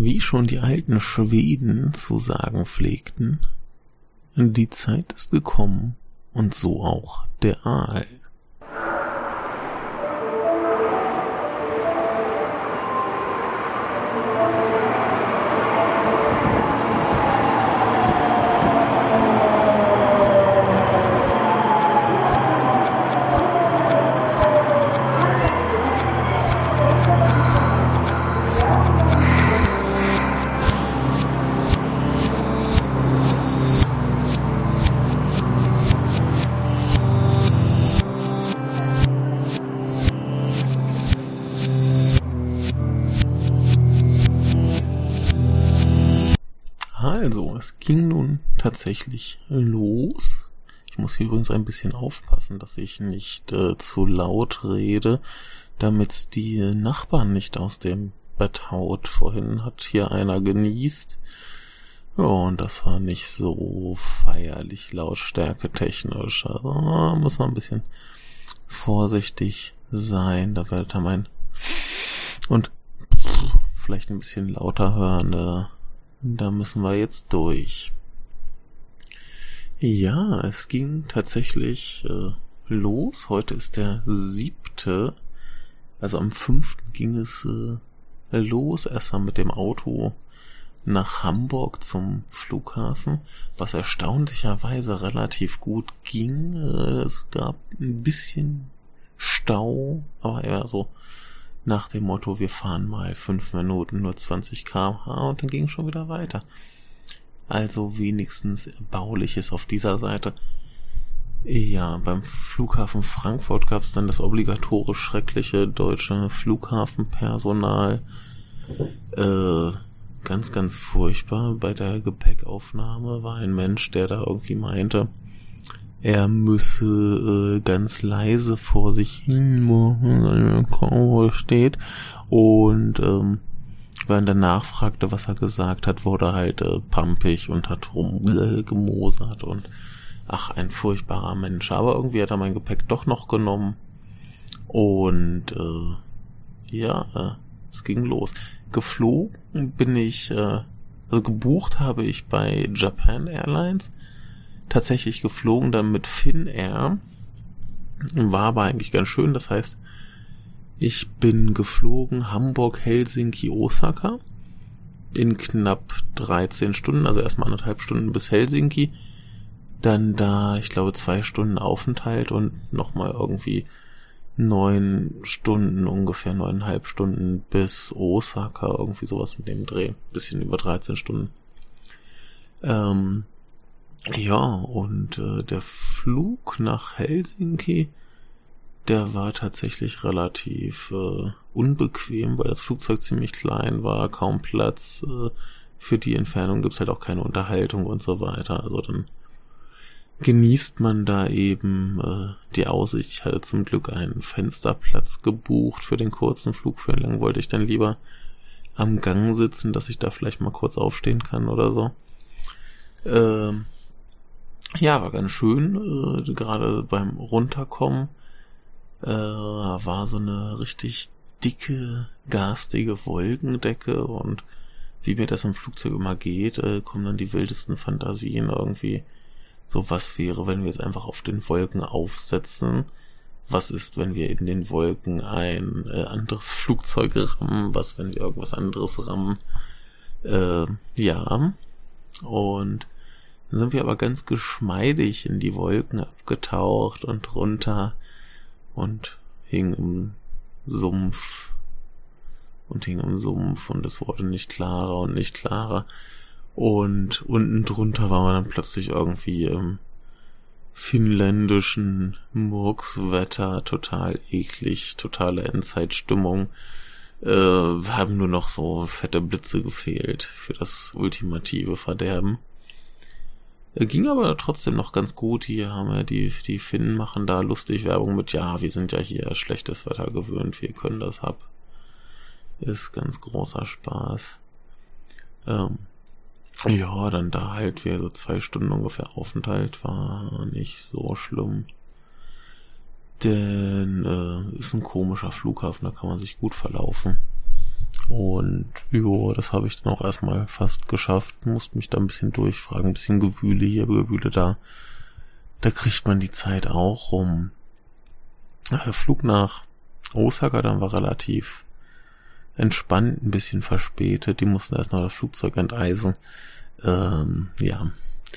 Wie schon die alten Schweden zu sagen pflegten, die Zeit ist gekommen und so auch der Aal. Also, es ging nun tatsächlich los. Ich muss hier übrigens ein bisschen aufpassen, dass ich nicht zu laut rede, damit die Nachbarn nicht aus dem Bett haut. Vorhin hat hier einer genießt. Ja, und das war nicht so feierlich lautstärketechnisch. Also muss man ein bisschen vorsichtig sein. Da wird er und vielleicht ein bisschen lauter hören. Da müssen wir jetzt durch. Ja, es ging tatsächlich los. Heute ist der 7. Also am 5. ging es los. Erstmal mit dem Auto nach Hamburg zum Flughafen, was erstaunlicherweise relativ gut ging. Es gab ein bisschen Stau, aber eher so nach dem Motto, wir fahren mal 5 Minuten, nur 20 km/h und dann ging es schon wieder weiter. Also wenigstens Bauliches auf dieser Seite. Ja, beim Flughafen Frankfurt gab es dann das obligatorisch schreckliche deutsche Flughafenpersonal. Ganz, ganz furchtbar. Bei der Gepäckaufnahme war ein Mensch, der da irgendwie meinte, er müsse ganz leise vor sich hin machen, wo er steht. Und wenn er nachfragte, was er gesagt hat, wurde halt pampig und hat rumgemosert und ein furchtbarer Mensch. Aber irgendwie hat er mein Gepäck doch noch genommen. Und es ging los. Geflogen bin ich, gebucht habe ich bei Japan Airlines. Tatsächlich geflogen dann mit Finnair. War aber eigentlich ganz schön. Das heißt, ich bin geflogen Hamburg, Helsinki, Osaka in knapp 13 Stunden. Also erstmal 1,5 Stunden bis Helsinki. Dann da, ich glaube, 2 Stunden Aufenthalt und nochmal irgendwie 9 Stunden, ungefähr 9,5 Stunden bis Osaka. Irgendwie sowas in dem Dreh. Bisschen über 13 Stunden. Der Flug nach Helsinki, der war tatsächlich relativ unbequem, weil das Flugzeug ziemlich klein war, kaum Platz. Für die Entfernung gibt's halt auch keine Unterhaltung und so weiter. Also dann genießt man da eben die Aussicht. Ich hatte zum Glück einen Fensterplatz gebucht für den kurzen Flug. Für den langen wollte ich dann lieber am Gang sitzen, dass ich da vielleicht mal kurz aufstehen kann oder so. War ganz schön, gerade beim Runterkommen war so eine richtig dicke, garstige Wolkendecke und wie mir das im Flugzeug immer geht, kommen dann die wildesten Fantasien irgendwie. So, was wäre, wenn wir jetzt einfach auf den Wolken aufsetzen? Was ist, wenn wir in den Wolken ein anderes Flugzeug rammen? Was, wenn wir irgendwas anderes rammen? Und dann sind wir aber ganz geschmeidig in die Wolken abgetaucht und runter und hingen im Sumpf und es wurde nicht klarer und nicht klarer. Und unten drunter waren wir dann plötzlich irgendwie im finnländischen Murkswetter, total eklig, totale Endzeitstimmung. Haben nur noch so fette Blitze gefehlt für das ultimative Verderben. Ging aber trotzdem noch ganz gut. Hier haben wir die Finnen machen da lustig Werbung mit, ja, wir sind ja hier schlechtes Wetter gewöhnt, wir können das ab. Ist ganz großer Spaß. Dann da halt wir so 2 Stunden ungefähr Aufenthalt, war nicht so schlimm. Denn ist ein komischer Flughafen, da kann man sich gut verlaufen. Und ja, das habe ich dann auch erstmal fast geschafft. Musste mich da ein bisschen durchfragen, ein bisschen Gewühle hier, Gewühle da. Da kriegt man die Zeit auch rum. Der Flug nach Osaka dann war relativ entspannt, ein bisschen verspätet. Die mussten erst noch das Flugzeug enteisen. Ja.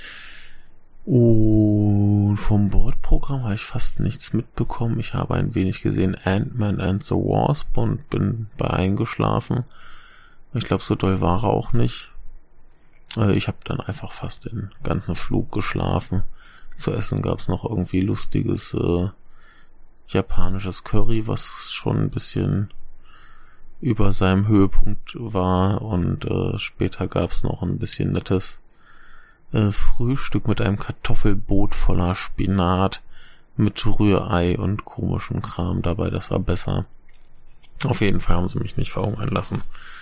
Und vom Bordprogramm habe ich fast nichts mitbekommen. Ich habe ein wenig gesehen Ant-Man and the Wasp und bin bei eingeschlafen. Ich glaube, so doll war er auch nicht. Ich habe dann einfach fast den ganzen Flug geschlafen. Zu essen gab es noch irgendwie lustiges japanisches Curry, was schon ein bisschen über seinem Höhepunkt war. Und später gab es noch ein bisschen nettes Frühstück mit einem Kartoffelboot voller Spinat mit Rührei und komischem Kram dabei. Das war besser. Auf jeden Fall haben sie mich nicht verhungern lassen.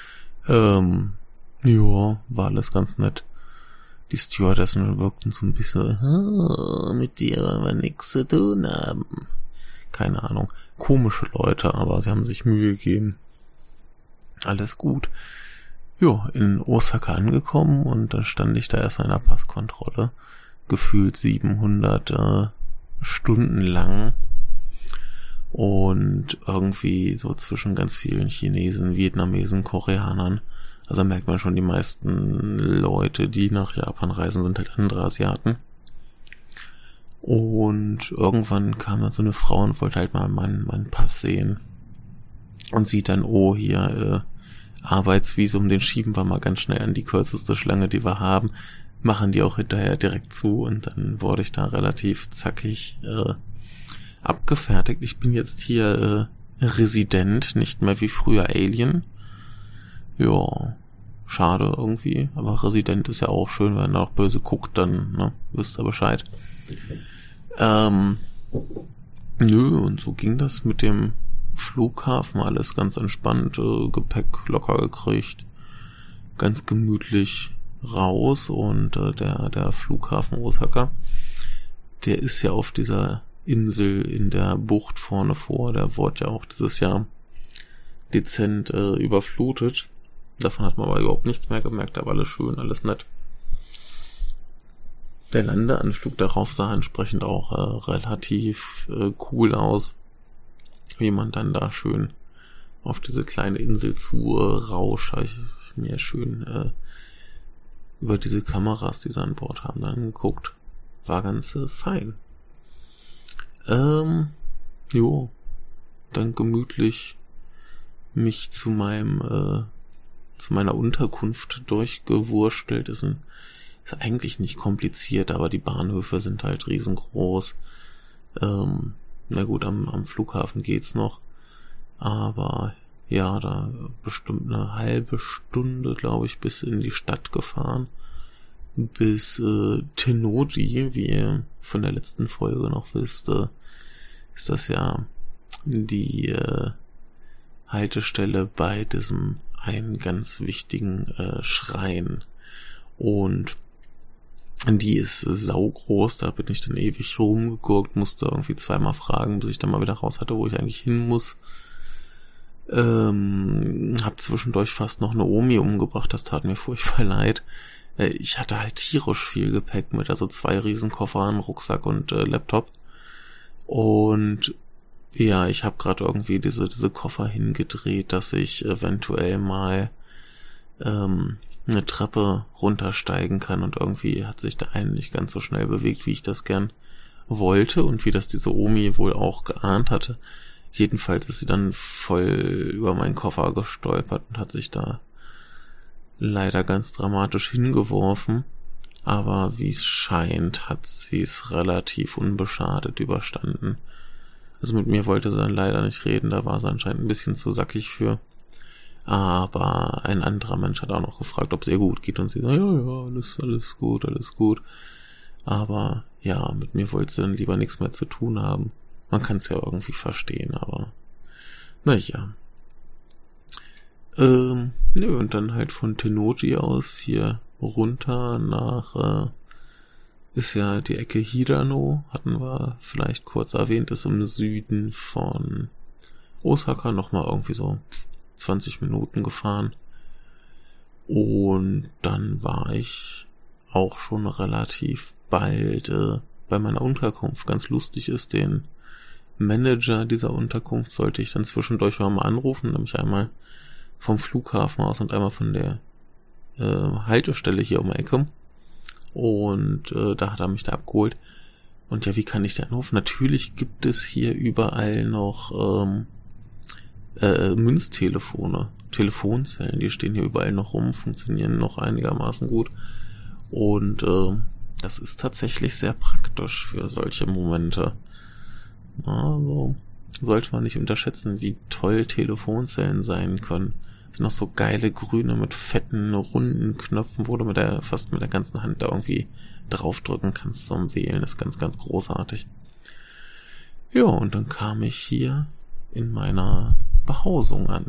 Ja, war alles ganz nett. Die Stewardessen wirkten so ein bisschen, mit dir wollen wir nichts zu tun haben. Keine Ahnung. Komische Leute, aber sie haben sich Mühe gegeben. Alles gut. Ja, in Osaka angekommen und dann stand ich da erst an der Passkontrolle. Gefühlt 700 Stunden lang. Und irgendwie so zwischen ganz vielen Chinesen, Vietnamesen, Koreanern. Also merkt man schon, die meisten Leute, die nach Japan reisen, sind halt andere Asiaten. Und irgendwann kam dann so eine Frau und wollte halt mal meinen Pass sehen. Und sieht dann, oh, hier, Arbeitsvisum, den schieben wir mal ganz schnell an die kürzeste Schlange, die wir haben. Machen die auch hinterher direkt zu. Und dann wurde ich da relativ zackig abgefertigt. Ich bin jetzt hier Resident, nicht mehr wie früher Alien. Ja, schade irgendwie. Aber Resident ist ja auch schön, wenn er auch böse guckt, dann wisst ihr Bescheid. Nö, und so ging das mit dem Flughafen, alles ganz entspannt, Gepäck locker gekriegt, ganz gemütlich raus. Und der Flughafen Osaka, der ist ja auf dieser Insel in der Bucht vorne vor, der wurde ja auch dieses Jahr dezent überflutet. Davon hat man aber überhaupt nichts mehr gemerkt, aber alles schön, alles nett. Der Landeanflug darauf sah entsprechend auch relativ cool aus, wie man dann da schön auf diese kleine Insel zu rauscht. Habe ich mir schön über diese Kameras, die sie an Bord haben, dann geguckt. War ganz fein. Jo, dann gemütlich mich zu meiner Unterkunft durchgewurstelt. Ist eigentlich nicht kompliziert, aber die Bahnhöfe sind halt riesengroß. Na gut, am Flughafen geht's noch. Aber ja, da bestimmt eine halbe Stunde, glaube ich, bis in die Stadt gefahren. Bis Tennoji, wie ihr von der letzten Folge noch wisst, ist das ja die Haltestelle bei diesem einen ganz wichtigen Schrein. Und die ist saugroß, da bin ich dann ewig rumgeguckt, musste irgendwie zweimal fragen, bis ich dann mal wieder raus hatte, wo ich eigentlich hin muss. Hab zwischendurch fast noch eine Omi umgebracht, das tat mir furchtbar leid. Ich hatte halt tierisch viel Gepäck mit, also 2 Riesenkoffer, einen Rucksack und Laptop. Und ja, ich habe gerade irgendwie diese Koffer hingedreht, dass ich eventuell mal eine Treppe runtersteigen kann, und irgendwie hat sich der eine nicht ganz so schnell bewegt, wie ich das gern wollte und wie das diese Omi wohl auch geahnt hatte. Jedenfalls ist sie dann voll über meinen Koffer gestolpert und hat sich da leider ganz dramatisch hingeworfen. Aber wie es scheint, hat sie es relativ unbeschadet überstanden. Also mit mir wollte sie dann leider nicht reden, da war sie anscheinend ein bisschen zu sackig für. Aber ein anderer Mensch hat auch noch gefragt, ob es ihr gut geht, und sie sagt, ja, alles gut. Aber ja, mit mir wollte sie dann lieber nichts mehr zu tun haben. Man kann es ja irgendwie verstehen, aber naja. Nö, und dann halt von Tennoji aus hier runter nach, ist ja die Ecke Hirano, hatten wir vielleicht kurz erwähnt, ist im Süden von Osaka, nochmal irgendwie so 20 Minuten gefahren. Und dann war ich auch schon relativ bald bei meiner Unterkunft. Ganz lustig ist, den Manager dieser Unterkunft sollte ich dann zwischendurch mal anrufen, nämlich einmal vom Flughafen aus und einmal von der Haltestelle hier um die Ecke. Und da hat er mich da abgeholt. Und ja, wie kann ich da anrufen? Natürlich gibt es hier überall noch Münztelefone, Telefonzellen, die stehen hier überall noch rum, funktionieren noch einigermaßen gut. Und das ist tatsächlich sehr praktisch für solche Momente. Also sollte man nicht unterschätzen, wie toll Telefonzellen sein können. Das sind noch so geile grüne mit fetten, runden Knöpfen, wo du fast mit der ganzen Hand da irgendwie draufdrücken kannst zum Wählen. Das ist ganz, ganz großartig. Ja, und dann kam ich hier in meiner Behausung an.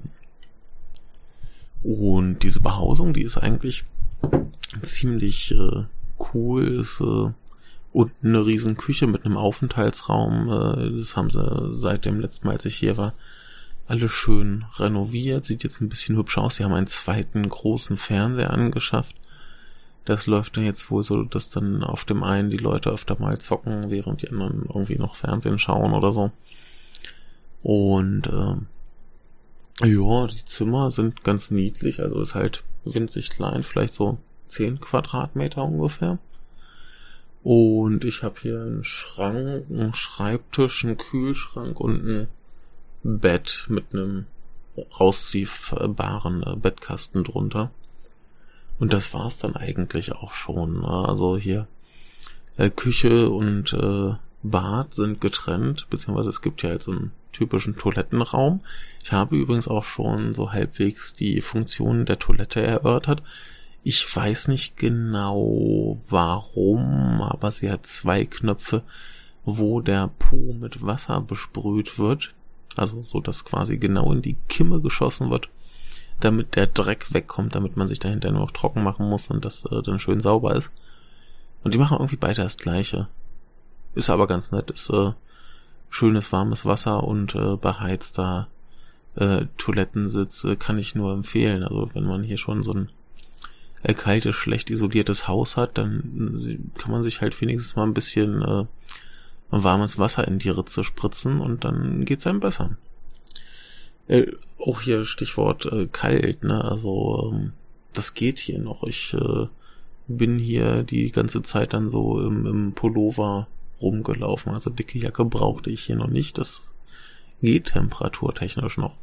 Und diese Behausung, die ist eigentlich ziemlich cool. Ist unten eine riesen Küche mit einem Aufenthaltsraum. Das haben sie seit dem letzten Mal, als ich hier war, alles schön renoviert. Sieht jetzt ein bisschen hübsch aus. Sie haben einen zweiten großen Fernseher angeschafft. Das läuft dann jetzt wohl so, dass dann auf dem einen die Leute öfter mal zocken, während die anderen irgendwie noch Fernsehen schauen oder so. Und ja, die Zimmer sind ganz niedlich. Also ist halt winzig klein, vielleicht so 10 Quadratmeter ungefähr. Und ich habe hier einen Schrank, einen Schreibtisch, einen Kühlschrank und ein Bett mit einem rausziehbaren Bettkasten drunter. Und das war's dann eigentlich auch schon. Also hier Küche und Bad sind getrennt, beziehungsweise es gibt ja halt so einen typischen Toilettenraum. Ich habe übrigens auch schon so halbwegs die Funktionen der Toilette erörtert. Ich weiß nicht genau warum, aber sie hat 2 Knöpfe, wo der Po mit Wasser besprüht wird. Also so, dass quasi genau in die Kimme geschossen wird, damit der Dreck wegkommt, damit man sich dahinter nur noch trocken machen muss und das dann schön sauber ist. Und die machen irgendwie beide das Gleiche. Ist aber ganz nett, ist schönes warmes Wasser und beheizter Toilettensitz kann ich nur empfehlen. Also wenn man hier schon so ein kaltes, schlecht isoliertes Haus hat, dann kann man sich halt wenigstens mal ein bisschen warmes Wasser in die Ritze spritzen und dann geht's einem besser. Auch hier Stichwort kalt, ne? Also das geht hier noch. Ich bin hier die ganze Zeit dann so im Pullover rumgelaufen. Also dicke Jacke brauchte ich hier noch nicht. Das geht temperaturtechnisch noch.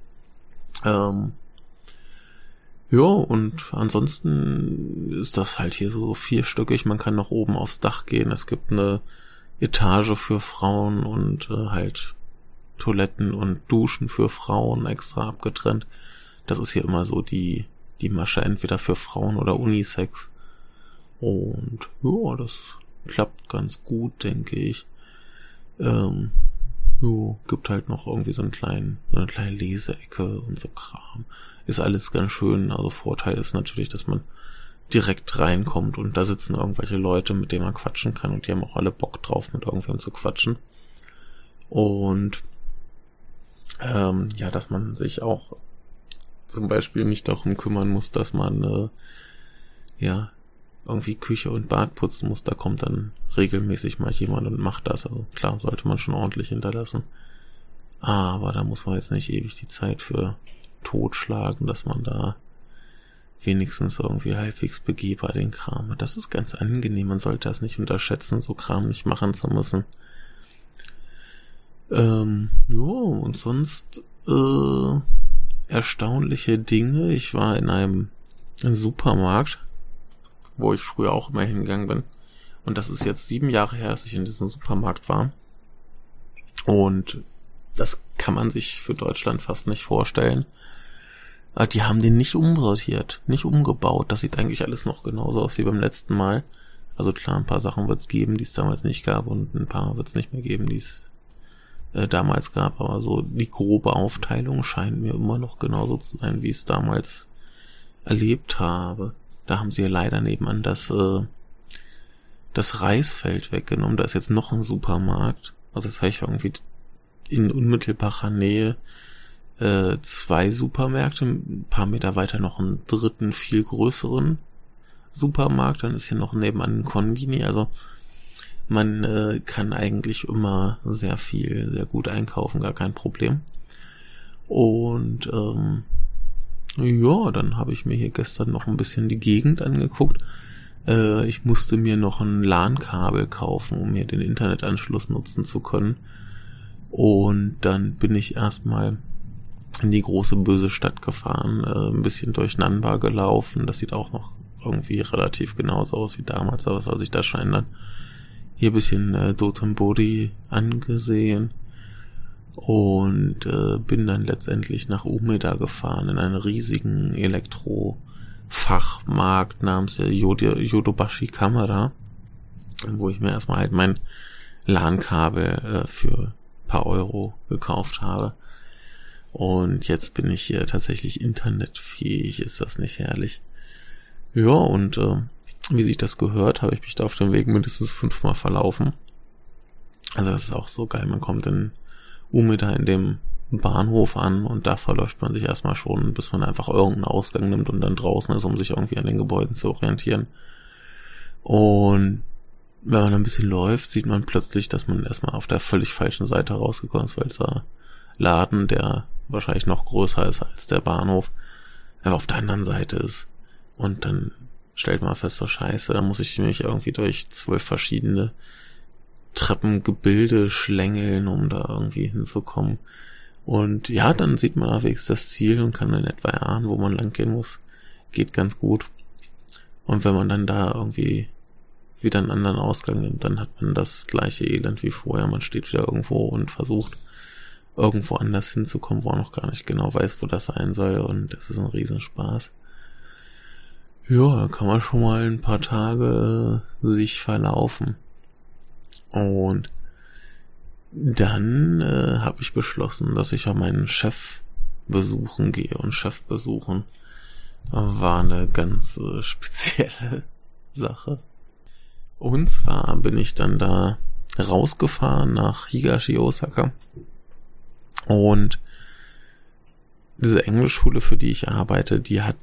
Ja, und ansonsten ist das halt hier so 4-stöckig. Man kann nach oben aufs Dach gehen. Es gibt eine Etage für Frauen und halt Toiletten und Duschen für Frauen extra abgetrennt. Das ist hier immer so die Masche, entweder für Frauen oder Unisex. Und ja, das klappt ganz gut, denke ich. Gibt halt noch irgendwie so eine kleine Leseecke und so Kram. Ist alles ganz schön. Also Vorteil ist natürlich, dass man direkt reinkommt und da sitzen irgendwelche Leute, mit denen man quatschen kann und die haben auch alle Bock drauf, mit irgendwem zu quatschen. Und ja, dass man sich auch zum Beispiel nicht darum kümmern muss, dass man irgendwie Küche und Bad putzen muss. Da kommt dann regelmäßig mal jemand und macht das. Also klar, sollte man schon ordentlich hinterlassen. Aber da muss man jetzt nicht ewig die Zeit für totschlagen, dass man da wenigstens irgendwie halbwegs begehbar den Kram hat. Das ist ganz angenehm. Man sollte das nicht unterschätzen, so Kram nicht machen zu müssen. Und sonst erstaunliche Dinge. Ich war in einem Supermarkt, wo ich früher auch immer hingegangen bin. Und das ist jetzt 7 Jahre her, dass ich in diesem Supermarkt war. Und das kann man sich für Deutschland fast nicht vorstellen. Die haben den nicht umsortiert, nicht umgebaut. Das sieht eigentlich alles noch genauso aus wie beim letzten Mal. Also klar, ein paar Sachen wird es geben, die es damals nicht gab, und ein paar wird es nicht mehr geben, die es damals gab. Aber so die grobe Aufteilung scheint mir immer noch genauso zu sein, wie ich es damals erlebt habe. Da haben sie ja leider nebenan das Reisfeld weggenommen. Da ist jetzt noch ein Supermarkt. Also das habe ich irgendwie in unmittelbarer Nähe 2 Supermärkte, ein paar Meter weiter noch einen dritten, viel größeren Supermarkt, dann ist hier noch nebenan ein Konbini, also man kann eigentlich immer sehr viel, sehr gut einkaufen, gar kein Problem. Und ja, dann habe ich mir hier gestern noch ein bisschen die Gegend angeguckt. Ich musste mir noch ein LAN-Kabel kaufen, um mir den Internetanschluss nutzen zu können. Und dann bin ich erstmal in die große böse Stadt gefahren, ein bisschen durch Nanba gelaufen. Das sieht auch noch irgendwie relativ genauso aus wie damals, aber was soll sich da schon ändern? Hier ein bisschen Dotonbori angesehen und bin dann letztendlich nach Umeda gefahren, in einen riesigen Elektrofachmarkt namens der Yodobashi Kamera, wo ich mir erstmal halt mein LAN-Kabel für ein paar Euro gekauft habe. Und jetzt bin ich hier tatsächlich internetfähig, ist das nicht herrlich? Ja, und wie sich das gehört, habe ich mich da auf dem Weg mindestens 5-mal verlaufen. Also das ist auch so geil, man kommt in Umeda in dem Bahnhof an und da verläuft man sich erstmal schon, bis man einfach irgendeinen Ausgang nimmt und dann draußen ist, um sich irgendwie an den Gebäuden zu orientieren. Und wenn man ein bisschen läuft, sieht man plötzlich, dass man erstmal auf der völlig falschen Seite rausgekommen ist, weil dieser Laden, der wahrscheinlich noch größer ist als der Bahnhof, einfach auf der anderen Seite ist. Und dann stellt man fest, so scheiße, da muss ich mich irgendwie durch 12 verschiedene Treppengebilde schlängeln, um da irgendwie hinzukommen. Und ja, dann sieht man allerdings das Ziel und kann in etwa erahnen, wo man lang gehen muss. Geht ganz gut. Und wenn man dann da irgendwie wieder einen anderen Ausgang nimmt, dann hat man das gleiche Elend wie vorher. Man steht wieder irgendwo und versucht irgendwo anders hinzukommen, wo man noch gar nicht genau weiß, wo das sein soll. Und das ist ein Riesenspaß. Ja, da kann man schon mal ein paar Tage sich verlaufen. Und dann habe ich beschlossen, dass ich ja meinen Chef besuchen gehe. Und Chef besuchen war eine ganz spezielle Sache. Und zwar bin ich dann da rausgefahren nach Higashi Osaka. Und diese Englischschule, für die ich arbeite, die hat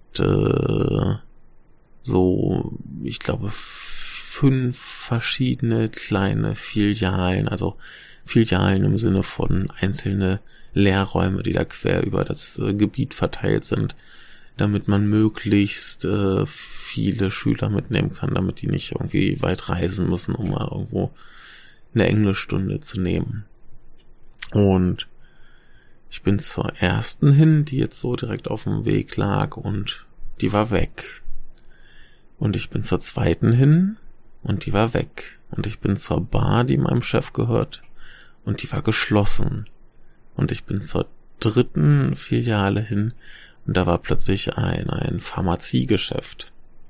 so, ich glaube, 5 verschiedene kleine Filialen, also Filialen im Sinne von einzelne Lehrräume, die da quer über das Gebiet verteilt sind, damit man möglichst viele Schüler mitnehmen kann, damit die nicht irgendwie weit reisen müssen, um mal irgendwo eine Englischstunde zu nehmen. Und ich bin zur ersten hin, die jetzt so direkt auf dem Weg lag und die war weg. Und ich bin zur zweiten hin und die war weg. Und ich bin zur Bar, die meinem Chef gehört, und die war geschlossen. Und ich bin zur dritten Filiale hin und da war plötzlich ein Pharmaziegeschäft.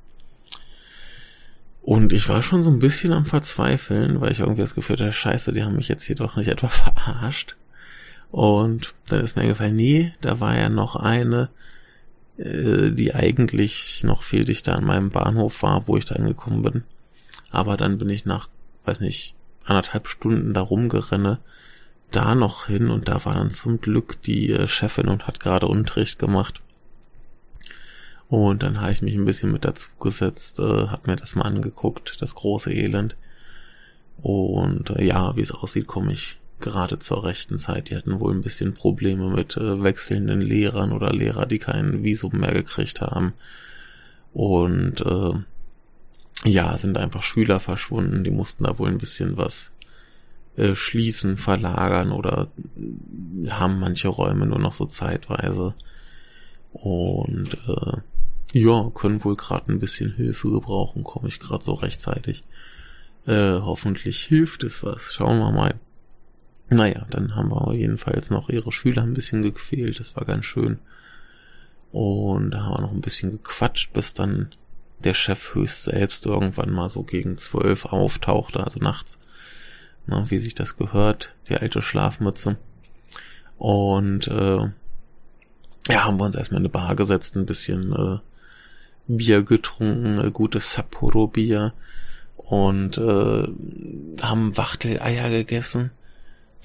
Und ich war schon so ein bisschen am Verzweifeln, weil ich irgendwie das Gefühl hatte, scheiße, die haben mich jetzt hier doch nicht etwa verarscht. Und dann ist mir eingefallen, nee, da war ja noch eine, die eigentlich noch viel dichter an meinem Bahnhof war, wo ich da angekommen bin. Aber dann bin ich nach, 1,5 Stunden da rumgerenne, da noch hin und da war dann zum Glück die Chefin und hat gerade Unterricht gemacht. Und dann habe ich mich ein bisschen mit dazu gesetzt, habe mir das mal angeguckt, das große Elend. Und ja, wie es aussieht, komme ich gerade zur rechten Zeit. Die hatten wohl ein bisschen Probleme mit wechselnden Lehrern oder Lehrer, die kein Visum mehr gekriegt haben. Und ja, sind einfach Schüler verschwunden. Die mussten da wohl ein bisschen was schließen, verlagern oder haben manche Räume nur noch so zeitweise. Und ja, können wohl gerade ein bisschen Hilfe gebrauchen. Komme ich gerade so rechtzeitig. Hoffentlich hilft es was. Schauen wir mal. Naja, dann haben wir jedenfalls noch ihre Schüler ein bisschen gequält, das war ganz schön. Und da haben wir noch ein bisschen gequatscht, bis dann der Chef höchst selbst irgendwann mal so gegen 12 auftauchte, also nachts. Na, wie sich das gehört, die alte Schlafmütze. Und ja, haben wir uns erstmal in eine Bar gesetzt, ein bisschen Bier getrunken, gutes Sapporo-Bier und haben Wachteleier gegessen.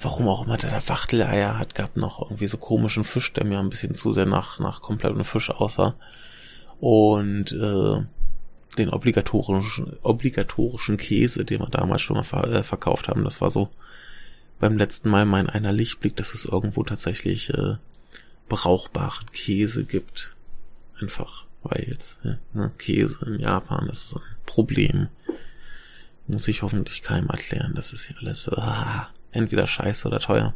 warum auch immer der da Wachteleier hat, gab noch irgendwie so komischen Fisch, der mir ein bisschen zu sehr nach komplettem Fisch aussah. Und den obligatorischen Käse, den wir damals schon mal verkauft haben. Das war so beim letzten Mal mein einer Lichtblick, dass es irgendwo tatsächlich brauchbaren Käse gibt. Einfach, weil jetzt Käse in Japan ist so ein Problem. Muss ich hoffentlich keinem erklären. Das ist ja alles entweder scheiße oder teuer.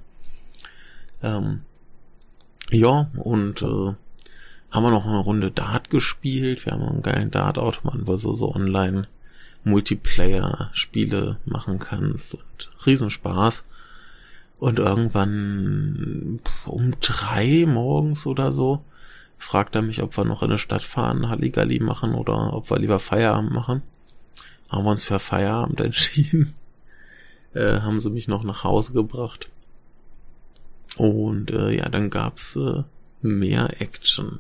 Ja, und haben wir noch eine Runde Dart gespielt. Wir haben einen geilen Dart-Automaten, wo du so online Multiplayer-Spiele machen kannst. Und Riesenspaß. Und irgendwann um 3 morgens oder so fragt er mich, ob wir noch in eine Stadt fahren, Halligalli machen oder ob wir lieber Feierabend machen. Haben wir uns für Feierabend entschieden. Haben sie mich noch nach Hause gebracht. Und ja, dann gab's mehr Action.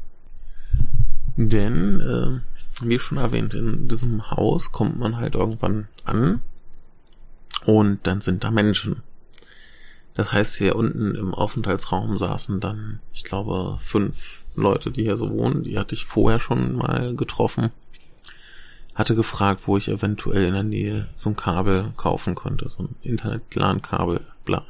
Denn, wie schon erwähnt, in diesem Haus kommt man halt irgendwann an und dann sind da Menschen. Das heißt, hier unten im Aufenthaltsraum saßen dann, ich glaube, 5 Leute, die hier so wohnen. Die hatte ich vorher schon mal getroffen. Hatte gefragt, wo ich eventuell in der Nähe so ein Kabel kaufen könnte, so ein Internet-LAN-Kabel, bla.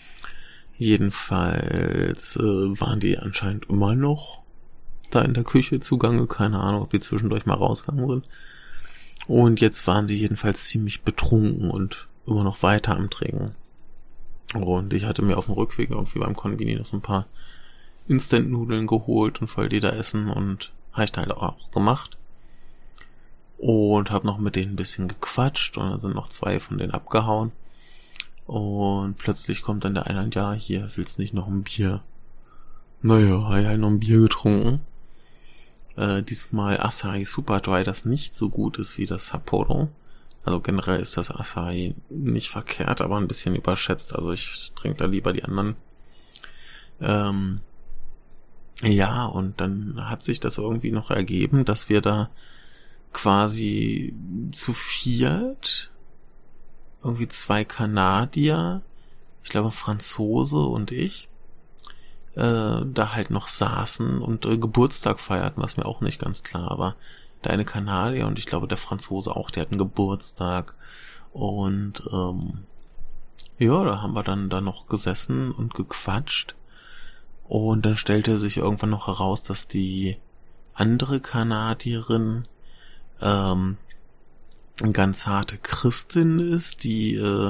Jedenfalls waren die anscheinend immer noch da in der Küche zugange, keine Ahnung, ob die zwischendurch mal rausgegangen sind. Und jetzt waren sie jedenfalls ziemlich betrunken und immer noch weiter am Trinken. Und ich hatte mir auf dem Rückweg irgendwie beim Konbini noch so ein paar Instant-Nudeln geholt und wollte die da essen und habe ich dann halt auch gemacht. Und habe noch mit denen ein bisschen gequatscht und dann sind noch 2 von denen abgehauen. Und plötzlich kommt dann der eine und ja, hier, willst nicht noch ein Bier? Naja, habe ich halt noch ein Bier getrunken. Diesmal Asahi Super Dry, das nicht so gut ist wie das Sapporo. Also generell ist das Asahi nicht verkehrt, aber ein bisschen überschätzt. Also ich trinke da lieber die anderen. Ja, und dann hat sich das irgendwie noch ergeben, dass wir da quasi zu 4, irgendwie 2 Kanadier, ich glaube Franzose und ich, da halt noch saßen und Geburtstag feierten, was mir auch nicht ganz klar war. Der eine Kanadier und ich glaube der Franzose auch, die hatten Geburtstag. Und ja, da haben wir dann da noch gesessen und gequatscht. Und dann stellte sich irgendwann noch heraus, dass die andere Kanadierin eine ganz harte Christin ist, die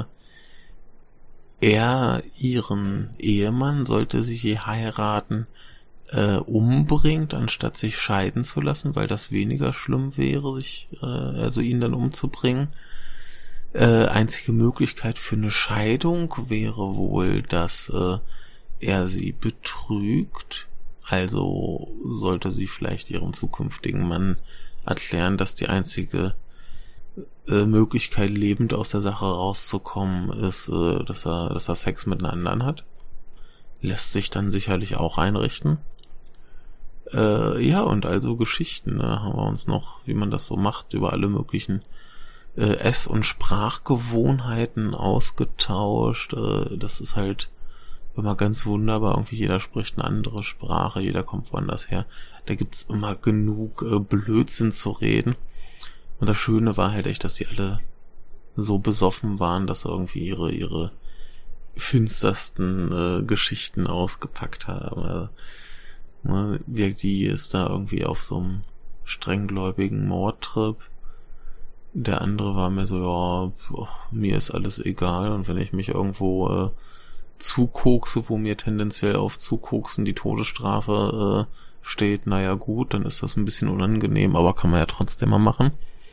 er ihren Ehemann, sollte sie je heiraten, umbringt, anstatt sich scheiden zu lassen, weil das weniger schlimm wäre, also ihn dann umzubringen. Einzige Möglichkeit für eine Scheidung wäre wohl, dass er sie betrügt. Also sollte sie vielleicht ihrem zukünftigen Mann erklären, dass die einzige Möglichkeit, lebend aus der Sache rauszukommen, ist, dass er Sex mit einer anderen hat. Lässt sich dann sicherlich auch einrichten. Ja, und also Geschichten, ne, haben wir uns noch, wie man das so macht, über alle möglichen Ess- und Sprachgewohnheiten ausgetauscht. Das ist halt immer ganz wunderbar. Irgendwie jeder spricht eine andere Sprache, jeder kommt woanders her. Da gibt's immer genug Blödsinn zu reden. Und das Schöne war halt echt, dass die alle so besoffen waren, dass sie irgendwie ihre finstersten Geschichten ausgepackt haben. Also, die ist da irgendwie auf so einem strenggläubigen Mordtrip. Der andere war mir so, ja, mir ist alles egal. Und wenn ich mich irgendwo zukokse, wo mir tendenziell auf Zukoksen die Todesstrafe steht, naja gut, dann ist das ein bisschen unangenehm, aber kann man ja trotzdem mal machen.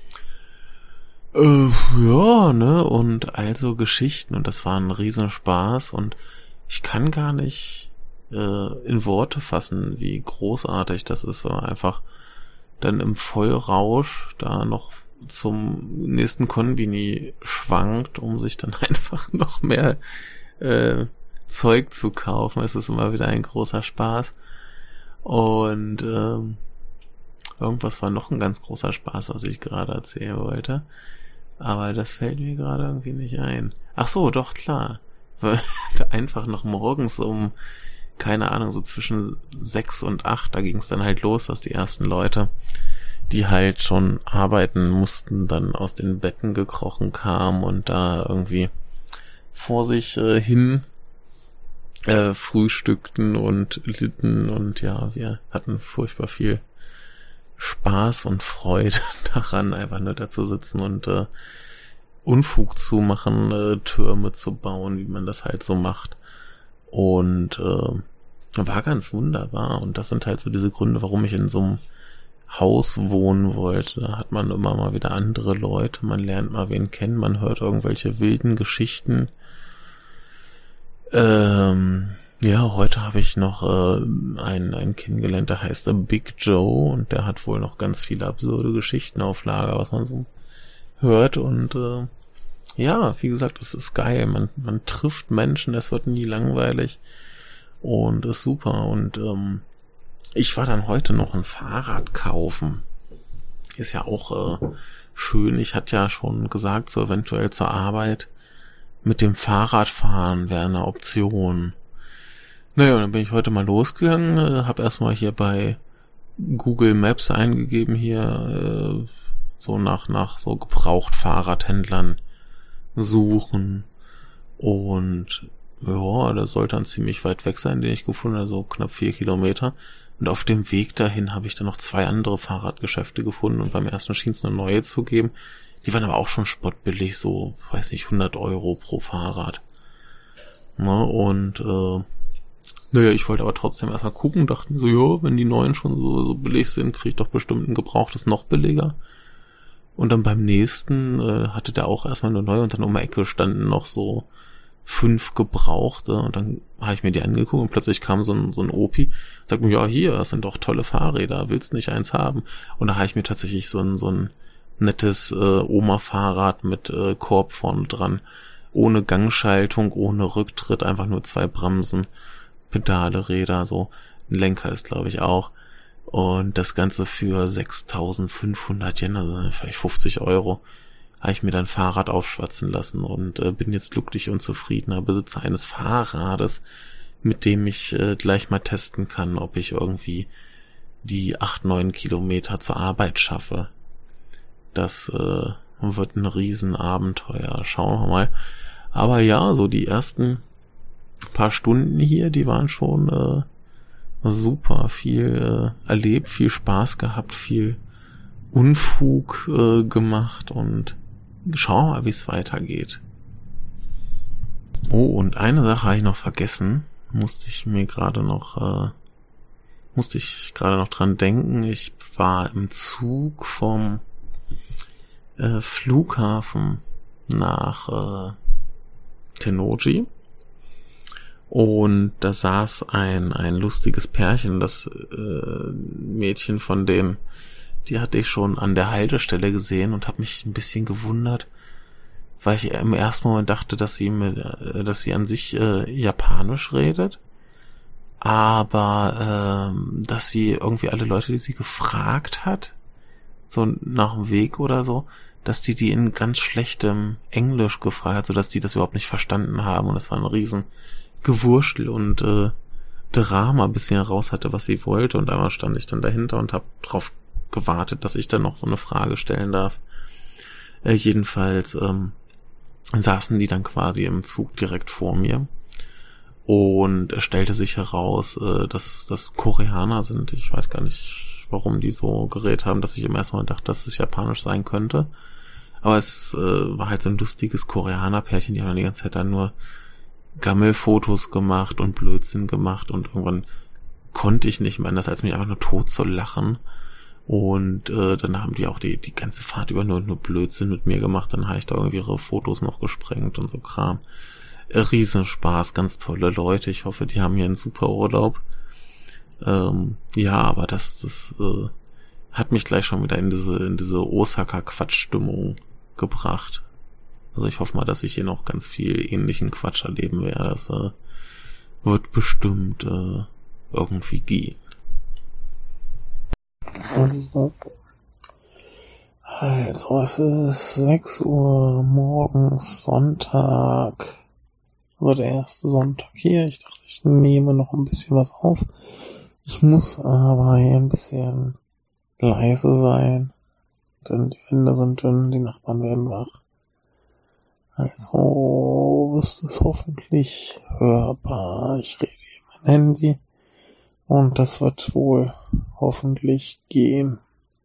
Ja, ne, und also Geschichten, und das war ein Riesenspaß, und ich kann gar nicht in Worte fassen, wie großartig das ist, weil man einfach dann im Vollrausch da noch zum nächsten Konbini schwankt, um sich dann einfach noch mehr Zeug zu kaufen. Es ist immer wieder ein großer Spaß. Und irgendwas war noch ein ganz großer Spaß, was ich gerade erzählen wollte. Aber das fällt mir gerade irgendwie nicht ein. Ach so, doch, klar. einfach noch morgens um, keine Ahnung, so zwischen 6 und 8, da ging es dann halt los, dass die ersten Leute, die halt schon arbeiten mussten, dann aus den Betten gekrochen kamen und da irgendwie vor sich hin frühstückten und litten, und ja, wir hatten furchtbar viel Spaß und Freude daran, einfach nur da zu sitzen und Unfug zu machen, Türme zu bauen, wie man das halt so macht. Und war ganz wunderbar. Und das sind halt so diese Gründe, warum ich in so einem Haus wohnen wollte. Da hat man immer mal wieder andere Leute, man lernt mal wen kennen, man hört irgendwelche wilden Geschichten. Ja, heute habe ich noch einen kennengelernt, der heißt Big Joe, und der hat wohl noch ganz viele absurde Geschichten auf Lager, was man so hört. Und ja, wie gesagt, es ist geil. Man trifft Menschen, es wird nie langweilig und ist super. Und ich war dann heute noch ein Fahrrad kaufen. Ist ja auch schön. Ich hatte ja schon gesagt, so eventuell zur Arbeit mit dem Fahrrad fahren wäre eine Option. Naja, und dann bin ich heute mal losgegangen, habe erstmal hier bei Google Maps eingegeben, hier so nach so Gebraucht-Fahrradhändlern suchen. Und ja, das sollte dann ziemlich weit weg sein, den ich gefunden habe, so knapp 4 Kilometer. Und auf dem Weg dahin habe ich dann noch 2 andere Fahrradgeschäfte gefunden, und beim ersten schien es eine neue zu geben. Die waren aber auch schon spottbillig, so, weiß nicht, 100 Euro pro Fahrrad. Na, und naja, ich wollte aber trotzdem erstmal gucken, dachte so, ja, wenn die neuen schon so billig sind, kriege ich doch bestimmt ein gebrauchtes noch billiger. Und dann beim nächsten hatte der auch erstmal eine neue, und dann um die Ecke standen noch so 5 gebrauchte, und dann habe ich mir die angeguckt, und plötzlich kam so ein Opi, sagt mir, ja, hier, das sind doch tolle Fahrräder, willst nicht eins haben? Und da habe ich mir tatsächlich so ein nettes Oma-Fahrrad mit Korb vorne dran, ohne Gangschaltung, ohne Rücktritt, einfach nur 2 Bremsen, Pedale, Räder, so. Ein Lenker ist, glaube ich, auch. Und das Ganze für 6.500 Yen, also vielleicht 50 Euro, habe ich mir dann Fahrrad aufschwatzen lassen und bin jetzt glücklich und zufriedener Besitzer eines Fahrrades, mit dem ich gleich mal testen kann, ob ich irgendwie die 8-9 Kilometer zur Arbeit schaffe. Das wird ein Riesenabenteuer. Schauen wir mal. Aber ja, so die ersten paar Stunden hier, die waren schon super. Viel erlebt, viel Spaß gehabt, viel Unfug gemacht, und schauen wir mal, wie es weitergeht. Oh, und eine Sache habe ich noch vergessen. Musste ich gerade noch dran denken. Ich war im Zug vom Flughafen nach Tennoji, und da saß ein lustiges Pärchen. Das Mädchen von denen, die hatte ich schon an der Haltestelle gesehen und habe mich ein bisschen gewundert, weil ich im ersten Moment dachte, dass sie an sich Japanisch redet, aber dass sie irgendwie alle Leute, die sie gefragt hat, so nach dem Weg oder so, dass die in ganz schlechtem Englisch gefragt hat, sodass die das überhaupt nicht verstanden haben, und das war ein riesen Gewurschtel und Drama, bis sie heraus hatte, was sie wollte, und einmal stand ich dann dahinter und habe drauf gewartet, dass ich dann noch so eine Frage stellen darf. Jedenfalls saßen die dann quasi im Zug direkt vor mir, und es stellte sich heraus, dass das Koreaner sind. Ich weiß gar nicht, warum die so geredet haben, dass ich im ersten Mal dachte, dass es japanisch sein könnte. Aber es war halt so ein lustiges Koreaner-Pärchen, die haben die ganze Zeit dann nur Gammelfotos gemacht und Blödsinn gemacht, und irgendwann konnte ich nicht mehr anders, als mich einfach nur tot zu lachen. Und dann haben die auch die ganze Fahrt über nur Blödsinn mit mir gemacht. Dann habe ich da irgendwie ihre Fotos noch gesprengt und so Kram. Riesenspaß, ganz tolle Leute. Ich hoffe, die haben hier einen super Urlaub. Ja, aber das hat mich gleich schon wieder in diese Osaka-Quatschstimmung gebracht. Also ich hoffe mal, dass ich hier noch ganz viel ähnlichen Quatsch erleben werde. Das wird bestimmt irgendwie gehen. Also es ist 6 Uhr morgens, Sonntag, Also der erste Sonntag hier. Ich dachte, ich nehme noch ein bisschen was auf. Ich muss aber hier ein bisschen leise sein, denn die Wände sind dünn, die Nachbarn werden wach. Also ist es hoffentlich hörbar. Ich rede hier mein Handy und das wird wohl hoffentlich gehen.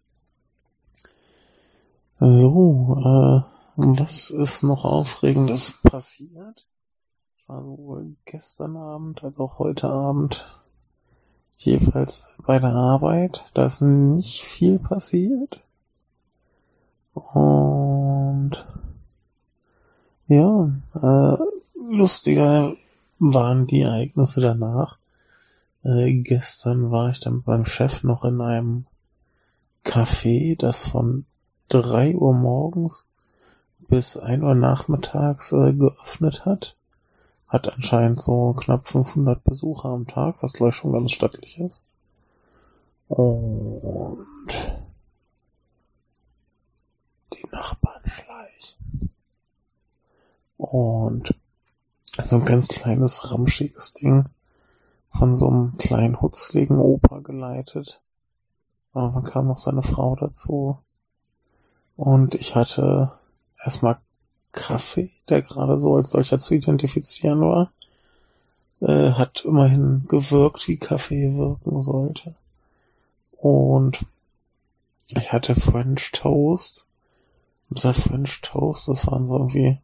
So, was ist noch Aufregendes passiert? Ich war sowohl gestern Abend als auch heute Abend jeweils bei der Arbeit. Da ist nicht viel passiert. Und ja, lustiger waren die Ereignisse danach. Gestern war ich dann beim Chef noch in einem Café, das von 3 Uhr morgens bis 1 Uhr nachmittags geöffnet hat. Hat anscheinend so knapp 500 Besucher am Tag, was glaube ich schon ganz stattlich ist. Und die Nachbarn schleichen. Und so ein ganz kleines, ramschiges Ding von so einem kleinen, hutzligen Opa geleitet. Und dann kam noch seine Frau dazu. Und ich hatte erstmal Kaffee, der gerade so als solcher zu identifizieren war. Hat immerhin gewirkt, wie Kaffee wirken sollte. Und ich hatte French Toast. Und dieser French Toast, das waren so irgendwie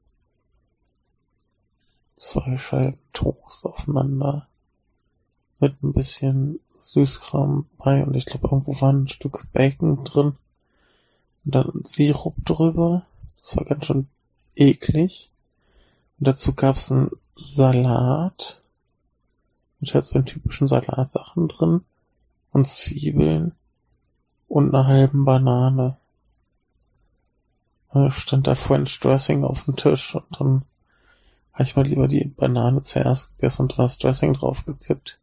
2 Scheiben Toast aufeinander. Mit ein bisschen Süßkram bei und ich glaube irgendwo war ein Stück Bacon drin. Und dann Sirup drüber. Das war ganz schön eklig. Und dazu gab's einen Salat. Mit halt so den typischen Salatsachen drin. Und Zwiebeln. Und einer halben Banane. Da stand da French Dressing auf dem Tisch. Und dann habe ich mal lieber die Banane zuerst gegessen und dann das Dressing draufgekippt.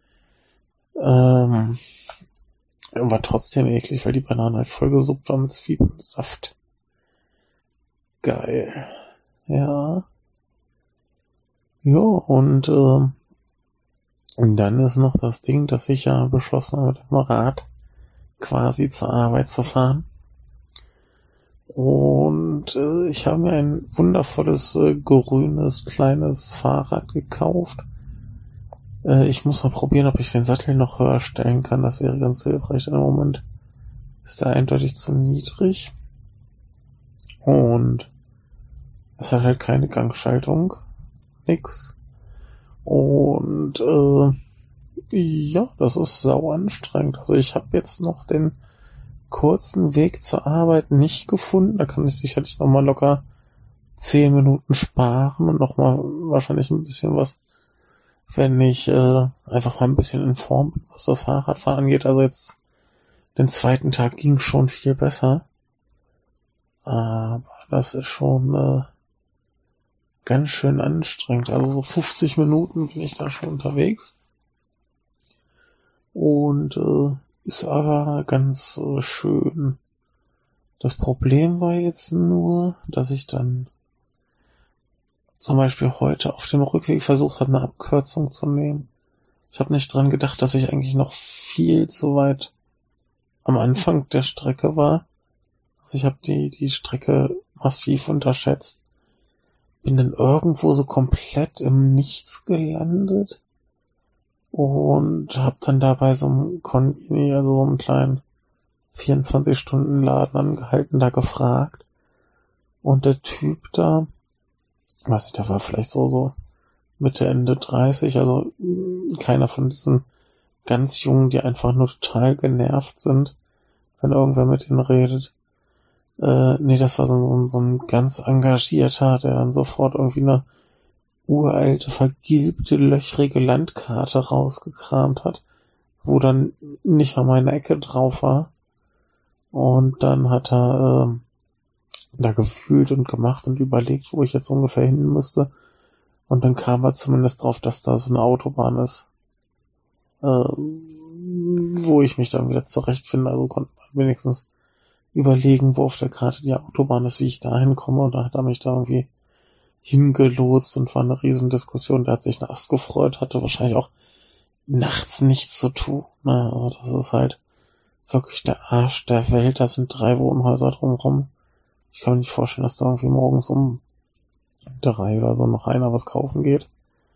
War trotzdem eklig, weil die Banane halt voll gesuppt war mit Zwiebelsaft. Geil. Ja. Ja, und dann ist noch das Ding, dass ich ja beschlossen habe, mit dem Rad quasi zur Arbeit zu fahren. Und ich habe mir ein wundervolles, grünes, kleines Fahrrad gekauft. Ich muss mal probieren, ob ich den Sattel noch höher stellen kann. Das wäre ganz hilfreich. Im Moment ist der eindeutig zu niedrig. Und es hat halt keine Gangschaltung. Nix. Und ja, das ist sau anstrengend. Also ich habe jetzt noch den kurzen Weg zur Arbeit nicht gefunden. Da kann ich sicherlich nochmal locker 10 Minuten sparen und nochmal wahrscheinlich ein bisschen was, wenn ich einfach mal ein bisschen in Form bin, was das Fahrradfahren angeht. Also jetzt den zweiten Tag ging schon viel besser. Aber das ist schon ganz schön anstrengend. Also so 50 Minuten bin ich da schon unterwegs. Und ist aber ganz schön. Das Problem war jetzt nur, dass ich dann zum Beispiel heute auf dem Rückweg versucht habe, eine Abkürzung zu nehmen. Ich habe nicht dran gedacht, dass ich eigentlich noch viel zu weit am Anfang der Strecke war. Also ich habe die Strecke massiv unterschätzt. Bin dann irgendwo so komplett im Nichts gelandet und habe dann dabei so einem Konbini, also so einem kleinen 24-Stunden-Laden angehalten, da gefragt. Und der Typ da, weiß ich, der war vielleicht so Mitte, Ende 30, also keiner von diesen ganz Jungen, die einfach nur total genervt sind, wenn irgendwer mit ihnen redet. Nee, das war so ein ganz engagierter, der dann sofort irgendwie eine uralte, vergilbte, löchrige Landkarte rausgekramt hat, wo dann nicht mal meine Ecke drauf war. Und dann hat er da gefühlt und gemacht und überlegt, wo ich jetzt ungefähr hin müsste. Und dann kam er zumindest drauf, dass da so eine Autobahn ist, wo ich mich dann wieder zurechtfinde. Also konnte man wenigstens überlegen, wo auf der Karte die Autobahn ist, wie ich da hinkomme. Und da hat er mich da irgendwie hingelotst und war eine Riesendiskussion. Der hat sich nass gefreut, hatte wahrscheinlich auch nachts nichts zu tun. Ne? Aber das ist halt wirklich der Arsch der Welt. Da sind 3 Wohnhäuser drumherum. Ich kann mir nicht vorstellen, dass da irgendwie morgens um 3 oder so noch einer was kaufen geht.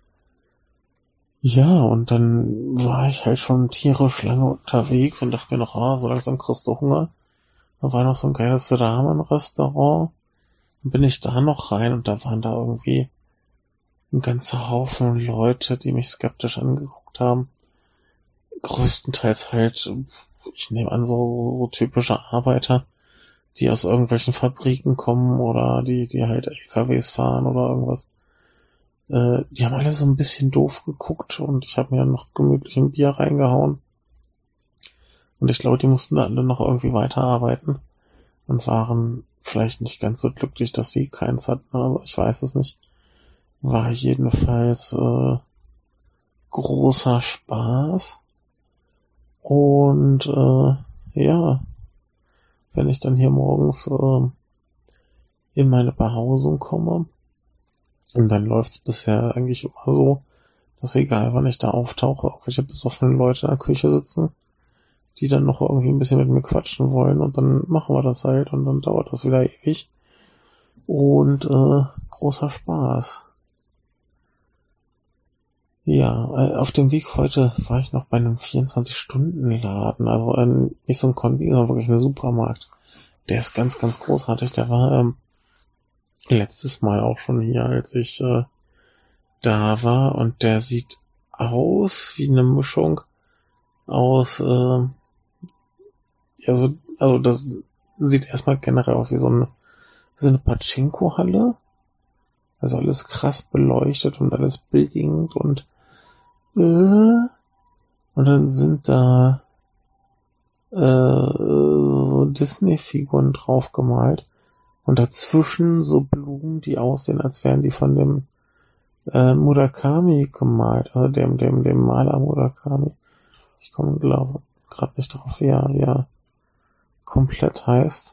Ja, und dann war ich halt schon tierisch lange unterwegs und dachte mir noch, so langsam kriegst du Hunger. Da war noch so ein geiles Ramen-Restaurant. Dann bin ich da noch rein und da waren da irgendwie ein ganzer Haufen Leute, die mich skeptisch angeguckt haben. Größtenteils halt, ich nehme an, so typische Arbeiter, die aus irgendwelchen Fabriken kommen oder die halt LKWs fahren oder irgendwas. Die haben alle so ein bisschen doof geguckt und ich habe mir dann noch gemütlich ein Bier reingehauen. Und ich glaube, die mussten da alle noch irgendwie weiterarbeiten und waren vielleicht nicht ganz so glücklich, dass sie keins hatten. Also ich weiß es nicht. War jedenfalls großer Spaß. Und ja, wenn ich dann hier morgens in meine Behausung komme, und dann läuft's bisher eigentlich immer so, dass egal wann ich da auftauche, irgendwelche besoffenen Leute in der Küche sitzen, die dann noch irgendwie ein bisschen mit mir quatschen wollen und dann machen wir das halt und dann dauert das wieder ewig. Und großer Spaß. Ja, auf dem Weg heute war ich noch bei einem 24-Stunden-Laden, also nicht so ein Konbi, sondern wirklich ein Supermarkt. Der ist ganz, ganz großartig. Der war letztes Mal auch schon hier, als ich da war, und der sieht aus wie eine Mischung aus also das sieht erstmal generell aus wie so eine Pachinko-Halle. Also alles krass beleuchtet und alles bildend und dann sind da so Disney-Figuren drauf gemalt und dazwischen so Blumen, die aussehen, als wären die von dem Murakami gemalt, also dem Maler Murakami. Ich komme, glaube gerade nicht drauf, wie er komplett heißt.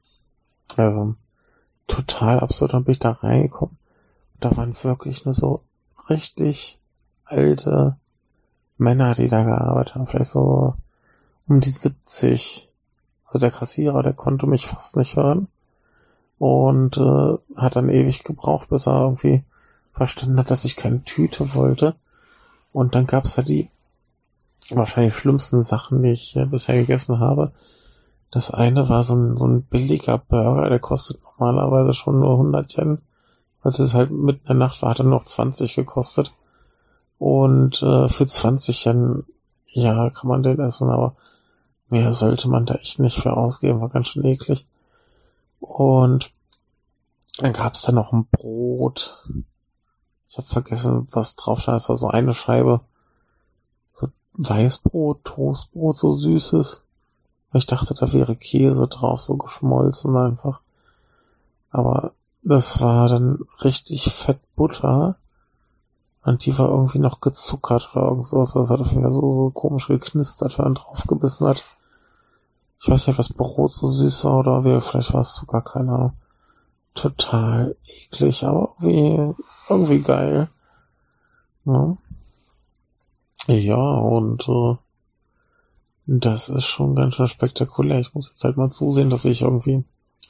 Total absurd. Dann bin ich da reingekommen. Da waren wirklich nur so richtig alte Männer, die da gearbeitet haben. Vielleicht so um die 70. Also der Kassierer, der konnte mich fast nicht hören. Und hat dann ewig gebraucht, bis er irgendwie verstanden hat, dass ich keine Tüte wollte. Und dann gab's da die wahrscheinlich schlimmsten Sachen, die ich bisher gegessen habe. Das eine war so ein billiger Burger, der kostet normalerweise schon nur 100 Yen. Als es halt mitten in der Nacht war, hat er noch 20 gekostet. Und für 20 Yen, ja, kann man den essen, aber mehr sollte man da echt nicht für ausgeben, war ganz schön eklig. Und dann gab's da noch ein Brot. Ich habe vergessen, was drauf stand. Es war so eine Scheibe, so Weißbrot, Toastbrot, so süßes. Ich dachte, da wäre Käse drauf, so geschmolzen einfach. Aber das war dann richtig fett Butter. Und die war irgendwie noch gezuckert oder irgend sowas. Das hat auf jeden Fall so komisch geknistert, wenn man draufgebissen hat. Ich weiß nicht, ob das Brot so süß war oder vielleicht war es Zucker, keine Ahnung. Total eklig, aber irgendwie geil. Ja, und das ist schon ganz schön spektakulär. Ich muss jetzt halt mal zusehen, dass ich irgendwie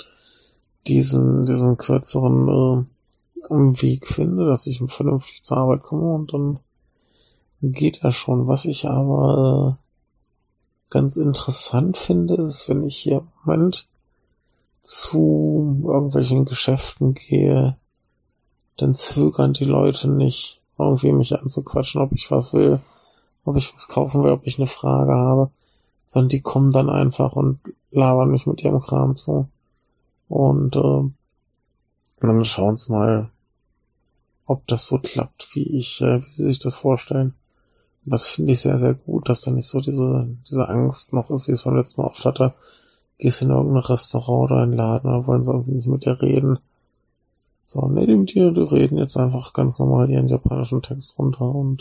diesen kürzeren Weg finde, dass ich vernünftig zur Arbeit komme und dann geht das schon. Was ich aber ganz interessant finde, ist, wenn ich hier im Moment zu irgendwelchen Geschäften gehe, dann zögern die Leute nicht, irgendwie mich anzuquatschen, ob ich was will, ob ich was kaufen will, ob ich eine Frage habe, sondern die kommen dann einfach und labern mich mit ihrem Kram zu. Und dann schauen sie mal, ob das so klappt, wie sie sich das vorstellen. Und das finde ich sehr, sehr gut, dass da nicht so diese Angst noch ist, wie es beim letzten Mal oft hatte. Gehst in irgendein Restaurant oder einen Laden, da wollen sie irgendwie nicht mit dir reden. So, nee, die reden jetzt einfach ganz normal ihren japanischen Text runter und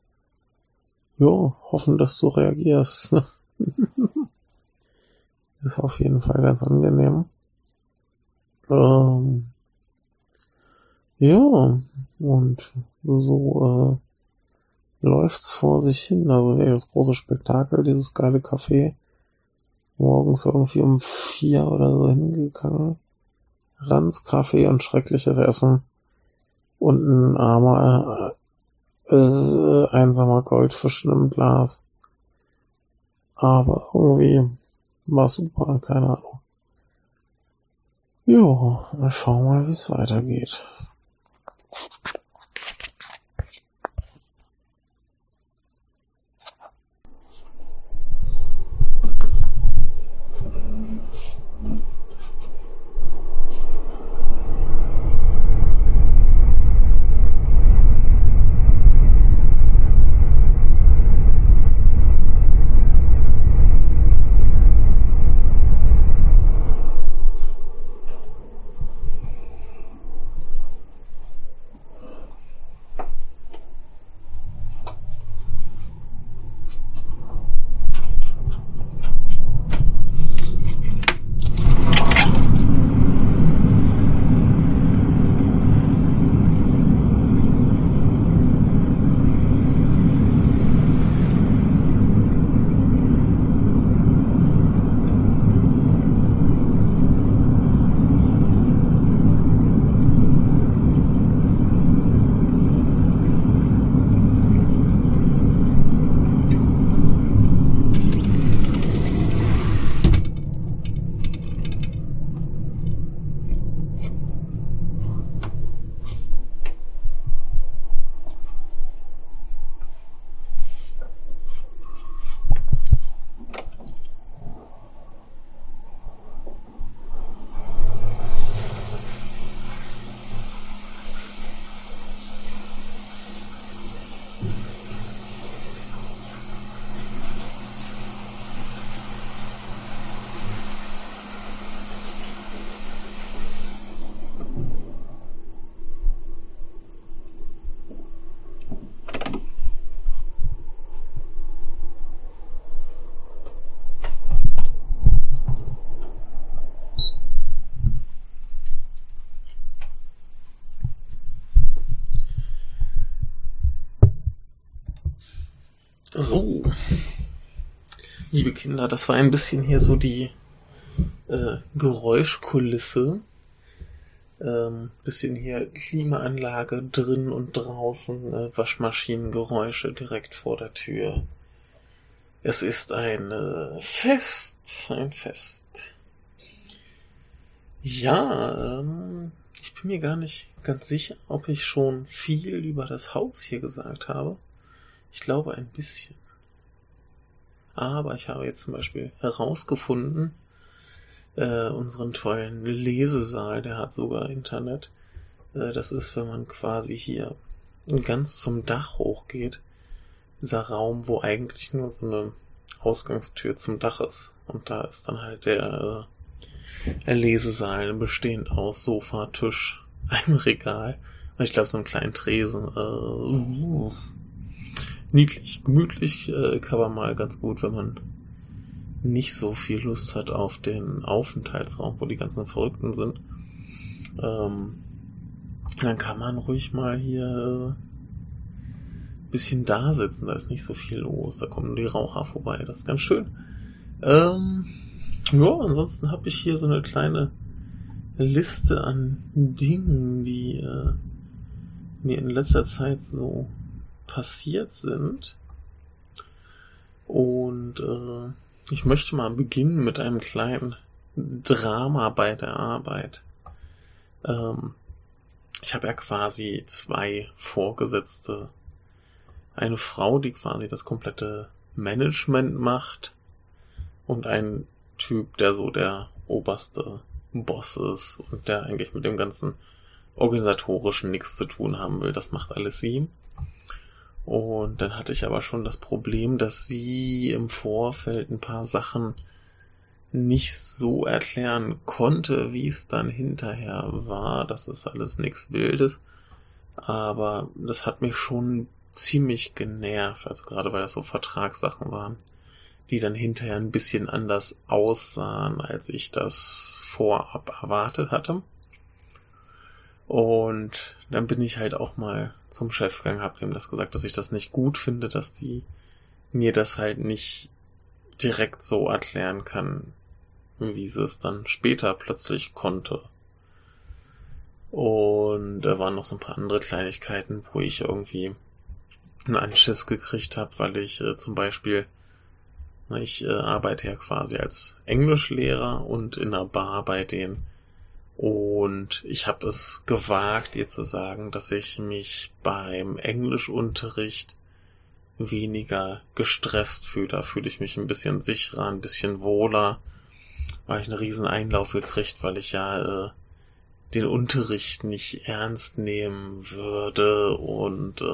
hoffen, dass du reagierst. Ist auf jeden Fall ganz angenehm. Ja, und so läuft's vor sich hin. Also das große Spektakel, dieses geile Café. Morgens irgendwie um 4 oder so hingegangen. Ranzkaffee und schreckliches Essen. Und ein armer, einsamer Goldfisch in einem Glas. Aber irgendwie war super, keine Ahnung. Jo, schauen wir mal, wie es weitergeht. So, liebe Kinder, das war ein bisschen hier so die Geräuschkulisse. Bisschen hier Klimaanlage drin und draußen, Waschmaschinengeräusche direkt vor der Tür. Es ist ein Fest. Ja, ich bin mir gar nicht ganz sicher, ob ich schon viel über das Haus hier gesagt habe. Ich glaube ein bisschen. Aber ich habe jetzt zum Beispiel herausgefunden, unseren tollen Lesesaal, der hat sogar Internet. Das ist, wenn man quasi hier ganz zum Dach hochgeht. Dieser Raum, wo eigentlich nur so eine Ausgangstür zum Dach ist. Und da ist dann halt der Lesesaal bestehend aus Sofa, Tisch, einem Regal und ich glaube so einem kleinen Tresen. Niedlich, gemütlich, kann man mal ganz gut, wenn man nicht so viel Lust hat auf den Aufenthaltsraum, wo die ganzen Verrückten sind. Dann kann man ruhig mal hier ein bisschen da sitzen, da ist nicht so viel los, da kommen die Raucher vorbei, das ist ganz schön. Ja, ansonsten habe ich hier so eine kleine Liste an Dingen, die mir in letzter Zeit so passiert sind. Und ich möchte mal beginnen mit einem kleinen Drama bei der Arbeit. Ich habe ja quasi 2 Vorgesetzte. Eine Frau, die quasi das komplette Management macht und ein Typ, der so der oberste Boss ist und der eigentlich mit dem ganzen Organisatorischen nichts zu tun haben will. Das macht alles sie. Und dann hatte ich aber schon das Problem, dass sie im Vorfeld ein paar Sachen nicht so erklären konnte, wie es dann hinterher war. Das ist alles nichts Wildes. Aber das hat mich schon ziemlich genervt. Also gerade weil das so Vertragssachen waren, die dann hinterher ein bisschen anders aussahen, als ich das vorab erwartet hatte. Und dann bin ich halt auch mal zum Chef gegangen, hab dem das gesagt, dass ich das nicht gut finde, dass die mir das halt nicht direkt so erklären kann, wie sie es dann später plötzlich konnte. Und da waren noch so ein paar andere Kleinigkeiten, wo ich irgendwie einen Anschiss gekriegt habe, weil ich zum Beispiel, ich arbeite ja quasi als Englischlehrer und in einer Bar bei denen. Und ich habe es gewagt, ihr zu sagen, dass ich mich beim Englischunterricht weniger gestresst fühle. Da fühle ich mich ein bisschen sicherer, ein bisschen wohler. Da habe ich einen riesen Einlauf gekriegt, weil ich ja den Unterricht nicht ernst nehmen würde und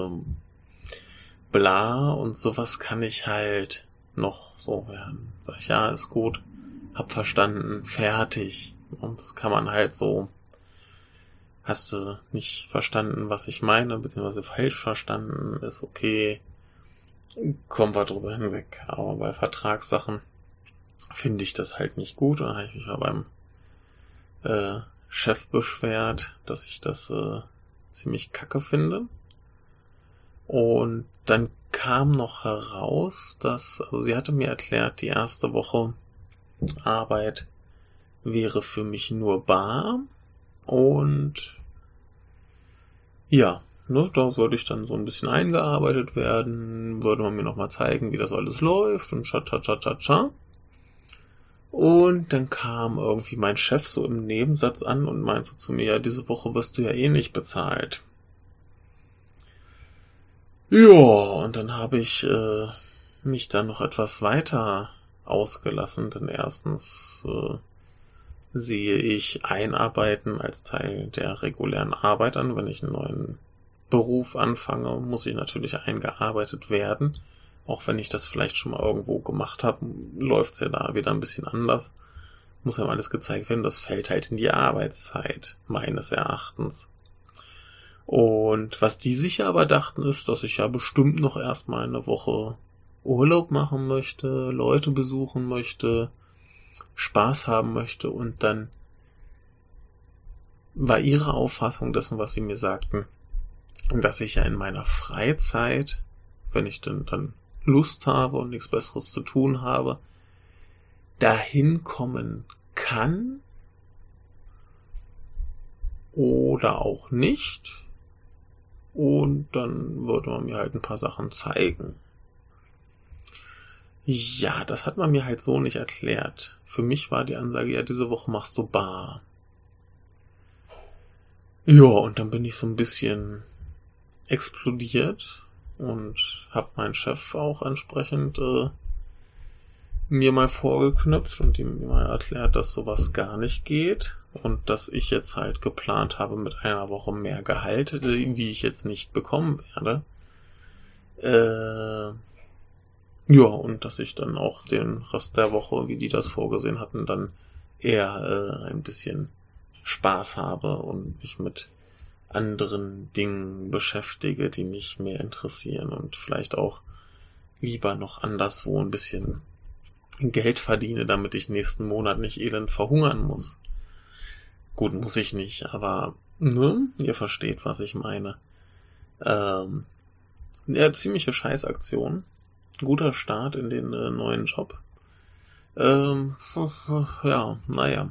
bla und sowas kann ich halt noch so, ja, sag ich, ja, ist gut, hab verstanden, fertig. Und das kann man halt so, hast du nicht verstanden, was ich meine, beziehungsweise falsch verstanden, ist okay, kommen wir drüber hinweg. Aber bei Vertragssachen finde ich das halt nicht gut. Da habe ich mich mal beim Chef beschwert, dass ich das ziemlich kacke finde. Und dann kam noch heraus, dass, also sie hatte mir erklärt, die erste Woche Arbeit wäre für mich nur bar. Und ja, ne, da würde ich dann so ein bisschen eingearbeitet werden, würde man mir nochmal zeigen, wie das alles läuft und cha. Und dann kam irgendwie mein Chef so im Nebensatz an und meinte zu mir, ja, diese Woche wirst du ja eh nicht bezahlt. Ja, und dann habe ich mich dann noch etwas weiter ausgelassen, denn erstens sehe ich Einarbeiten als Teil der regulären Arbeit an. Wenn ich einen neuen Beruf anfange, muss ich natürlich eingearbeitet werden. Auch wenn ich das vielleicht schon mal irgendwo gemacht habe, läuft es ja da wieder ein bisschen anders. Muss ja alles gezeigt werden. Das fällt halt in die Arbeitszeit, meines Erachtens. Und was die sich aber dachten, ist, dass ich ja bestimmt noch erstmal eine Woche Urlaub machen möchte, Leute besuchen möchte, Spaß haben möchte, und dann war ihre Auffassung dessen, was sie mir sagten, dass ich ja in meiner Freizeit, wenn ich denn dann Lust habe und nichts Besseres zu tun habe, dahin kommen kann oder auch nicht. Und dann würde man mir halt ein paar Sachen zeigen. Ja, das hat man mir halt so nicht erklärt. Für mich war die Ansage, ja, diese Woche machst du bar. Ja, und dann bin ich so ein bisschen explodiert und habe meinen Chef auch entsprechend mir mal vorgeknüpft und ihm mal erklärt, dass sowas gar nicht geht und dass ich jetzt halt geplant habe mit einer Woche mehr Gehalt, die ich jetzt nicht bekommen werde. Ja, und dass ich dann auch den Rest der Woche, wie die das vorgesehen hatten, dann eher ein bisschen Spaß habe und mich mit anderen Dingen beschäftige, die mich mehr interessieren und vielleicht auch lieber noch anderswo ein bisschen Geld verdiene, damit ich nächsten Monat nicht elend verhungern muss. Gut, muss ich nicht, aber ne, ihr versteht, was ich meine. Ja, ziemliche Scheißaktion. Guter Start in den neuen Job. Ja, naja.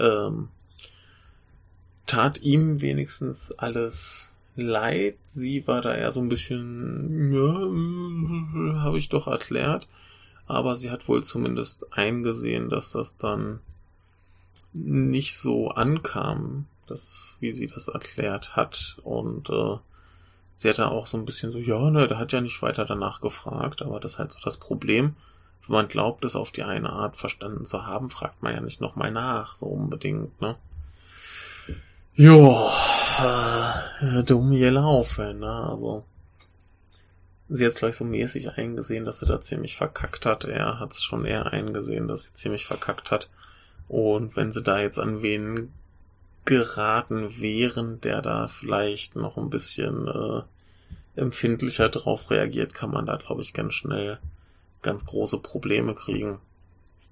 Tat ihm wenigstens alles leid. Sie war da eher so ein bisschen, ja, habe ich doch erklärt. Aber sie hat wohl zumindest eingesehen, dass das dann nicht so ankam, wie sie das erklärt hat. Und sie hat da auch so ein bisschen so, ja, ne, der hat ja nicht weiter danach gefragt, aber das ist halt so das Problem. Wenn man glaubt, es auf die eine Art verstanden zu haben, fragt man ja nicht nochmal nach, so unbedingt, ne? Jo, dumm gelaufen, ne, aber sie hat gleich so mäßig eingesehen, dass sie da ziemlich verkackt hat. Er hat es schon eher eingesehen, dass sie ziemlich verkackt hat. Und wenn sie da jetzt an wen geraten wären, der da vielleicht noch ein bisschen empfindlicher drauf reagiert, kann man da, glaube ich, ganz schnell ganz große Probleme kriegen.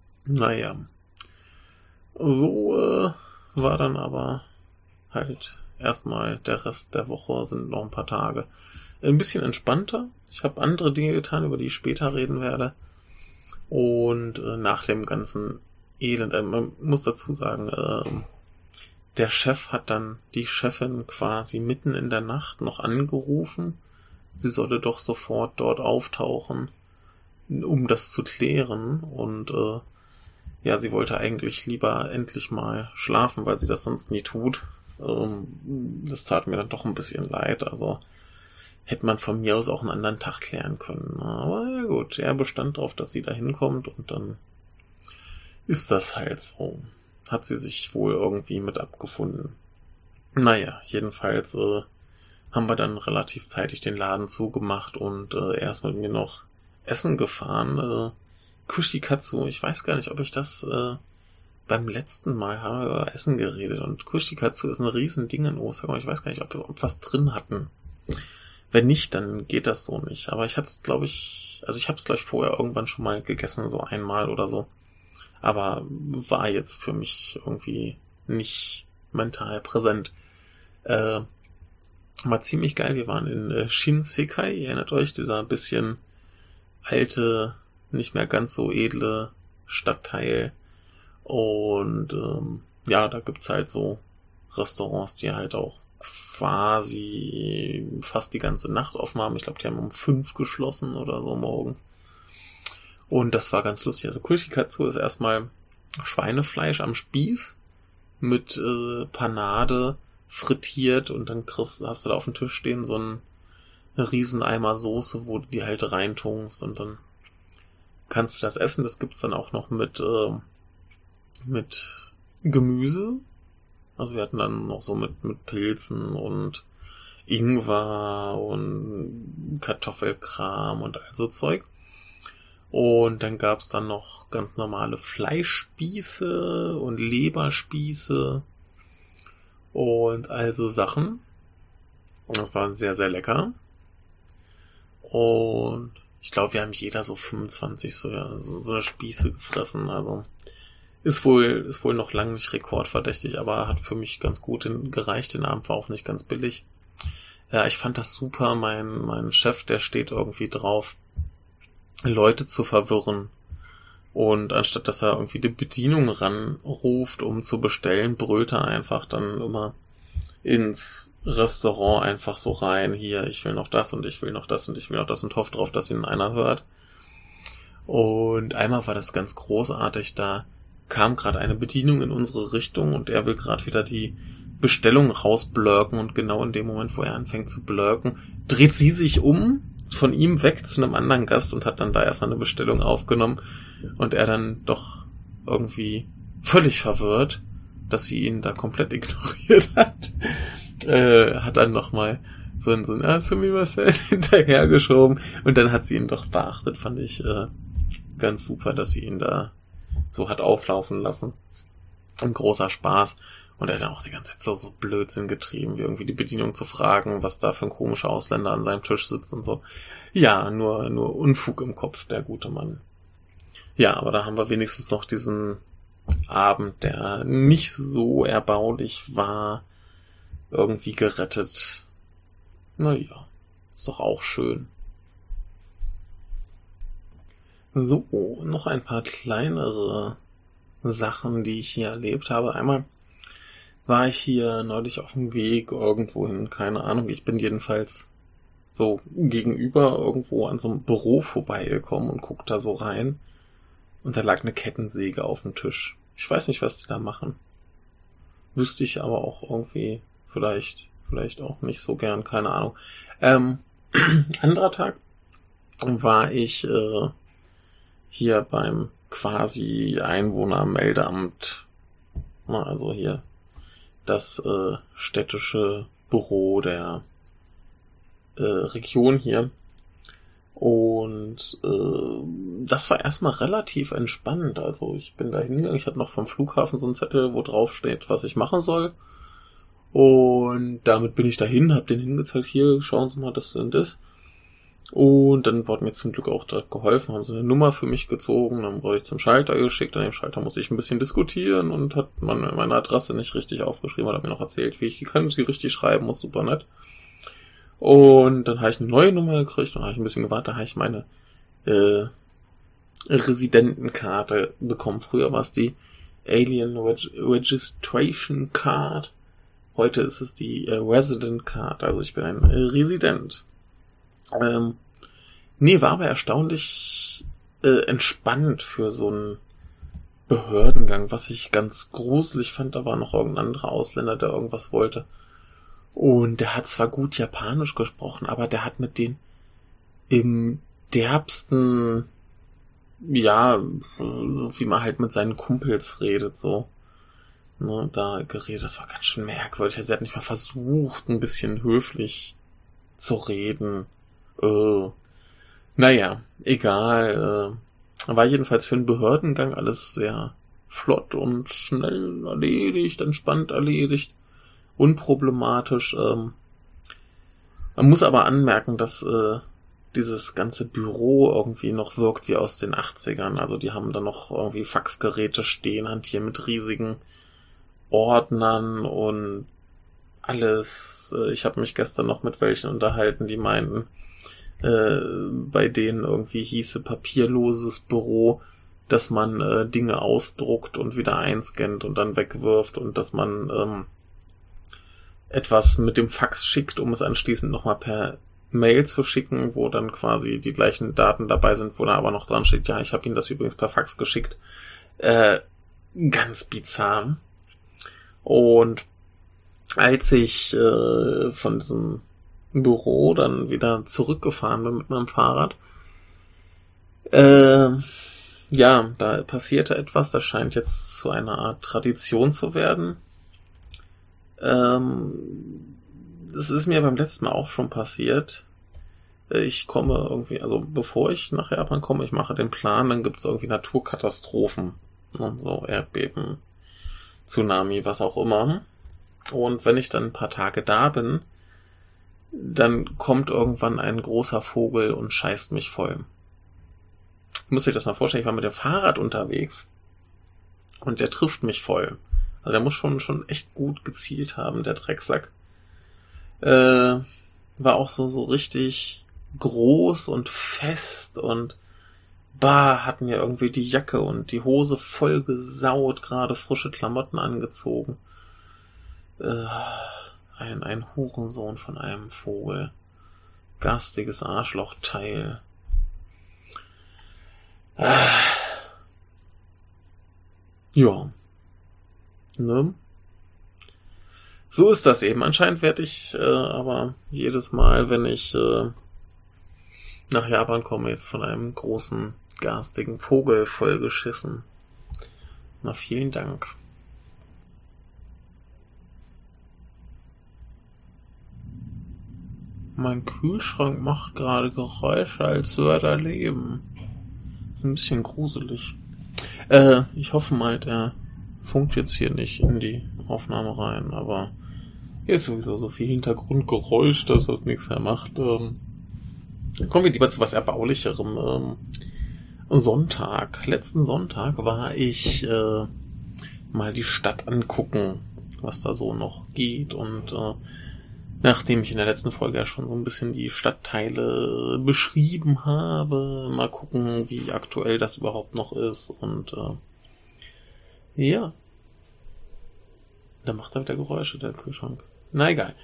Naja, so war dann aber halt erstmal der Rest der Woche sind noch ein paar Tage ein bisschen entspannter. Ich habe andere Dinge getan, über die ich später reden werde. Und nach dem ganzen Elend, man muss dazu sagen, der Chef hat dann die Chefin quasi mitten in der Nacht noch angerufen. Sie solle doch sofort dort auftauchen, um das zu klären. Und sie wollte eigentlich lieber endlich mal schlafen, weil sie das sonst nie tut. Das tat mir dann doch ein bisschen leid. Also hätte man von mir aus auch einen anderen Tag klären können. Aber ja gut, er bestand darauf, dass sie da hinkommt und dann ist das halt so. Hat sie sich wohl irgendwie mit abgefunden. Naja, jedenfalls haben wir dann relativ zeitig den Laden zugemacht und er ist mit mir noch essen gefahren. Kushikatsu, ich weiß gar nicht, ob ich das beim letzten Mal habe über Essen geredet. Und Kushikatsu ist ein Riesending in Osaka. Ich weiß gar nicht, ob wir was drin hatten. Wenn nicht, dann geht das so nicht. Aber ich habe es, glaube ich, vorher irgendwann schon mal gegessen, so einmal oder so. Aber war jetzt für mich irgendwie nicht mental präsent. War ziemlich geil. Wir waren in Shinsekai, ihr erinnert euch, dieser bisschen alte, nicht mehr ganz so edle Stadtteil. Und da gibt's halt so Restaurants, die halt auch quasi fast die ganze Nacht offen haben. Ich glaube, die haben um 5 geschlossen oder so morgens. Und das war ganz lustig. Also Kushikatsu ist erstmal Schweinefleisch am Spieß mit Panade frittiert und dann hast du da auf dem Tisch stehen so einen Rieseneimer Soße, wo du die halt reintunkst und dann kannst du das essen. Das gibt's dann auch noch mit Gemüse. Also wir hatten dann noch so mit Pilzen und Ingwer und Kartoffelkram und all so Zeug. Und dann gab's dann noch ganz normale Fleischspieße und Leberspieße und all so Sachen. Und das war sehr, sehr lecker. Und ich glaube, wir haben jeder so 25 so eine Spieße gefressen. Also ist wohl noch lange nicht rekordverdächtig, aber hat für mich ganz gut gereicht. Den Abend war auch nicht ganz billig. Ja, ich fand das super. Mein Chef, der steht irgendwie drauf, Leute zu verwirren. Und anstatt dass er irgendwie die Bedienung ranruft, um zu bestellen, brüllt er einfach dann immer ins Restaurant einfach so rein. Hier, ich will noch das und ich will noch das und ich will noch das und hofft drauf, dass ihn einer hört. Und einmal war das ganz großartig, da kam gerade eine Bedienung in unsere Richtung und er will gerade wieder die Bestellung rausblurken und genau in dem Moment, wo er anfängt zu blurken, dreht sie sich um, von ihm weg zu einem anderen Gast und hat dann da erstmal eine Bestellung aufgenommen und er dann doch irgendwie völlig verwirrt, dass sie ihn da komplett ignoriert hat, hat dann nochmal so ein Sumimasen hinterhergeschoben und dann hat sie ihn doch beachtet, fand ich ganz super, dass sie ihn da so hat auflaufen lassen. Ein großer Spaß. Und er hat dann auch die ganze Zeit so Blödsinn getrieben, wie irgendwie die Bedienung zu fragen, was da für ein komischer Ausländer an seinem Tisch sitzt und so. Ja, nur Unfug im Kopf, der gute Mann. Ja, aber da haben wir wenigstens noch diesen Abend, der nicht so erbaulich war, irgendwie gerettet. Naja, ist doch auch schön. So, noch ein paar kleinere Sachen, die ich hier erlebt habe. Einmal war ich hier neulich auf dem Weg irgendwo hin, keine Ahnung. Ich bin jedenfalls so gegenüber irgendwo an so einem Büro vorbeigekommen und guck da so rein. Und da lag eine Kettensäge auf dem Tisch. Ich weiß nicht, was die da machen. Wüsste ich aber auch irgendwie, vielleicht auch nicht so gern, keine Ahnung. Anderer Tag war ich hier beim quasi Einwohnermeldeamt, also hier das städtische Büro der Region hier. Und das war erstmal relativ entspannt. Also ich bin da hingegangen, ich hatte noch vom Flughafen so einen Zettel, wo drauf steht, was ich machen soll. Und damit bin ich dahin, hab den hingezeigt, hier, schauen Sie mal, das und das. Und dann wurde mir zum Glück auch direkt geholfen, haben sie eine Nummer für mich gezogen, dann wurde ich zum Schalter geschickt, an dem Schalter musste ich ein bisschen diskutieren und hat man meine Adresse nicht richtig aufgeschrieben, hat mir noch erzählt, wie ich die kann, sie richtig schreiben muss, super nett. Und dann habe ich eine neue Nummer gekriegt und habe ich ein bisschen gewartet, da habe ich meine Residentenkarte bekommen. Früher war es die Alien Registration Card, heute ist es die Resident Card, also ich bin ein Resident. War aber erstaunlich entspannt für so einen Behördengang, was ich ganz gruselig fand. Da war noch irgendein anderer Ausländer, der irgendwas wollte. Und der hat zwar gut Japanisch gesprochen, aber der hat mit den im derbsten, ja, so wie man halt mit seinen Kumpels redet, so. Ne, da geredet, das war ganz schön merkwürdig. Also er hat nicht mal versucht, ein bisschen höflich zu reden. Naja, egal. War jedenfalls für einen Behördengang alles sehr flott und schnell erledigt, entspannt erledigt, unproblematisch. Man muss aber anmerken, dass dieses ganze Büro irgendwie noch wirkt wie aus den 80ern. Also die haben da noch irgendwie Faxgeräte stehen, hantieren mit riesigen Ordnern und alles. Ich habe mich gestern noch mit welchen unterhalten, die meinten, bei denen irgendwie hieße papierloses Büro, dass man Dinge ausdruckt und wieder einscannt und dann wegwirft und dass man etwas mit dem Fax schickt, um es anschließend nochmal per Mail zu schicken, wo dann quasi die gleichen Daten dabei sind, wo da aber noch dran steht, ja, ich habe Ihnen das übrigens per Fax geschickt. Ganz bizarr. Und als ich von diesem Büro dann wieder zurückgefahren bin mit meinem Fahrrad, da passierte etwas, das scheint jetzt zu einer Art Tradition zu werden. Das ist mir beim letzten Mal auch schon passiert. Ich komme irgendwie, also bevor ich nach Japan komme, ich mache den Plan, dann gibt es irgendwie Naturkatastrophen, so Erdbeben, Tsunami, was auch immer. Und wenn ich dann ein paar Tage da bin, dann kommt irgendwann ein großer Vogel und scheißt mich voll. Muss ich das mal vorstellen, ich war mit dem Fahrrad unterwegs und der trifft mich voll. Also der muss schon echt gut gezielt haben, der Drecksack. War auch so richtig groß und fest und hatten ja irgendwie die Jacke und die Hose voll gesaut, gerade frische Klamotten angezogen. Ein Hurensohn von einem Vogel. Garstiges Arschlochteil. Ja. Ne? So ist das eben. Anscheinend werde ich aber jedes Mal, wenn ich nach Japan komme, jetzt von einem großen, garstigen Vogel vollgeschissen. Na, vielen Dank. Mein Kühlschrank macht gerade Geräusche, als würde er leben. Ist ein bisschen gruselig. Ich hoffe mal, der funkt jetzt hier nicht in die Aufnahme rein, aber hier ist sowieso so viel Hintergrundgeräusch, dass das nichts mehr macht. Kommen wir lieber zu was Erbaulicherem. Letzten Sonntag war ich mal die Stadt angucken, was da so noch geht und nachdem ich in der letzten Folge ja schon so ein bisschen die Stadtteile beschrieben habe, mal gucken, wie aktuell das überhaupt noch ist und ja. Da macht er wieder Geräusche, der Kühlschrank. Na egal.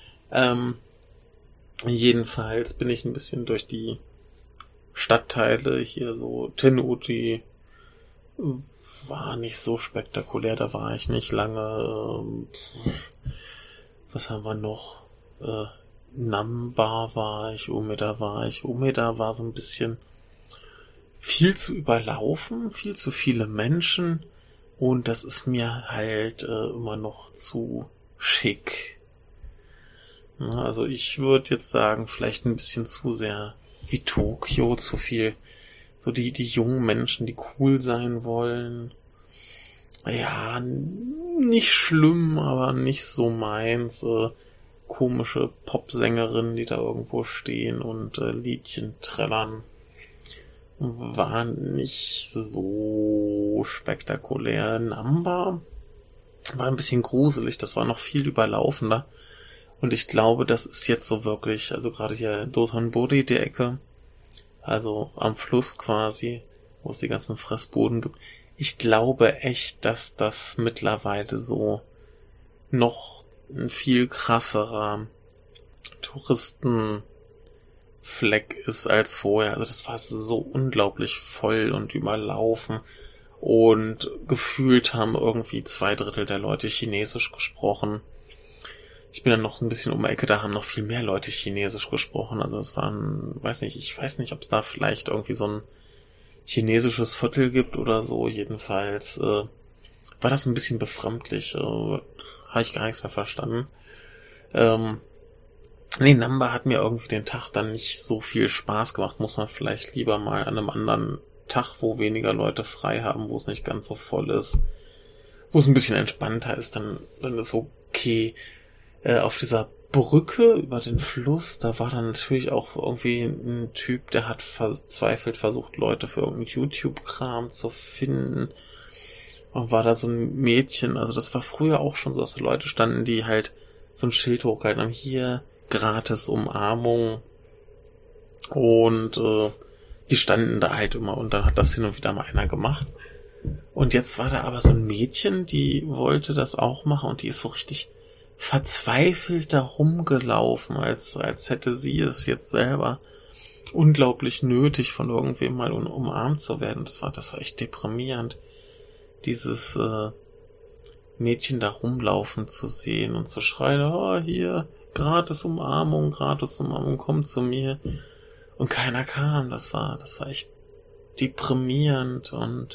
Jedenfalls bin ich ein bisschen durch die Stadtteile hier so. Tenuti war nicht so spektakulär, da war ich nicht lange. Was haben wir noch? Namba war ich, Umeda war ich. Umeda war so ein bisschen viel zu überlaufen, viel zu viele Menschen und das ist mir halt immer noch zu schick. Also ich würde jetzt sagen, vielleicht ein bisschen zu sehr wie Tokio, zu viel so die jungen Menschen, die cool sein wollen. Ja, nicht schlimm, aber nicht so meins. komische Popsängerinnen, die da irgendwo stehen und Liedchen trällern. War nicht so spektakulär. Namba war ein bisschen gruselig, das war noch viel überlaufender. Und ich glaube, das ist jetzt so wirklich, also gerade hier Dotonbori, die Ecke, also am Fluss quasi, wo es die ganzen Fressbuden gibt. Ich glaube echt, dass das mittlerweile so noch ein viel krasserer Touristenfleck ist als vorher. Also das war so unglaublich voll und überlaufen. Und gefühlt haben irgendwie 2/3 der Leute Chinesisch gesprochen. Ich bin dann noch ein bisschen um die Ecke, da haben noch viel mehr Leute Chinesisch gesprochen. Also es waren, ich weiß nicht, ob es da vielleicht irgendwie so ein chinesisches Viertel gibt oder so. Jedenfalls war das ein bisschen befremdlich. Habe ich gar nichts mehr verstanden. Namba hat mir irgendwie den Tag dann nicht so viel Spaß gemacht. Muss man vielleicht lieber mal an einem anderen Tag, wo weniger Leute frei haben, wo es nicht ganz so voll ist, wo es ein bisschen entspannter ist, dann ist okay. Auf dieser Brücke über den Fluss, da war dann natürlich auch irgendwie ein Typ, der hat verzweifelt versucht, Leute für irgendeinen YouTube-Kram zu finden. Und war da so ein Mädchen, also das war früher auch schon so, dass da Leute standen, die halt so ein Schild hochgehalten haben, hier gratis Umarmung. Und die standen da halt immer und dann hat das hin und wieder mal einer gemacht. Und jetzt war da aber so ein Mädchen, die wollte das auch machen und die ist so richtig verzweifelt da rumgelaufen, als hätte sie es jetzt selber unglaublich nötig, von irgendwem mal umarmt zu werden. Das war echt deprimierend, dieses Mädchen da rumlaufen zu sehen und zu schreien, oh, hier, gratis Umarmung, komm zu mir. Und keiner kam. Das war echt deprimierend und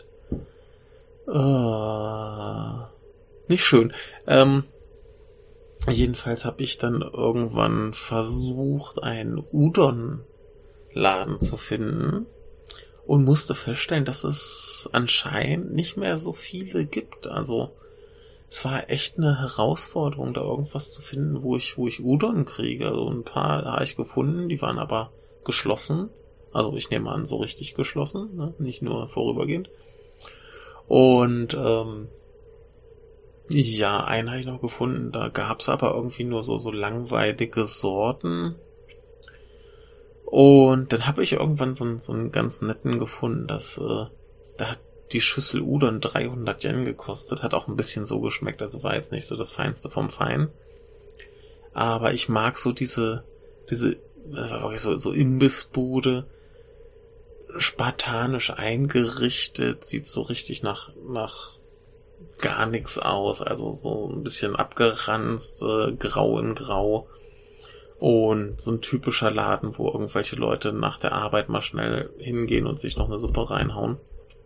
nicht schön. Jedenfalls habe ich dann irgendwann versucht, einen Udon-Laden zu finden und musste feststellen, dass es anscheinend nicht mehr so viele gibt. Also es war echt eine Herausforderung, da irgendwas zu finden, wo ich Udon kriege. Also ein paar habe ich gefunden, die waren aber geschlossen. Also ich nehme an, so richtig geschlossen, ne? Nicht nur vorübergehend. Und ja, einen habe ich noch gefunden, da gab's aber irgendwie nur so langweilige Sorten. Und dann habe ich irgendwann so einen ganz netten gefunden, da hat die Schüssel Udon 300 Yen gekostet, hat auch ein bisschen so geschmeckt, also war jetzt nicht so das Feinste vom Fein. Aber ich mag so das war wirklich so Imbissbude, spartanisch eingerichtet, sieht so richtig nach gar nichts aus, also so ein bisschen abgeranzt, grau in grau und so ein typischer Laden, wo irgendwelche Leute nach der Arbeit mal schnell hingehen und sich noch eine Suppe reinhauen.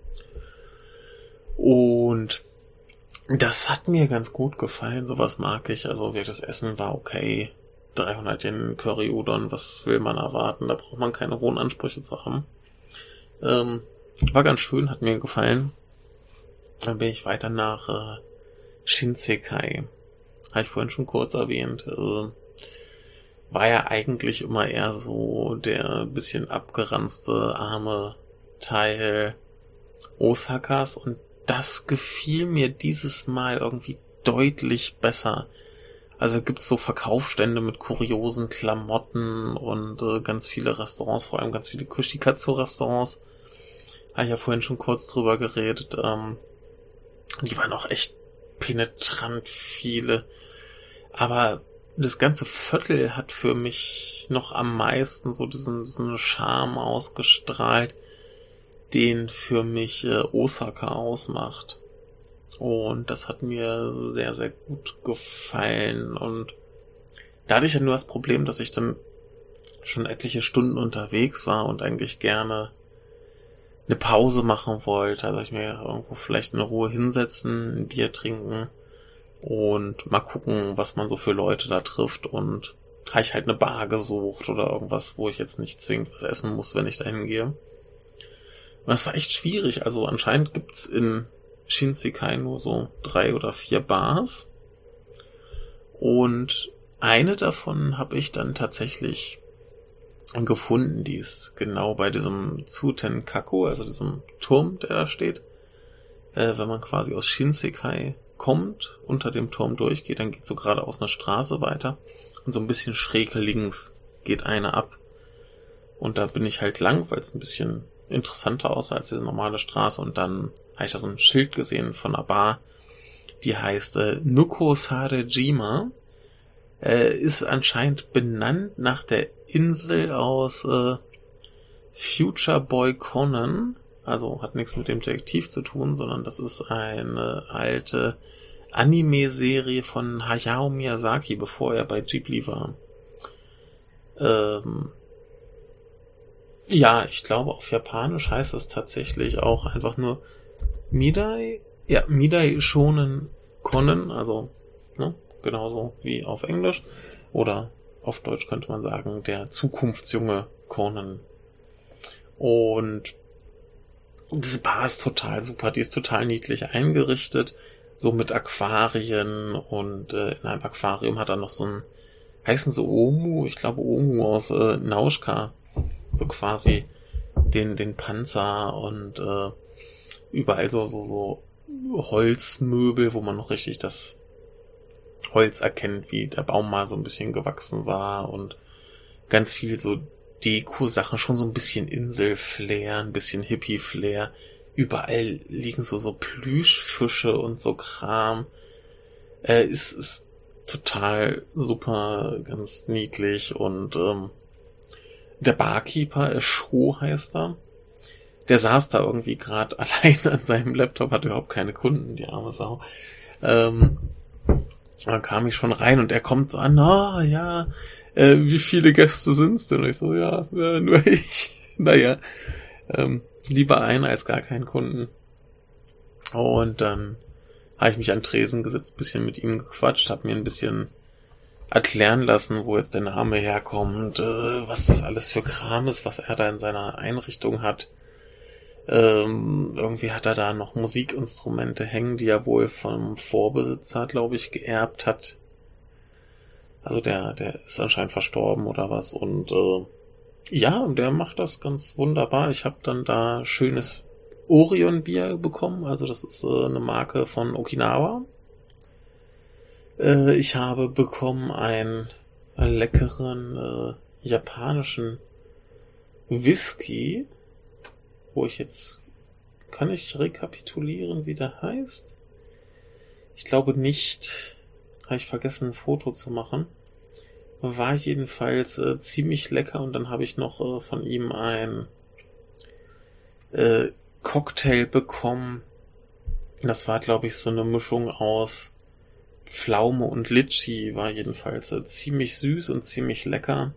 Und das hat mir ganz gut gefallen, sowas mag ich, also das Essen war okay, 300 Yen Curry Udon, was will man erwarten, da braucht man keine hohen Ansprüche zu haben. War ganz schön, hat mir gefallen. Dann bin ich weiter nach Shinsekai. Habe ich vorhin schon kurz erwähnt. War ja eigentlich immer eher so der bisschen abgeranzte, arme Teil Osakas. Und das gefiel mir dieses Mal irgendwie deutlich besser. Also gibt's so Verkaufsstände mit kuriosen Klamotten und ganz viele Restaurants, vor allem ganz viele Kushikatsu-Restaurants. Habe ich ja vorhin schon kurz drüber geredet. Die waren auch echt penetrant viele. Aber das ganze Viertel hat für mich noch am meisten so diesen Charme ausgestrahlt, den für mich Osaka ausmacht. Und das hat mir sehr, sehr gut gefallen. Und da hatte ich ja nur das Problem, dass ich dann schon etliche Stunden unterwegs war und eigentlich gerne eine Pause machen wollte. Also ich mir irgendwo vielleicht in Ruhe hinsetzen, ein Bier trinken und mal gucken, was man so für Leute da trifft. Und habe ich halt eine Bar gesucht oder irgendwas, wo ich jetzt nicht zwingend was essen muss, wenn ich da hingehe. Und das war echt schwierig. Also anscheinend gibt's in Shinsekai nur so 3 oder 4 Bars. Und eine davon habe ich dann tatsächlich gefunden, die ist genau bei diesem Tsutenkaku, also diesem Turm, der da steht. Wenn man quasi aus Shinsekai kommt, unter dem Turm durchgeht, dann geht so geradeaus eine Straße weiter und so ein bisschen schräg links geht eine ab. Und da bin ich halt lang, weil es ein bisschen interessanter aussah als diese normale Straße. Und dann habe ich da so ein Schild gesehen von einer Bar, die heißt Nuko Sarejima. Ist anscheinend benannt nach der Insel aus Future Boy Conan. Also hat nichts mit dem Detektiv zu tun, sondern das ist eine alte Anime-Serie von Hayao Miyazaki, bevor er bei Ghibli war. Ja, ich glaube auf Japanisch heißt es tatsächlich auch einfach nur Midai Shonen Conan, also ne, genauso wie auf Englisch. Oder auf Deutsch könnte man sagen, der Zukunftsjunge Conan. Und diese Bar ist total super, die ist total niedlich eingerichtet, so mit Aquarien und in einem Aquarium hat er noch so ein, heißen sie Omu? Ich glaube Omu aus Nausicaä, so quasi den Panzer und überall so Holzmöbel, wo man noch richtig das Holz erkennt, wie der Baum mal so ein bisschen gewachsen war und ganz viel so Deko-Sachen, schon so ein bisschen Insel-Flair, ein bisschen Hippie-Flair. Überall liegen so Plüschfische und so Kram. Ist total super, ganz niedlich und der Barkeeper, Sho heißt er, der saß da irgendwie gerade allein an seinem Laptop, hatte überhaupt keine Kunden, die arme Sau. Dann kam ich schon rein und er kommt so an, wie viele Gäste sind's denn? Und ich so, nur ich. Naja, lieber einen als gar keinen Kunden. Und dann habe ich mich an den Tresen gesetzt, bisschen mit ihm gequatscht, habe mir ein bisschen erklären lassen, wo jetzt der Name herkommt, was das alles für Kram ist, was er da in seiner Einrichtung hat. Irgendwie hat er da noch Musikinstrumente hängen, die er wohl vom Vorbesitzer, glaube ich, geerbt hat. Also der ist anscheinend verstorben oder was. Und der macht das ganz wunderbar. Ich habe dann da schönes Orion-Bier bekommen. Also das ist eine Marke von Okinawa. Ich habe bekommen einen leckeren japanischen Whisky, wo ich jetzt... Kann ich rekapitulieren, wie der heißt? Ich glaube nicht. Habe ich vergessen, ein Foto zu machen. War jedenfalls ziemlich lecker und dann habe ich noch von ihm ein Cocktail bekommen. Das war, glaube ich, so eine Mischung aus Pflaume und Litschi. War jedenfalls ziemlich süß und ziemlich lecker.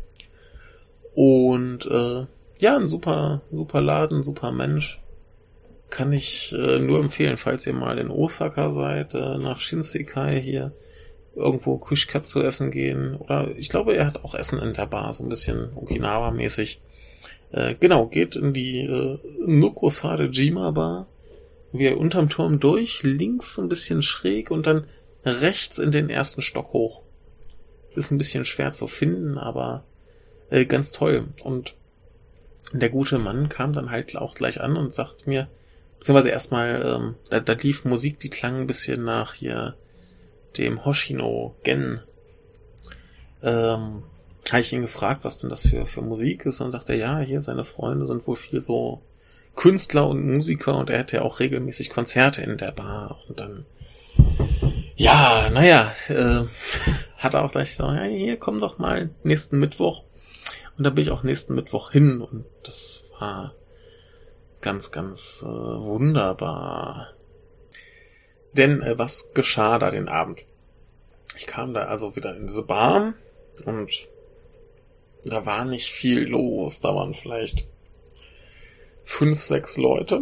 Und ein super Laden, super Mensch. Kann ich nur empfehlen, falls ihr mal in Osaka seid, nach Shinsekai hier irgendwo Kushikatsu essen gehen. Oder ich glaube, er hat auch Essen in der Bar, so ein bisschen Okinawa-mäßig. Geht in die Nuko Sarejima Bar. Wir unterm Turm durch, links so ein bisschen schräg und dann rechts in den ersten Stock hoch. Ist ein bisschen schwer zu finden, aber ganz toll. Und der gute Mann kam dann halt auch gleich an und sagte mir, beziehungsweise erstmal, da lief Musik, die klang ein bisschen nach hier dem Hoshino Gen. Habe ich ihn gefragt, was denn das für Musik ist, und sagt er, hier seine Freunde sind wohl viel so Künstler und Musiker und er hätte ja auch regelmäßig Konzerte in der Bar und dann hat er auch gleich gesagt, hier komm doch mal nächsten Mittwoch. Und da bin ich auch nächsten Mittwoch hin und das war ganz, ganz wunderbar. Denn was geschah da den Abend? Ich kam da also wieder in diese Bar und da war nicht viel los. Da waren vielleicht 5, 6 Leute.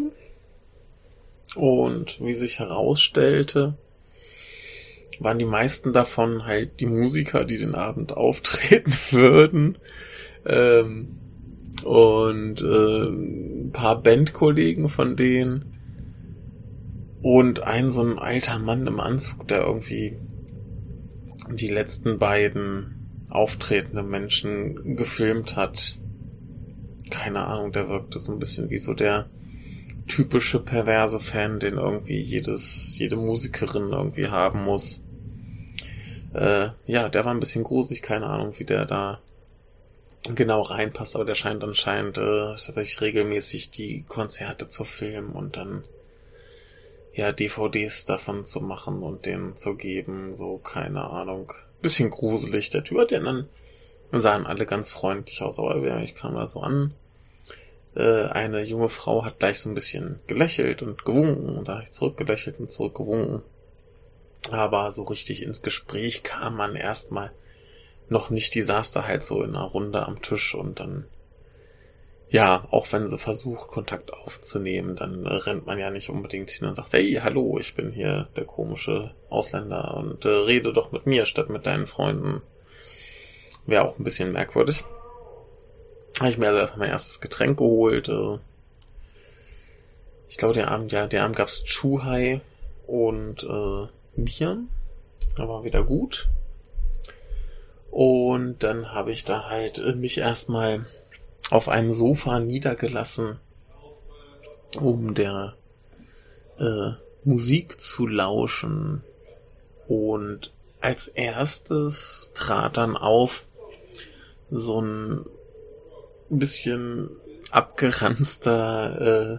Und wie sich herausstellte, waren die meisten davon halt die Musiker, die den Abend auftreten würden. Und ein paar Bandkollegen von denen und so ein alter Mann im Anzug, der irgendwie die letzten beiden auftretenden Menschen gefilmt hat. Keine Ahnung, der wirkte so ein bisschen wie so der typische perverse Fan, den irgendwie jede Musikerin irgendwie haben muss. Ja, der war ein bisschen gruselig, keine Ahnung, wie der da genau reinpasst, aber der scheint anscheinend tatsächlich regelmäßig die Konzerte zu filmen und dann ja DVDs davon zu machen und denen zu geben, so, keine Ahnung. Bisschen gruselig, der Typ, die anderen sahen alle ganz freundlich aus, aber ich kam da so an. Eine junge Frau hat gleich so ein bisschen gelächelt und gewunken und da habe ich zurückgelächelt und zurückgewunken. Aber so richtig ins Gespräch kam man erstmal noch nicht. Die saß da halt so in einer Runde am Tisch und dann, ja, auch wenn sie versucht, Kontakt aufzunehmen, dann rennt man ja nicht unbedingt hin und sagt, hey, hallo, ich bin hier der komische Ausländer und rede doch mit mir statt mit deinen Freunden. Wäre auch ein bisschen merkwürdig. Habe ich mir also erstmal mein erstes Getränk geholt. Ich glaube, den Abend gab's Chuhai und Bier. Da war wieder gut. Und dann habe ich da halt mich erstmal auf einem Sofa niedergelassen, um der Musik zu lauschen. Und als erstes trat dann auf so ein bisschen abgeranzter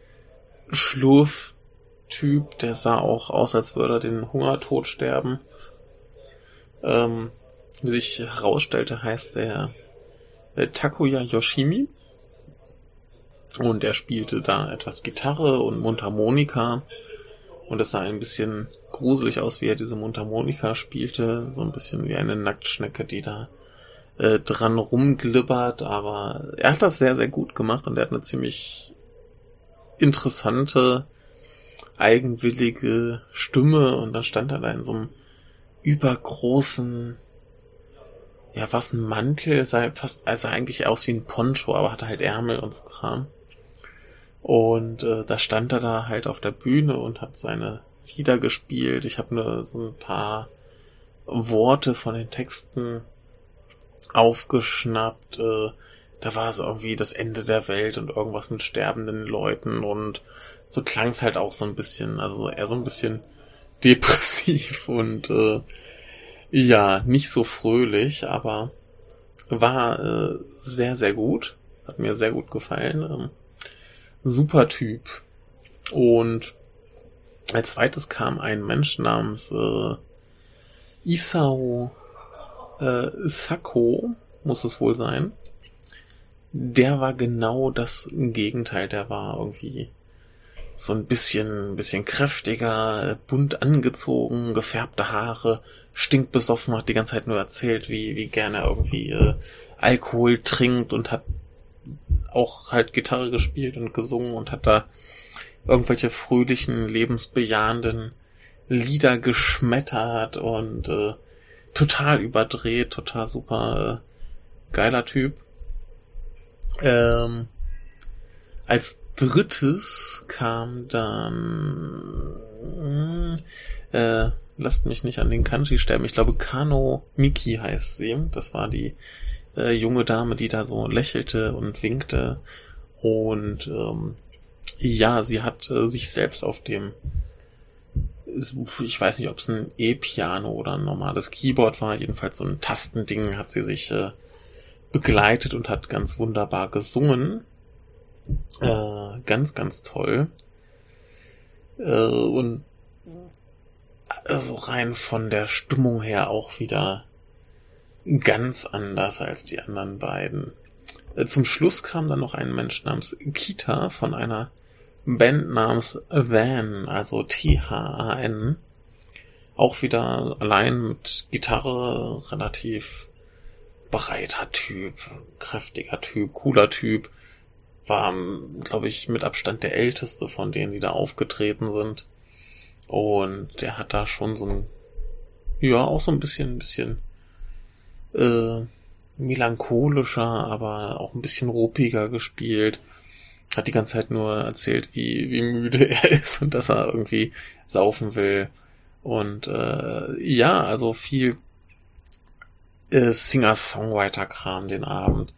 Schlurftyp, der sah auch aus, als würde er den Hungertod sterben. Wie sich herausstellte, heißt er Takuya Yoshimi und er spielte da etwas Gitarre und Mundharmonika und es sah ein bisschen gruselig aus, wie er diese Mundharmonika spielte, so ein bisschen wie eine Nacktschnecke, die da dran rumglibbert, aber er hat das sehr, sehr gut gemacht und er hat eine ziemlich interessante, eigenwillige Stimme und dann stand er da in so einem übergroßen, ja, was ein Mantel, sah eigentlich aus wie ein Poncho, aber hatte halt Ärmel und so Kram. Und da stand er da halt auf der Bühne und hat seine Lieder gespielt. Ich habe nur so ein paar Worte von den Texten aufgeschnappt. Da war es irgendwie das Ende der Welt und irgendwas mit sterbenden Leuten und so klang es halt auch so ein bisschen, also eher so ein bisschen depressiv und ja, nicht so fröhlich, aber war sehr, sehr gut. Hat mir sehr gut gefallen. Super Typ. Und als zweites kam ein Mensch namens Isao Sako, muss es wohl sein. Der war genau das Gegenteil. Der war irgendwie so ein bisschen kräftiger, bunt angezogen, gefärbte Haare, stinkbesoffen, hat die ganze Zeit nur erzählt, wie gerne er irgendwie Alkohol trinkt und hat auch halt Gitarre gespielt und gesungen und hat da irgendwelche fröhlichen, lebensbejahenden Lieder geschmettert und total überdreht, total super geiler Typ. Als drittes kam dann lasst mich nicht an den Kanji sterben. Ich glaube Kano Miki heißt sie. Das war die junge Dame, die da so lächelte und winkte. Und ja, sie hat sich selbst auf dem, ich weiß nicht, ob es ein E-Piano oder ein normales Keyboard war, jedenfalls so ein Tastending, hat sie sich begleitet und hat ganz wunderbar gesungen. Ganz, ganz toll. Und also rein von der Stimmung her auch wieder ganz anders als die anderen beiden. Zum Schluss kam dann noch ein Mensch namens Kita von einer Band namens Van, also T-H-A-N. Auch wieder allein mit Gitarre, relativ breiter Typ, kräftiger Typ, cooler Typ. War, glaube ich, mit Abstand der älteste von denen, die da aufgetreten sind. Und der hat da schon so ein, ja, auch so ein bisschen melancholischer, aber auch ein bisschen ruppiger gespielt. Hat die ganze Zeit nur erzählt, wie müde er ist und dass er irgendwie saufen will. Und ja, also viel Singer-Songwriter-Kram den Abend.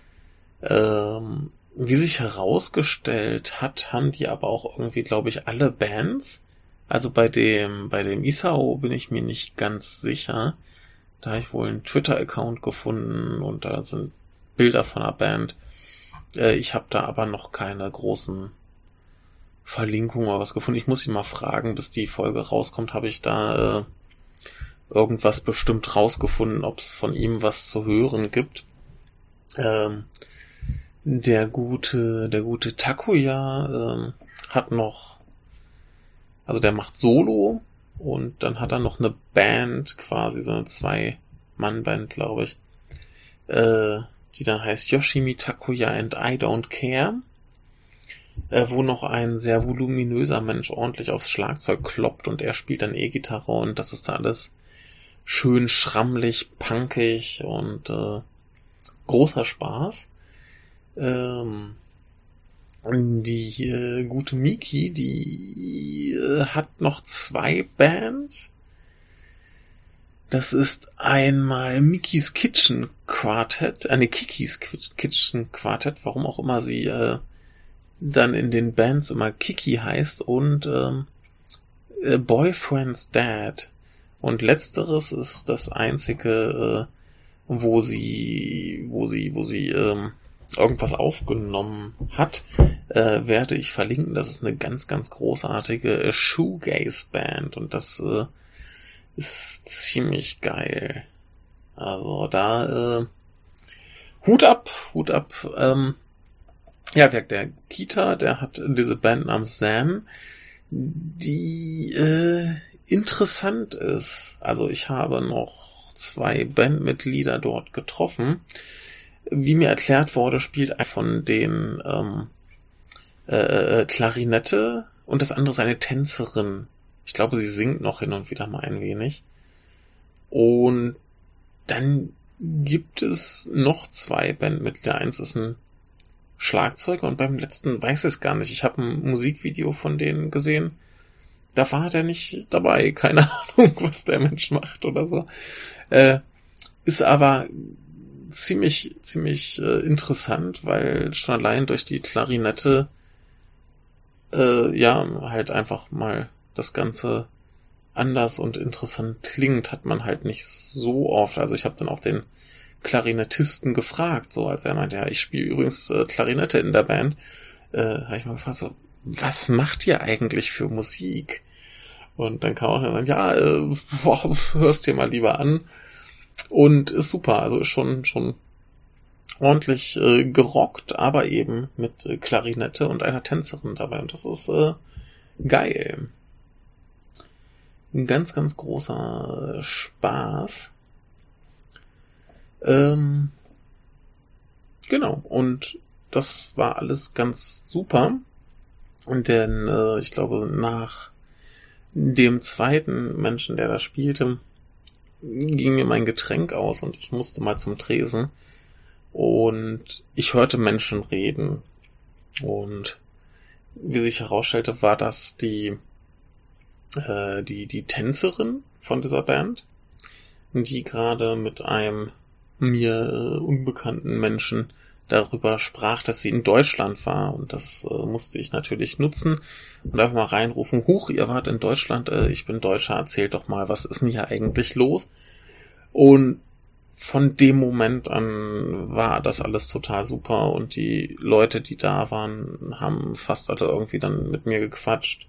Wie sich herausgestellt hat, haben die aber auch irgendwie, glaube ich, alle Bands. Also bei dem Isao bin ich mir nicht ganz sicher. Da habe ich wohl einen Twitter-Account gefunden und da sind Bilder von einer Band. Ich habe da aber noch keine großen Verlinkungen oder was gefunden. Ich muss ihn mal fragen, bis die Folge rauskommt, habe ich da irgendwas bestimmt rausgefunden, ob es von ihm was zu hören gibt. Der gute Takuya hat noch, also der macht Solo und dann hat er noch eine Band, quasi so eine 2-Mann-Band, glaube ich, die dann heißt Yoshimi Takuya and I Don't Care, wo noch ein sehr voluminöser Mensch ordentlich aufs Schlagzeug kloppt und er spielt dann E-Gitarre und das ist da alles schön schrammlig, punkig und großer Spaß. Die gute Miki, die hat noch 2 Bands. Das ist einmal Mikis Kitchen Quartet, Kikis Kitchen Quartet, warum auch immer sie dann in den Bands immer Kiki heißt, und Boyfriend's Dad. Und letzteres ist das einzige, wo sie irgendwas aufgenommen hat, werde ich verlinken. Das ist eine ganz, ganz großartige Shoegaze-Band und das ist ziemlich geil. Also da Hut ab. Ja, der Kita, der hat diese Band namens Sam, die interessant ist. Also ich habe noch 2 Bandmitglieder dort getroffen. Wie mir erklärt wurde, spielt einer von den Klarinette und das andere ist eine Tänzerin. Ich glaube, sie singt noch hin und wieder mal ein wenig. Und dann gibt es noch 2 Bandmitglieder. Eins ist ein Schlagzeuger und beim letzten weiß ich es gar nicht. Ich habe ein Musikvideo von denen gesehen. Da war der nicht dabei. Keine Ahnung, was der Mensch macht oder so. Ist aber ziemlich interessant, weil schon allein durch die Klarinette halt einfach mal das Ganze anders und interessant klingt, hat man halt nicht so oft. Also ich habe dann auch den Klarinettisten gefragt, so als er meinte, ja, ich spiele übrigens Klarinette in der Band, habe ich mal gefragt, so, was macht ihr eigentlich für Musik? Und dann kam auch jemand, ja, hörst dir mal lieber an. Und ist super, also ist schon ordentlich gerockt, aber eben mit Klarinette und einer Tänzerin dabei. Und das ist geil. Ein ganz, ganz großer Spaß. Genau, und das war alles ganz super. Denn ich glaube, nach dem zweiten Menschen, der da spielte, ging mir mein Getränk aus und ich musste mal zum Tresen. Und ich hörte Menschen reden. Und wie sich herausstellte, war das die Tänzerin von dieser Band, die gerade mit einem mir unbekannten Menschen darüber sprach, dass sie in Deutschland war. Und das musste ich natürlich nutzen und einfach mal reinrufen, huch, ihr wart in Deutschland, ich bin Deutscher, erzählt doch mal, was ist denn hier eigentlich los? Und von dem Moment an war das alles total super und die Leute, die da waren, haben fast alle irgendwie dann mit mir gequatscht.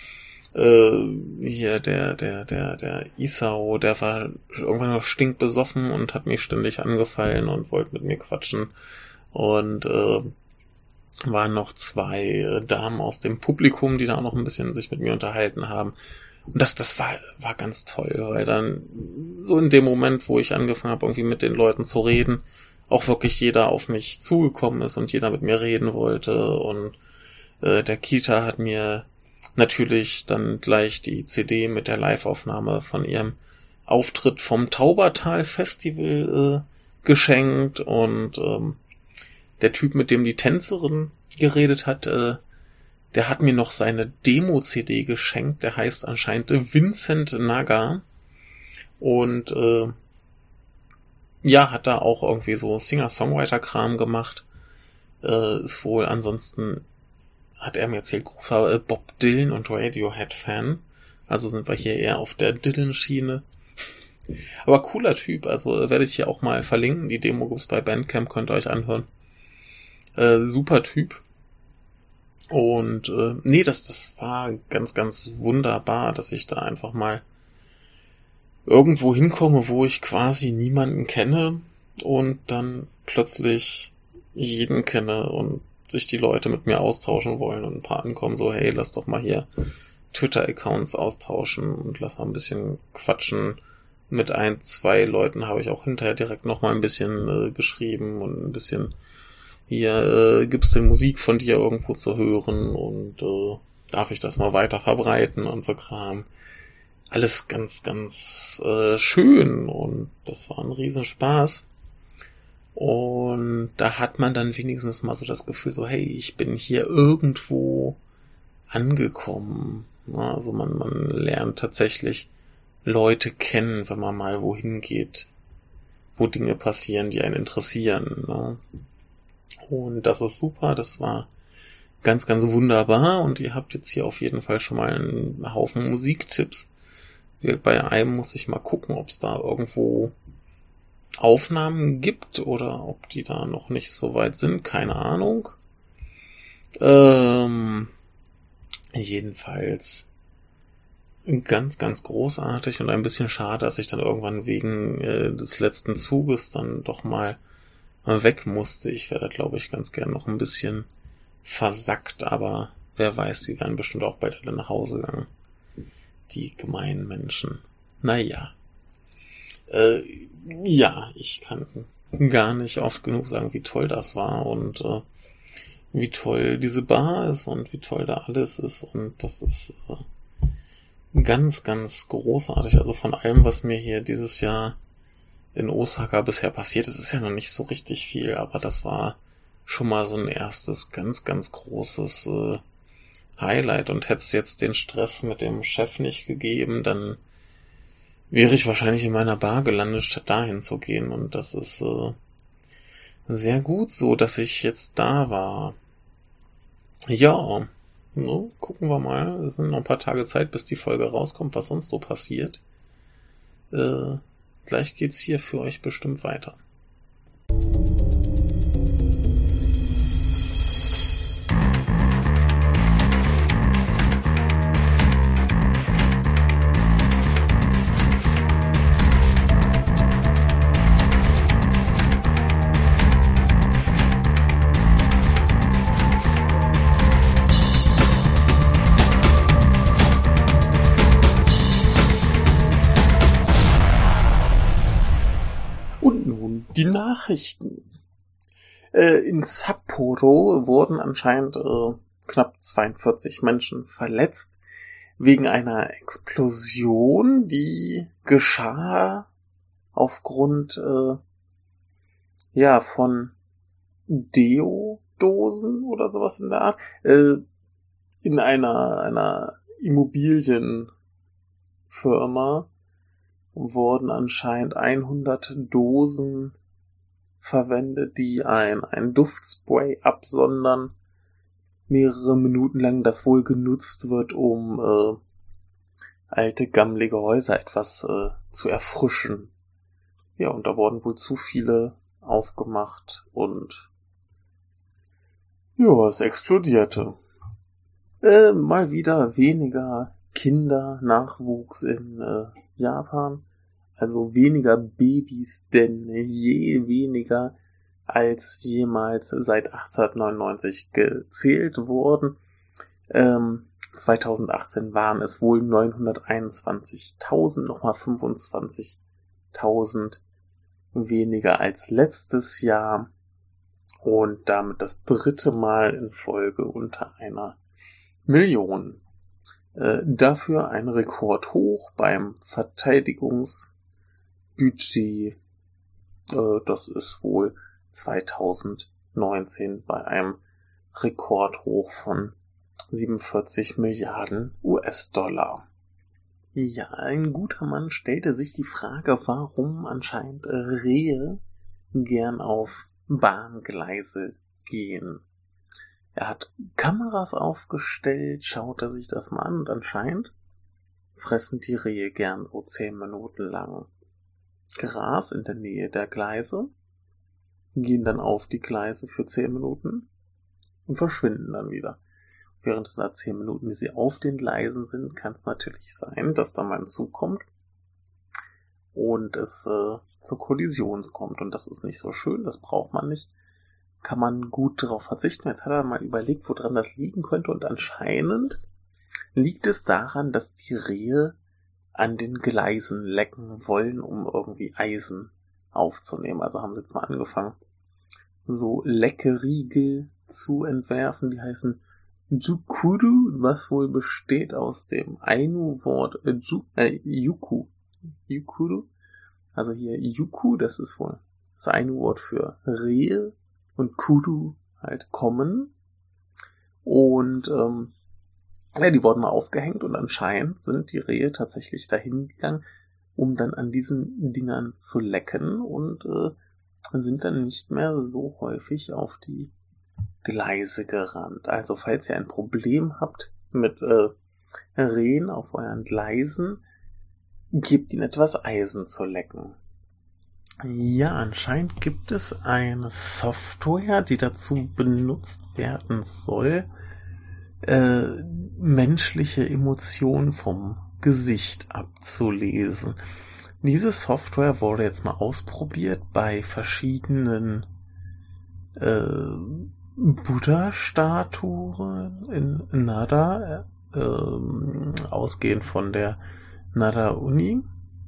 Hier der Isao, der war irgendwann noch stinkbesoffen und hat mich ständig angefallen und wollte mit mir quatschen. Und waren noch 2 Damen aus dem Publikum, die da auch noch ein bisschen sich mit mir unterhalten haben. Und das war ganz toll, weil dann so in dem Moment, wo ich angefangen habe, irgendwie mit den Leuten zu reden, auch wirklich jeder auf mich zugekommen ist und jeder mit mir reden wollte. Und der Kita hat mir natürlich dann gleich die CD mit der Live-Aufnahme von ihrem Auftritt vom Taubertal Festival geschenkt. Und der Typ, mit dem die Tänzerin geredet hat, der hat mir noch seine Demo-CD geschenkt. Der heißt anscheinend Vincent Naga. Und ja, hat da auch irgendwie so Singer-Songwriter-Kram gemacht. Ist wohl ansonsten, hat er mir erzählt, großer Bob Dylan und Radiohead-Fan. Also sind wir hier eher auf der Dylan-Schiene. Aber cooler Typ, also werde ich hier auch mal verlinken. Die Demo gibt's bei Bandcamp, könnt ihr euch anhören. Super Typ. Und nee, das war ganz, ganz wunderbar, dass ich da einfach mal irgendwo hinkomme, wo ich quasi niemanden kenne und dann plötzlich jeden kenne und sich die Leute mit mir austauschen wollen und ein paar ankommen so, hey, lass doch mal hier Twitter-Accounts austauschen und lass mal ein bisschen quatschen. Mit 1, 2 Leuten habe ich auch hinterher direkt nochmal ein bisschen geschrieben und ein bisschen hier, gibt's denn Musik von dir irgendwo zu hören und darf ich das mal weiter verbreiten und so Kram. Alles ganz, ganz schön und das war ein Riesenspaß. Und da hat man dann wenigstens mal so das Gefühl, so, hey, ich bin hier irgendwo angekommen. Also man lernt tatsächlich Leute kennen, wenn man mal wohin geht, wo Dinge passieren, die einen interessieren. Ne? Und das ist super, das war ganz, ganz wunderbar und ihr habt jetzt hier auf jeden Fall schon mal einen Haufen Musiktipps. Bei einem muss ich mal gucken, ob es da irgendwo Aufnahmen gibt oder ob die da noch nicht so weit sind, keine Ahnung. Jedenfalls ganz, ganz großartig und ein bisschen schade, dass ich dann irgendwann wegen des letzten Zuges dann doch mal weg musste. Ich wäre da, glaube ich, ganz gern noch ein bisschen versackt, aber wer weiß, die werden bestimmt auch bald alle nach Hause gegangen. Die gemeinen Menschen. Naja. Ja, ich kann gar nicht oft genug sagen, wie toll das war und wie toll diese Bar ist und wie toll da alles ist und das ist ganz, ganz großartig. Also von allem, was mir hier dieses Jahr in Osaka bisher passiert ist, ist ja noch nicht so richtig viel, aber das war schon mal so ein erstes ganz, ganz großes Highlight und hätte es jetzt den Stress mit dem Chef nicht gegeben, dann wäre ich wahrscheinlich in meiner Bar gelandet, statt dahin zu gehen und das ist sehr gut so, dass ich jetzt da war. Ja, ne, gucken wir mal. Es sind noch ein paar Tage Zeit, bis die Folge rauskommt, was sonst so passiert. Gleich geht's hier für euch bestimmt weiter. Die Nachrichten. In Sapporo wurden anscheinend knapp 42 Menschen verletzt wegen einer Explosion, die geschah aufgrund von Deo-Dosen oder sowas in der Art in einer Immobilienfirma wurden anscheinend 100 Dosen verwendet, die ein Duftspray absondern, mehrere Minuten lang, das wohl genutzt wird, um alte, gammelige Häuser etwas zu erfrischen. Ja, und da wurden wohl zu viele aufgemacht und ja, es explodierte. Mal wieder weniger Kindernachwuchs in Japan. Also weniger Babys denn je weniger als jemals seit 1899 gezählt wurden. 2018 waren es wohl 921.000, nochmal 25.000 weniger als letztes Jahr und damit das 3. Mal in Folge unter 1 Million. Dafür ein Rekord hoch beim Verteidigungsbudget. Das ist wohl 2019 bei einem Rekordhoch von 47 Milliarden US-Dollar. Ja, ein guter Mann stellte sich die Frage, warum anscheinend Rehe gern auf Bahngleise gehen. Er hat Kameras aufgestellt, schaute sich das mal an und anscheinend fressen die Rehe gern so 10 Minuten lang Gras in der Nähe der Gleise, gehen dann auf die Gleise für 10 Minuten und verschwinden dann wieder. Während dieser 10 Minuten, die sie auf den Gleisen sind, kann es natürlich sein, dass da mal ein Zug kommt und es zur Kollision kommt. Und das ist nicht so schön, das braucht man nicht. Kann man gut darauf verzichten. Jetzt hat er mal überlegt, woran das liegen könnte. Und anscheinend liegt es daran, dass die Rehe an den Gleisen lecken wollen, um irgendwie Eisen aufzunehmen. Also haben sie jetzt mal angefangen, so Leckeriegel zu entwerfen. Die heißen Jukuru, was wohl besteht aus dem Ainu-Wort Yuku. Yukuru. Also hier Yuku, das ist wohl das Ainu-Wort für Rehe und Kuru halt kommen. Und die wurden mal aufgehängt und anscheinend sind die Rehe tatsächlich dahin gegangen, um dann an diesen Dingern zu lecken und sind dann nicht mehr so häufig auf die Gleise gerannt. Also falls ihr ein Problem habt mit Rehen auf euren Gleisen, gebt ihnen etwas Eisen zu lecken. Ja, anscheinend gibt es eine Software, die dazu benutzt werden soll, menschliche Emotionen vom Gesicht abzulesen. Diese Software wurde jetzt mal ausprobiert bei verschiedenen Buddha-Statuen in Nara, ausgehend von der Nara-Uni.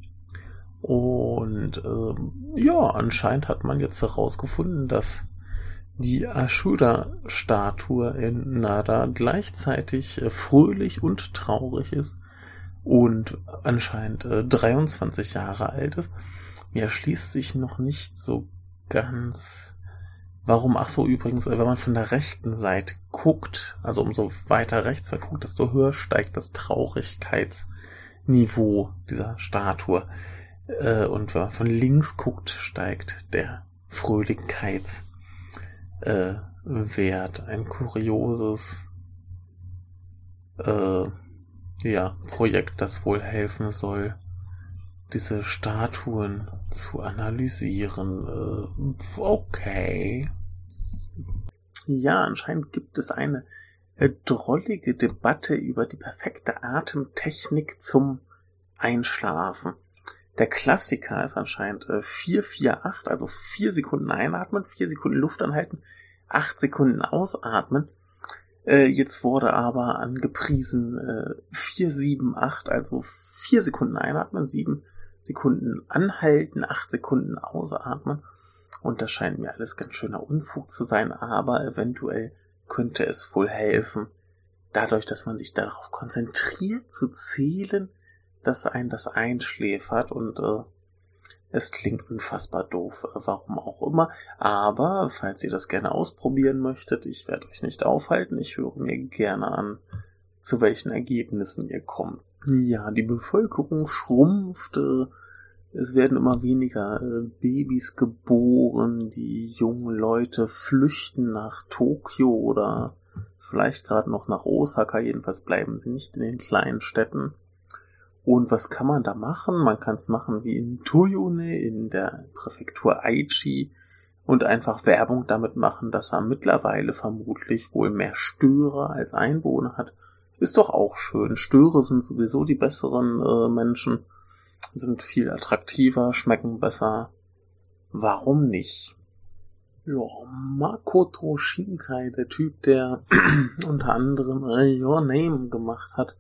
Und anscheinend hat man jetzt herausgefunden, dass die Ashura-Statue in Nara gleichzeitig fröhlich und traurig ist und anscheinend 23 Jahre alt ist. Mir erschließt sich noch nicht so ganz, warum. Ach so, übrigens, wenn man von der rechten Seite guckt, also umso weiter rechts man guckt, desto höher steigt das Traurigkeitsniveau dieser Statue. Und wenn man von links guckt, steigt der Fröhlichkeitswert. Ein kurioses Projekt, das wohl helfen soll, diese Statuen zu analysieren. Okay. Ja, anscheinend gibt es eine drollige Debatte über die perfekte Atemtechnik zum Einschlafen. Der Klassiker ist anscheinend 4-4-8, also 4 Sekunden einatmen, 4 Sekunden Luft anhalten, 8 Sekunden ausatmen. Jetzt wurde aber angepriesen 4-7-8, also 4 Sekunden einatmen, 7 Sekunden anhalten, 8 Sekunden ausatmen. Und das scheint mir alles ganz schöner Unfug zu sein, aber eventuell könnte es wohl helfen, dadurch, dass man sich darauf konzentriert zu zählen, dass einen das einschläfert und es klingt unfassbar doof, warum auch immer. Aber falls ihr das gerne ausprobieren möchtet, ich werde euch nicht aufhalten, ich höre mir gerne an, zu welchen Ergebnissen ihr kommt. Ja, die Bevölkerung schrumpft, es werden immer weniger Babys geboren, die jungen Leute flüchten nach Tokio oder vielleicht gerade noch nach Osaka, jedenfalls bleiben sie nicht in den kleinen Städten. Und was kann man da machen? Man kann es machen wie in Toyone, in der Präfektur Aichi, und einfach Werbung damit machen, dass er mittlerweile vermutlich wohl mehr Störer als Einwohner hat. Ist doch auch schön. Störe sind sowieso die besseren Menschen, sind viel attraktiver, schmecken besser. Warum nicht? Ja, Makoto Shinkai, der Typ, der unter anderem Your Name gemacht hat,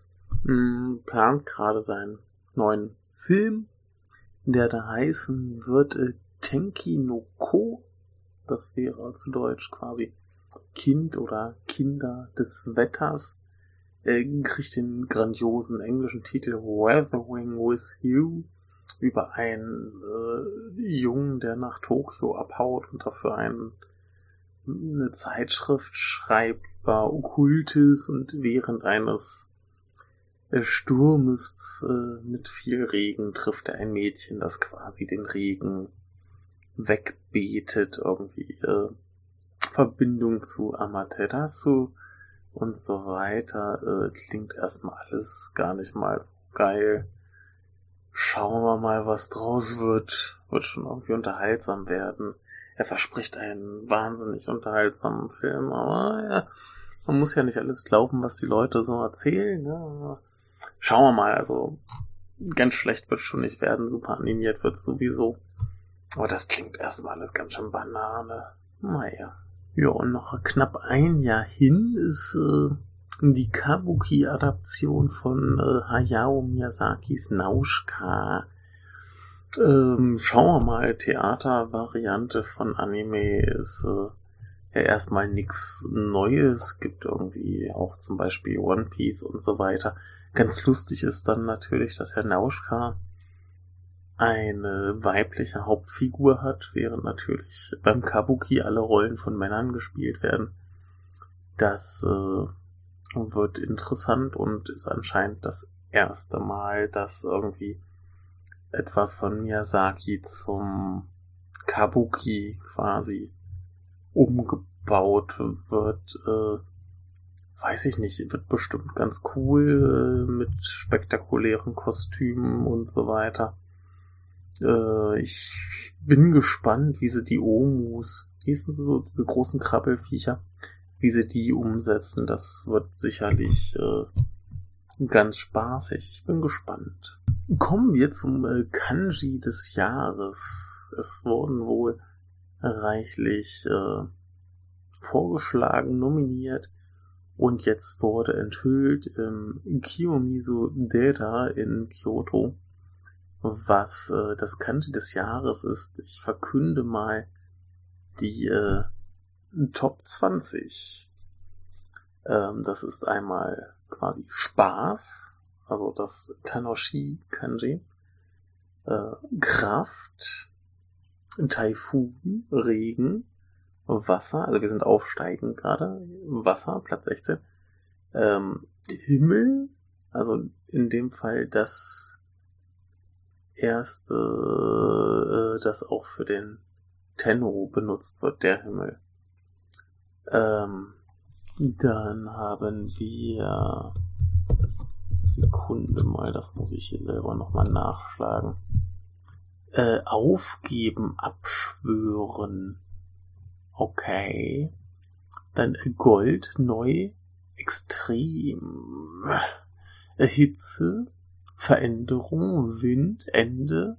plant gerade seinen neuen Film, der da heißen wird Tenki no Ko. Das wäre zu Deutsch quasi Kind oder Kinder des Wetters. Kriegt den grandiosen englischen Titel Weathering with You, über einen Jungen, der nach Tokio abhaut und dafür eine Zeitschrift schreibt über Okkultes und während eines Sturm ist mit viel Regen, trifft er ein Mädchen, das quasi den Regen wegbetet, irgendwie Verbindung zu Amaterasu und so weiter. Klingt erstmal alles gar nicht mal so geil. Schauen wir mal, was draus wird. Wird schon irgendwie unterhaltsam werden. Er verspricht einen wahnsinnig unterhaltsamen Film, aber ja, man muss ja nicht alles glauben, was die Leute so erzählen. Ne? Schauen wir mal, also ganz schlecht wird schon nicht werden, super animiert wird sowieso. Aber das klingt erstmal alles ganz schön Banane. Naja. Ja, und noch knapp ein Jahr hin ist die Kabuki-Adaption von Hayao Miyazakis Nausicaa. Schauen wir mal, Theatervariante von Anime ist ja erstmal nichts Neues. Gibt irgendwie auch zum Beispiel One Piece und so weiter. Ganz lustig ist dann natürlich, dass Herr Nausicaa eine weibliche Hauptfigur hat, während natürlich beim Kabuki alle Rollen von Männern gespielt werden. Das wird interessant und ist anscheinend das erste Mal, dass irgendwie etwas von Miyazaki zum Kabuki quasi umgebaut wird. Weiß ich nicht, wird bestimmt ganz cool mit spektakulären Kostümen und so weiter. Ich bin gespannt, wie sie die Omus, hießen sie so, diese großen Krabbelfiecher, wie sie die umsetzen. Das wird sicherlich ganz spaßig. Ich bin gespannt. Kommen wir zum Kanji des Jahres. Es wurden wohl reichlich vorgeschlagen, nominiert und jetzt wurde enthüllt im Kiyomizu Dera in Kyoto, was das Kanji des Jahres ist. Ich verkünde mal die Top 20. Das ist einmal quasi Spaß, also das Tanoshi-Kanji, Kraft, Taifun, Regen, Wasser, also wir sind aufsteigend gerade, Wasser, Platz 16, Himmel, also in dem Fall das erste, das auch für den Tenno benutzt wird, der Himmel. Dann haben wir Sekunde mal, das muss ich hier selber nochmal nachschlagen. Aufgeben, abschwören. Okay. Dann Gold, neu, extrem. Hitze, Veränderung, Wind, Ende,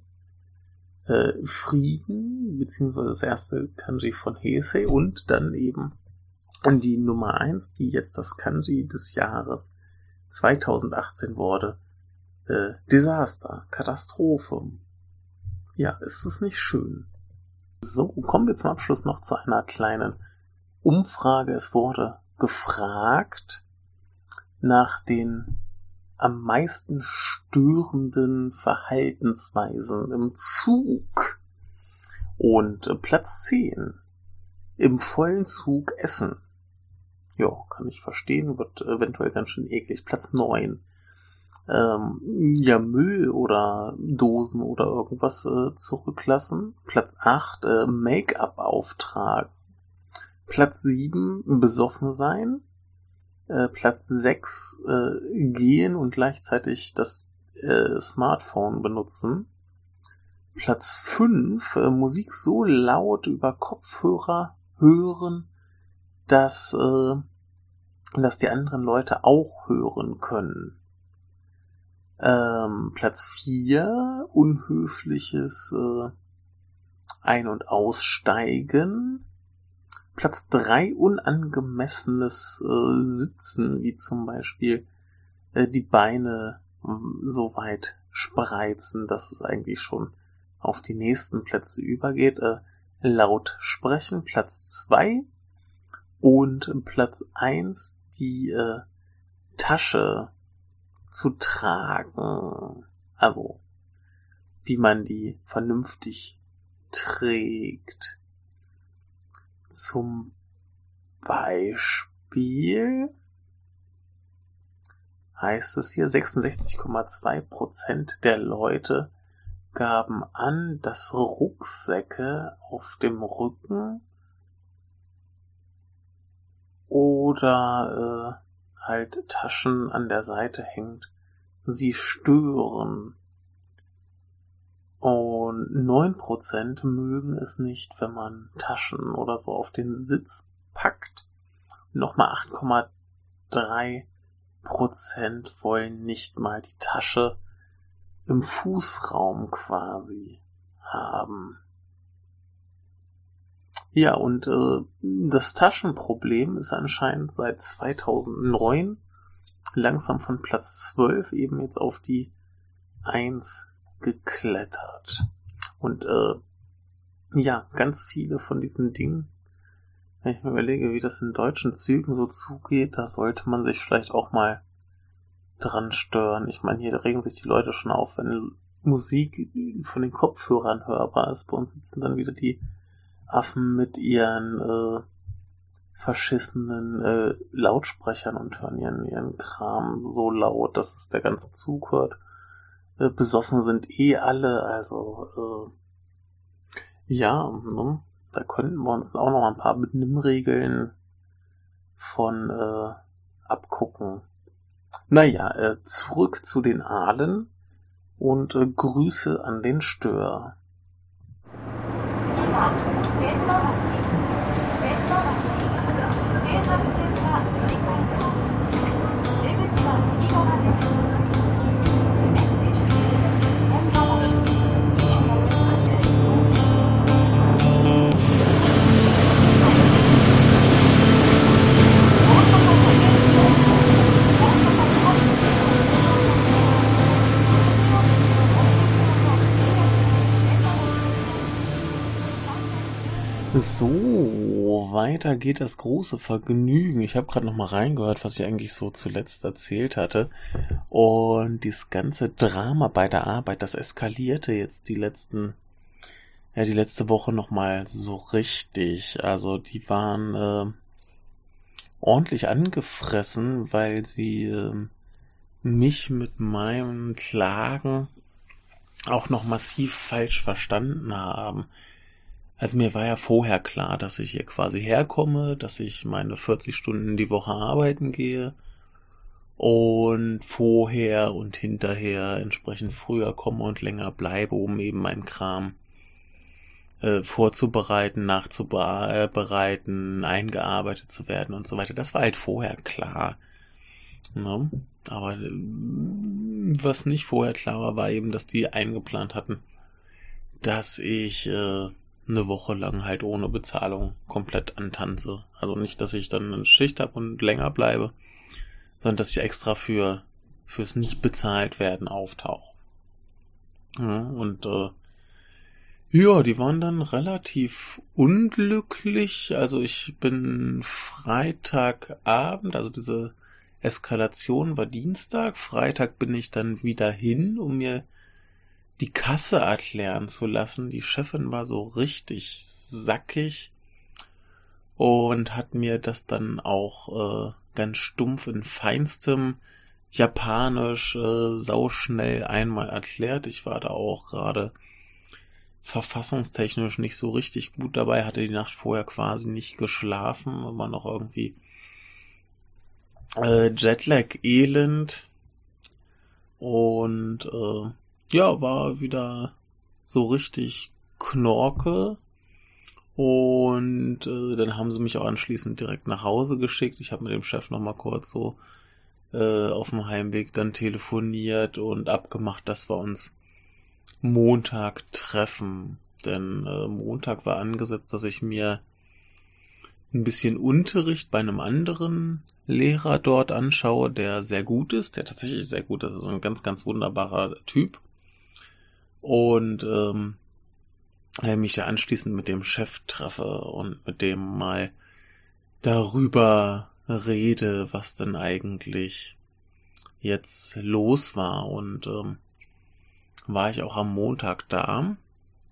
Frieden, beziehungsweise das erste Kanji von Heisei und dann eben die Nummer 1, die jetzt das Kanji des Jahres 2018 wurde. Desaster, Katastrophe. Ja, ist es nicht schön. So, kommen wir zum Abschluss noch zu einer kleinen Umfrage. Es wurde gefragt nach den am meisten störenden Verhaltensweisen im Zug. Und Platz 10. Im vollen Zug essen. Ja, kann ich verstehen, wird eventuell ganz schön eklig. Platz 9. Ja, Müll oder Dosen oder irgendwas zurücklassen. Platz 8. Make-up auftragen. Platz 7. Besoffen sein. Platz 6. Gehen und gleichzeitig das Smartphone benutzen. Platz 5. Musik so laut über Kopfhörer hören, dass die anderen Leute auch hören können. Platz 4. Unhöfliches Ein- und Aussteigen. Platz 3. Unangemessenes Sitzen, wie zum Beispiel die Beine so weit spreizen, dass es eigentlich schon auf die nächsten Plätze übergeht. Laut sprechen, Platz 2. Und Platz 1, die Tasche zu tragen. Also, wie man die vernünftig trägt. Zum Beispiel heißt es hier, 66,2% der Leute gaben an, dass Rucksäcke auf dem Rücken oder halt Taschen an der Seite hängt, sie stören. Und 9% mögen es nicht, wenn man Taschen oder so auf den Sitz packt. Nochmal 8,3% wollen nicht mal die Tasche im Fußraum quasi haben. Ja, und das Taschenproblem ist anscheinend seit 2009 langsam von Platz 12 eben jetzt auf die 1 geklettert. Und ja, ganz viele von diesen Dingen, wenn ich mir überlege, wie das in deutschen Zügen so zugeht, da sollte man sich vielleicht auch mal dran stören. Ich meine, hier regen sich die Leute schon auf, wenn Musik von den Kopfhörern hörbar ist. Bei uns sitzen dann wieder die Affen mit ihren verschissenen Lautsprechern und hören ihren Kram so laut, dass es der ganze Zug hört. Besoffen sind alle, also ja, da könnten wir uns auch noch ein paar Benimmregeln von abgucken. Naja, zurück zu den Aalen und Grüße an den Stör. So, weiter geht das große Vergnügen. Ich habe gerade noch mal reingehört, was ich eigentlich so zuletzt erzählt hatte. Und dieses ganze Drama bei der Arbeit, das eskalierte jetzt die letzte Woche noch mal so richtig. Also die waren ordentlich angefressen, weil sie mich mit meinem Klagen auch noch massiv falsch verstanden haben. Also mir war ja vorher klar, dass ich hier quasi herkomme, dass ich meine 40 Stunden die Woche arbeiten gehe und vorher und hinterher entsprechend früher komme und länger bleibe, um eben meinen Kram vorzubereiten, nachzubereiten, eingearbeitet zu werden und so weiter. Das war halt vorher klar. Ne? Aber was nicht vorher klar war, war eben, dass die eingeplant hatten, dass ich eine Woche lang halt ohne Bezahlung komplett antanze. Also nicht, dass ich dann eine Schicht habe und länger bleibe, sondern dass ich extra fürs nicht bezahlt werden auftauche. Ja, und ja, die waren dann relativ unglücklich. Also ich bin Freitagabend, also diese Eskalation war Dienstag. Freitag bin ich dann wieder hin, um mir die Kasse erklären zu lassen. Die Chefin war so richtig sackig und hat mir das dann auch ganz stumpf in feinstem Japanisch sauschnell einmal erklärt. Ich war da auch gerade verfassungstechnisch nicht so richtig gut dabei, hatte die Nacht vorher quasi nicht geschlafen, war noch irgendwie Jetlag-elend und ja, war wieder so richtig Knorke und dann haben sie mich auch anschließend direkt nach Hause geschickt. Ich habe mit dem Chef nochmal kurz so auf dem Heimweg dann telefoniert und abgemacht, dass wir uns Montag treffen. Denn Montag war angesetzt, dass ich mir ein bisschen Unterricht bei einem anderen Lehrer dort anschaue, der sehr gut ist, der tatsächlich sehr gut ist, also ein ganz, ganz wunderbarer Typ. Und mich ja anschließend mit dem Chef treffe und mit dem mal darüber rede, was denn eigentlich jetzt los war. Und war ich auch am Montag da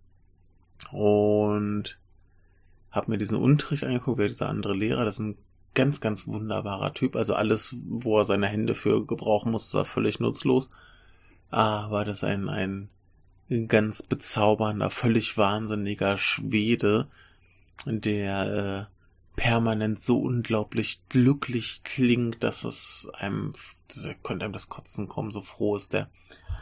und habe mir diesen Unterricht angeguckt, wer dieser andere Lehrer, das ist ein ganz, ganz wunderbarer Typ. Also alles, wo er seine Hände für gebrauchen muss, ist er völlig nutzlos. Aber das ist ein ganz bezaubernder, völlig wahnsinniger Schwede, der permanent so unglaublich glücklich klingt, dass da könnte einem das Kotzen kommen, so froh ist der.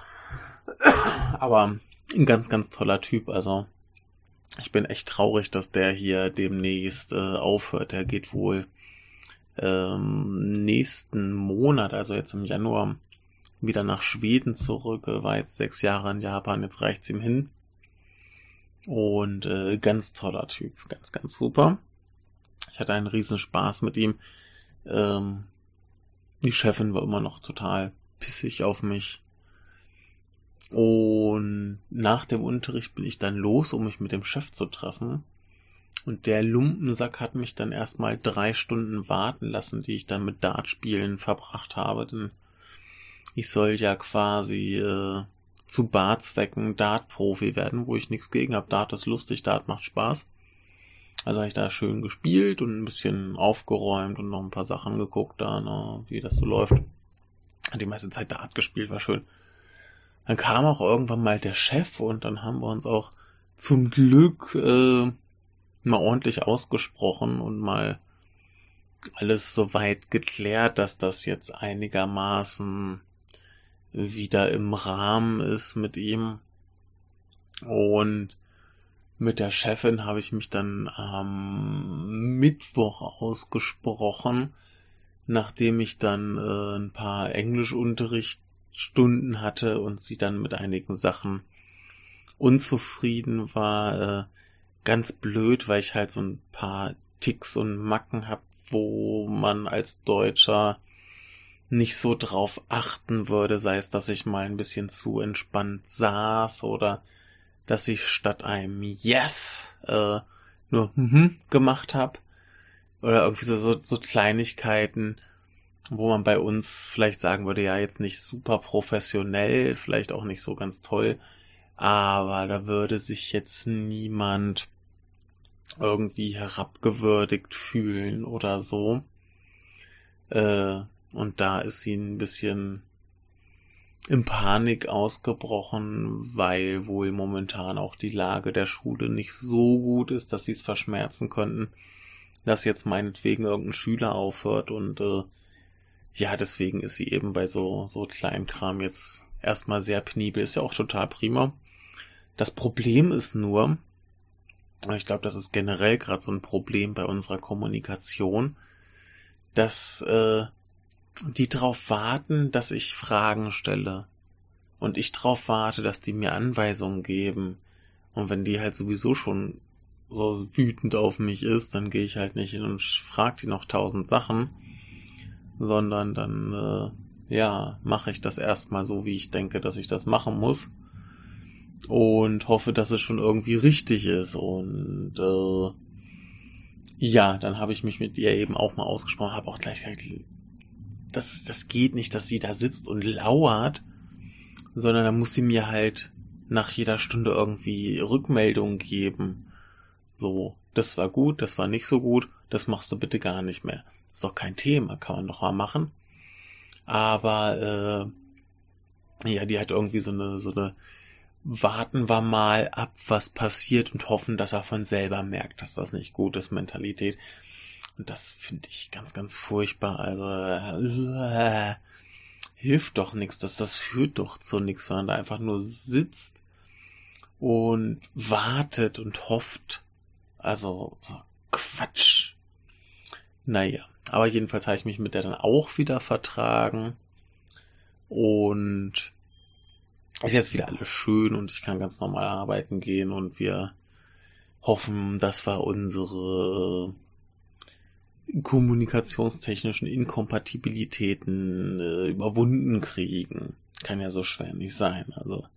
Aber ein ganz, ganz toller Typ, also ich bin echt traurig, dass der hier demnächst aufhört. Der geht wohl nächsten Monat, also jetzt im Januar, wieder nach Schweden zurück. War jetzt 6 Jahre in Japan, jetzt reicht's ihm hin. Und ganz toller Typ, ganz, ganz super. Ich hatte einen riesen Spaß mit ihm. Die Chefin war immer noch total pissig auf mich. Und nach dem Unterricht bin ich dann los, um mich mit dem Chef zu treffen. Und der Lumpensack hat mich dann erstmal 3 Stunden warten lassen, die ich dann mit Dartspielen verbracht habe. Denn ich soll ja quasi zu Barzwecken Dart-Profi werden, wo ich nichts gegen habe. Dart ist lustig, Dart macht Spaß. Also habe ich da schön gespielt und ein bisschen aufgeräumt und noch ein paar Sachen geguckt, da, wie das so läuft. Hat die meiste Zeit Dart gespielt, war schön. Dann kam auch irgendwann mal der Chef und dann haben wir uns auch zum Glück mal ordentlich ausgesprochen und mal alles so weit geklärt, dass das jetzt einigermaßen wieder im Rahmen ist mit ihm. Und mit der Chefin habe ich mich dann am Mittwoch ausgesprochen, nachdem ich dann ein paar Englischunterrichtsstunden hatte und sie dann mit einigen Sachen unzufrieden war. Ganz blöd, weil ich halt so ein paar Ticks und Macken habe, wo man als Deutscher nicht so drauf achten würde, sei es, dass ich mal ein bisschen zu entspannt saß oder dass ich statt einem Yes nur gemacht habe. Oder irgendwie so Kleinigkeiten, wo man bei uns vielleicht sagen würde, ja, jetzt nicht super professionell, vielleicht auch nicht so ganz toll, aber da würde sich jetzt niemand irgendwie herabgewürdigt fühlen oder so. Und da ist sie ein bisschen in Panik ausgebrochen, weil wohl momentan auch die Lage der Schule nicht so gut ist, dass sie es verschmerzen könnten, dass jetzt meinetwegen irgendein Schüler aufhört und ja, deswegen ist sie eben bei so Kleinkram jetzt erstmal sehr penibel, ist ja auch total prima. Das Problem ist nur, ich glaube, das ist generell gerade so ein Problem bei unserer Kommunikation, dass die drauf warten, dass ich Fragen stelle. Und ich drauf warte, dass die mir Anweisungen geben. Und wenn die halt sowieso schon so wütend auf mich ist, dann gehe ich halt nicht hin und frage die noch 1000 Sachen, sondern dann, mache ich das erstmal so, wie ich denke, dass ich das machen muss. Und hoffe, dass es schon irgendwie richtig ist. Und dann habe ich mich mit ihr eben auch mal ausgesprochen, habe auch gleich gesagt, das geht nicht, dass sie da sitzt und lauert, sondern da muss sie mir halt nach jeder Stunde irgendwie Rückmeldung geben. So, das war gut, das war nicht so gut, das machst du bitte gar nicht mehr. Ist doch kein Thema, kann man doch mal machen. Aber die hat irgendwie so eine warten wir mal ab, was passiert und hoffen, dass er von selber merkt, dass das nicht gut ist, Mentalität. Und das finde ich ganz, ganz furchtbar. Also hilft doch nichts, das führt doch zu nichts, wenn man da einfach nur sitzt und wartet und hofft. Also so Quatsch. Naja, aber jedenfalls habe ich mich mit der dann auch wieder vertragen und ist jetzt wieder alles schön und ich kann ganz normal arbeiten gehen und wir hoffen, dass wir unsere kommunikationstechnischen Inkompatibilitäten überwunden kriegen. Kann ja so schwer nicht sein. Also,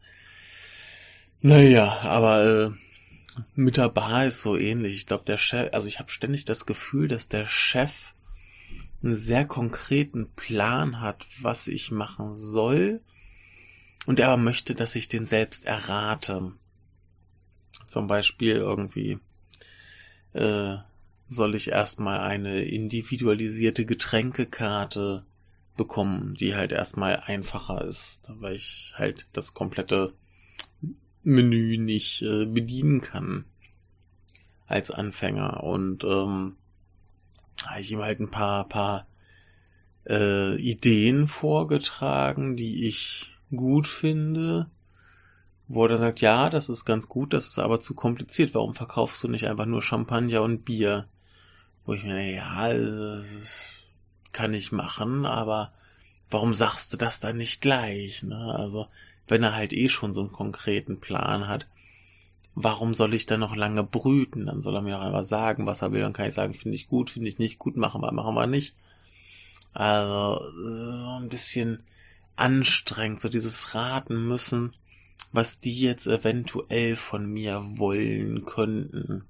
aber mit der Bar ist so ähnlich. Ich glaube, der Chef, also ich habe ständig das Gefühl, dass der Chef einen sehr konkreten Plan hat, was ich machen soll. Und er aber möchte, dass ich den selbst errate. Zum Beispiel irgendwie soll ich erstmal eine individualisierte Getränkekarte bekommen, die halt erstmal einfacher ist, weil ich halt das komplette Menü nicht bedienen kann als Anfänger. Und habe ich ihm halt ein paar Ideen vorgetragen, die ich gut finde, wo er sagt, ja, das ist ganz gut, das ist aber zu kompliziert. Warum verkaufst du nicht einfach nur Champagner und Bier? Wo ich mir, ja, kann ich machen, aber warum sagst du das dann nicht gleich? Ne? Also, wenn er halt schon so einen konkreten Plan hat, warum soll ich dann noch lange brüten? Dann soll er mir auch einfach sagen, was er will. Dann kann ich sagen, finde ich gut, finde ich nicht gut, machen wir nicht. Also, so ein bisschen anstrengend, so dieses Raten müssen, was die jetzt eventuell von mir wollen könnten.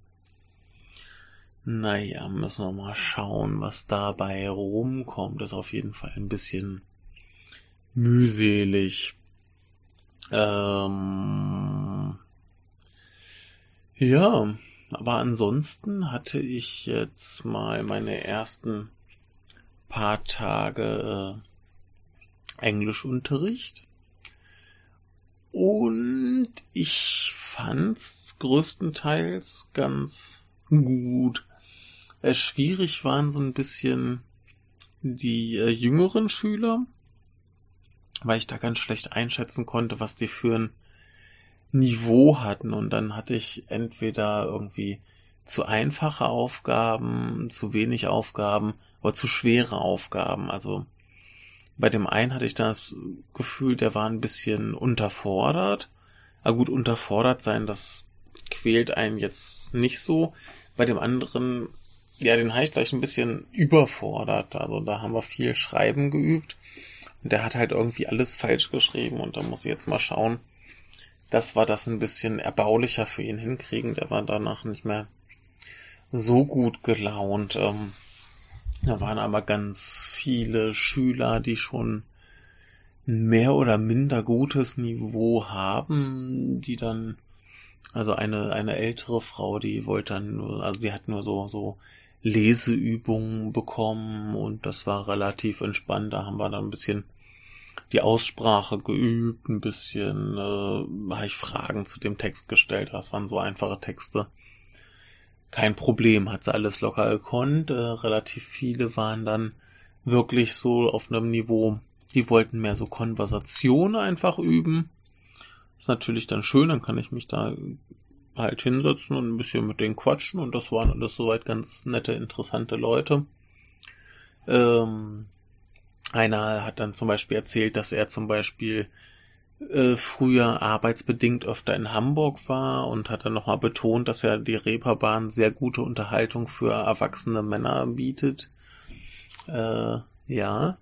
Naja, müssen wir mal schauen, was dabei rumkommt. Das ist auf jeden Fall ein bisschen mühselig. Ja, aber ansonsten hatte ich jetzt mal meine ersten paar Tage Englischunterricht. Und ich fand's größtenteils ganz gut. Schwierig waren so ein bisschen die jüngeren Schüler, weil ich da ganz schlecht einschätzen konnte, was die für ein Niveau hatten. Und dann hatte ich entweder irgendwie zu einfache Aufgaben, zu wenig Aufgaben oder zu schwere Aufgaben. Also bei dem einen hatte ich dann das Gefühl, der war ein bisschen unterfordert. Aber gut, unterfordert sein, das quält einen jetzt nicht so. Bei dem anderen, ja, den habe ich gleich ein bisschen überfordert. Also da haben wir viel Schreiben geübt. Und der hat halt irgendwie alles falsch geschrieben. Und da muss ich jetzt mal schauen, dass wir das ein bisschen erbaulicher für ihn hinkriegen. Der war danach nicht mehr so gut gelaunt. Da waren aber ganz viele Schüler, die schon ein mehr oder minder gutes Niveau haben, die dann, also eine ältere Frau, die wollte dann nur, also die hat nur so Leseübungen bekommen und das war relativ entspannt. Da haben wir dann ein bisschen die Aussprache geübt, ein bisschen habe ich Fragen zu dem Text gestellt. Das waren so einfache Texte. Kein Problem, hat sie alles locker gekonnt. Relativ viele waren dann wirklich so auf einem Niveau, die wollten mehr so Konversation einfach üben. Ist natürlich dann schön, dann kann ich mich da halt hinsetzen und ein bisschen mit denen quatschen und das waren alles soweit ganz nette, interessante Leute. Einer hat dann zum Beispiel erzählt, dass er zum Beispiel früher arbeitsbedingt öfter in Hamburg war und hat dann nochmal betont, dass ja die Reeperbahn sehr gute Unterhaltung für erwachsene Männer bietet. Ja.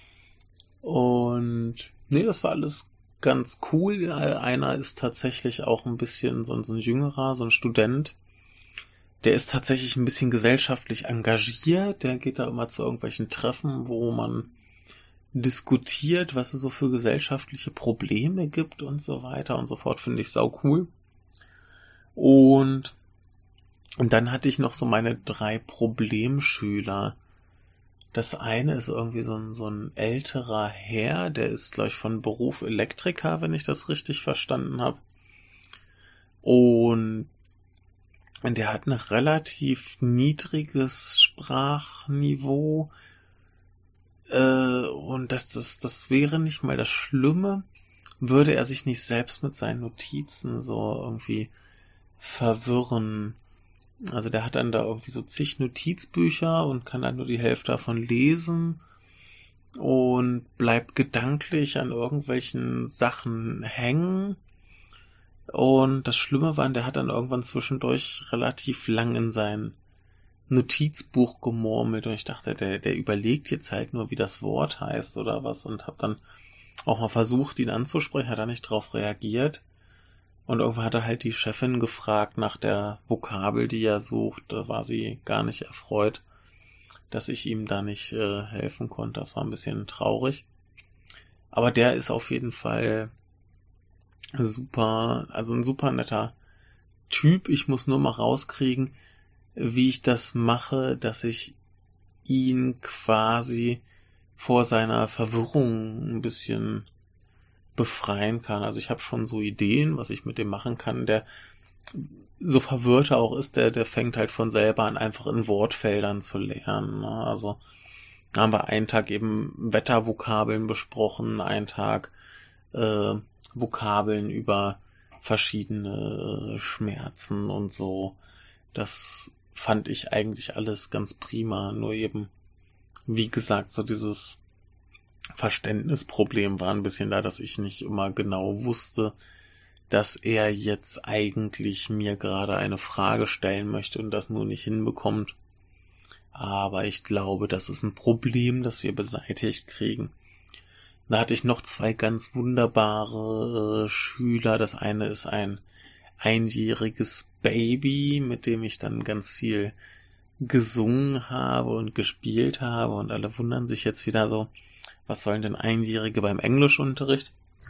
Und nee, das war alles ganz cool. Einer ist tatsächlich auch ein bisschen so ein Jüngerer, so ein Student. Der ist tatsächlich ein bisschen gesellschaftlich engagiert. Der geht da immer zu irgendwelchen Treffen, wo man diskutiert, was es so für gesellschaftliche Probleme gibt und so weiter und so fort. Finde ich sau cool. Und dann hatte ich noch so meine 3 Problemschüler. Das eine ist irgendwie so ein älterer Herr, der ist, glaube ich, von Beruf Elektriker, wenn ich das richtig verstanden habe. Und der hat ein relativ niedriges Sprachniveau. Und das wäre nicht mal das Schlimme, würde er sich nicht selbst mit seinen Notizen so irgendwie verwirren. Also der hat dann da irgendwie so zig Notizbücher und kann dann nur die Hälfte davon lesen und bleibt gedanklich an irgendwelchen Sachen hängen. Und das Schlimme war, der hat dann irgendwann zwischendurch relativ lang in sein Notizbuch gemurmelt und ich dachte, der überlegt jetzt halt nur, wie das Wort heißt oder was und habe dann auch mal versucht, ihn anzusprechen, hat er nicht drauf reagiert. Und irgendwann hat er halt die Chefin gefragt nach der Vokabel, die er sucht. Da war sie gar nicht erfreut, dass ich ihm da nicht helfen konnte. Das war ein bisschen traurig. Aber der ist auf jeden Fall super, also ein super netter Typ. Ich muss nur mal rauskriegen, wie ich das mache, dass ich ihn quasi vor seiner Verwirrung ein bisschen befreien kann. Also ich habe schon so Ideen, was ich mit dem machen kann. Der, so verwirrt er auch ist, der fängt halt von selber an, einfach in Wortfeldern zu lernen. Ne? Also da haben wir einen Tag eben Wettervokabeln besprochen, einen Tag Vokabeln über verschiedene Schmerzen und so. Das fand ich eigentlich alles ganz prima. Nur eben, wie gesagt, so dieses Verständnisproblem war ein bisschen da, dass ich nicht immer genau wusste, dass er jetzt eigentlich mir gerade eine Frage stellen möchte und das nur nicht hinbekommt. Aber ich glaube, das ist ein Problem, das wir beseitigt kriegen. Da hatte ich noch 2 ganz wunderbare Schüler. Das eine ist ein einjähriges Baby, mit dem ich dann ganz viel gesungen habe und gespielt habe. Und alle wundern sich jetzt wieder so, was sollen denn Einjährige beim Englischunterricht?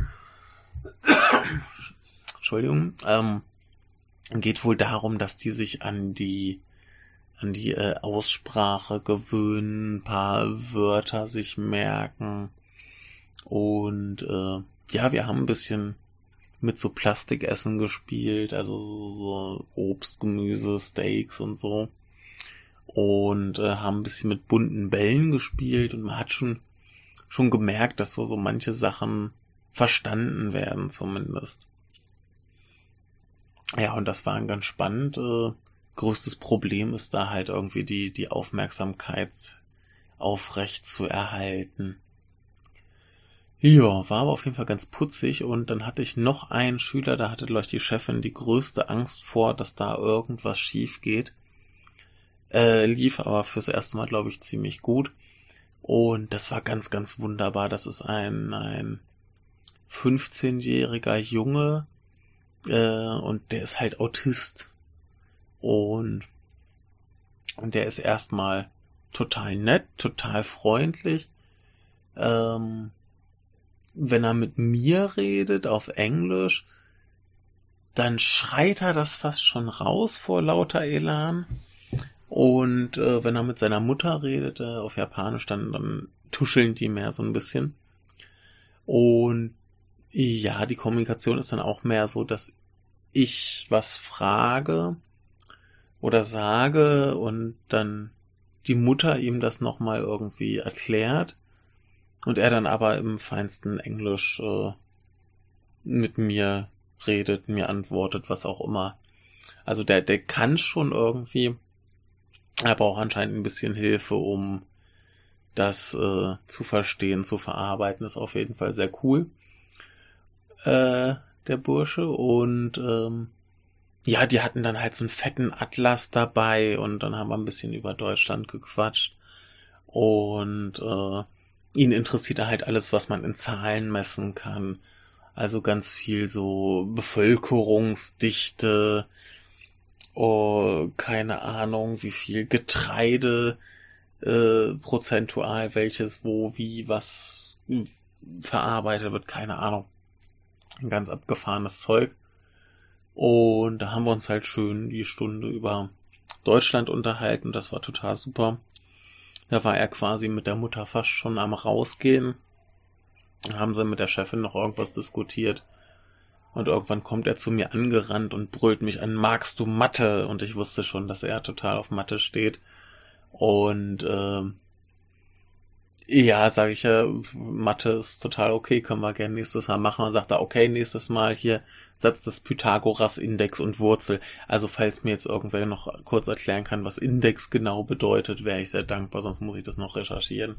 Entschuldigung. Geht wohl darum, dass die sich an die Aussprache gewöhnen, ein paar Wörter sich merken. Und ja, wir haben ein bisschen mit so Plastikessen gespielt, also so Obst, Gemüse, Steaks und so. Und haben ein bisschen mit bunten Bällen gespielt und man hat schon gemerkt, dass so manche Sachen verstanden werden zumindest. Ja, und das war ganz spannend. Größtes Problem ist da halt irgendwie die Aufmerksamkeit aufrecht zu erhalten. Ja, war aber auf jeden Fall ganz putzig und dann hatte ich noch einen Schüler, da hatte, glaube ich, die Chefin die größte Angst vor, dass da irgendwas schief geht. Lief aber fürs erste Mal, glaube ich, ziemlich gut. Und das war ganz, ganz wunderbar. Das ist ein 15-jähriger Junge und der ist halt Autist. Und der ist erstmal total nett, total freundlich. Wenn er mit mir redet auf Englisch, dann schreit er das fast schon raus vor lauter Elan. Und wenn er mit seiner Mutter redet, auf Japanisch, dann tuscheln die mehr so ein bisschen. Und ja, die Kommunikation ist dann auch mehr so, dass ich was frage oder sage und dann die Mutter ihm das nochmal irgendwie erklärt und er dann aber im feinsten Englisch mit mir redet, mir antwortet, was auch immer. Also der kann schon irgendwie, er braucht anscheinend ein bisschen Hilfe, um das zu verstehen, zu verarbeiten. Ist auf jeden Fall sehr cool, der Bursche. Und ja, die hatten dann halt so einen fetten Atlas dabei und dann haben wir ein bisschen über Deutschland gequatscht. Und ihn interessiert halt alles, was man in Zahlen messen kann. Also ganz viel so Bevölkerungsdichte, keine Ahnung, wie viel Getreide prozentual, welches, wo, wie, was verarbeitet wird, keine Ahnung. Ein ganz abgefahrenes Zeug. Und da haben wir uns halt schön die Stunde über Deutschland unterhalten. Das war total super. Da war er quasi mit der Mutter fast schon am Rausgehen. Dann haben sie mit der Chefin noch irgendwas diskutiert. Und irgendwann kommt er zu mir angerannt und brüllt mich an, magst du Mathe? Und ich wusste schon, dass er total auf Mathe steht. Und ja, sage ich ja, Mathe ist total okay, können wir gerne nächstes Mal machen. Und sagt er, okay, nächstes Mal hier Satz des Pythagoras, Index und Wurzel. Also falls mir jetzt irgendwer noch kurz erklären kann, was Index genau bedeutet, wäre ich sehr dankbar, sonst muss ich das noch recherchieren.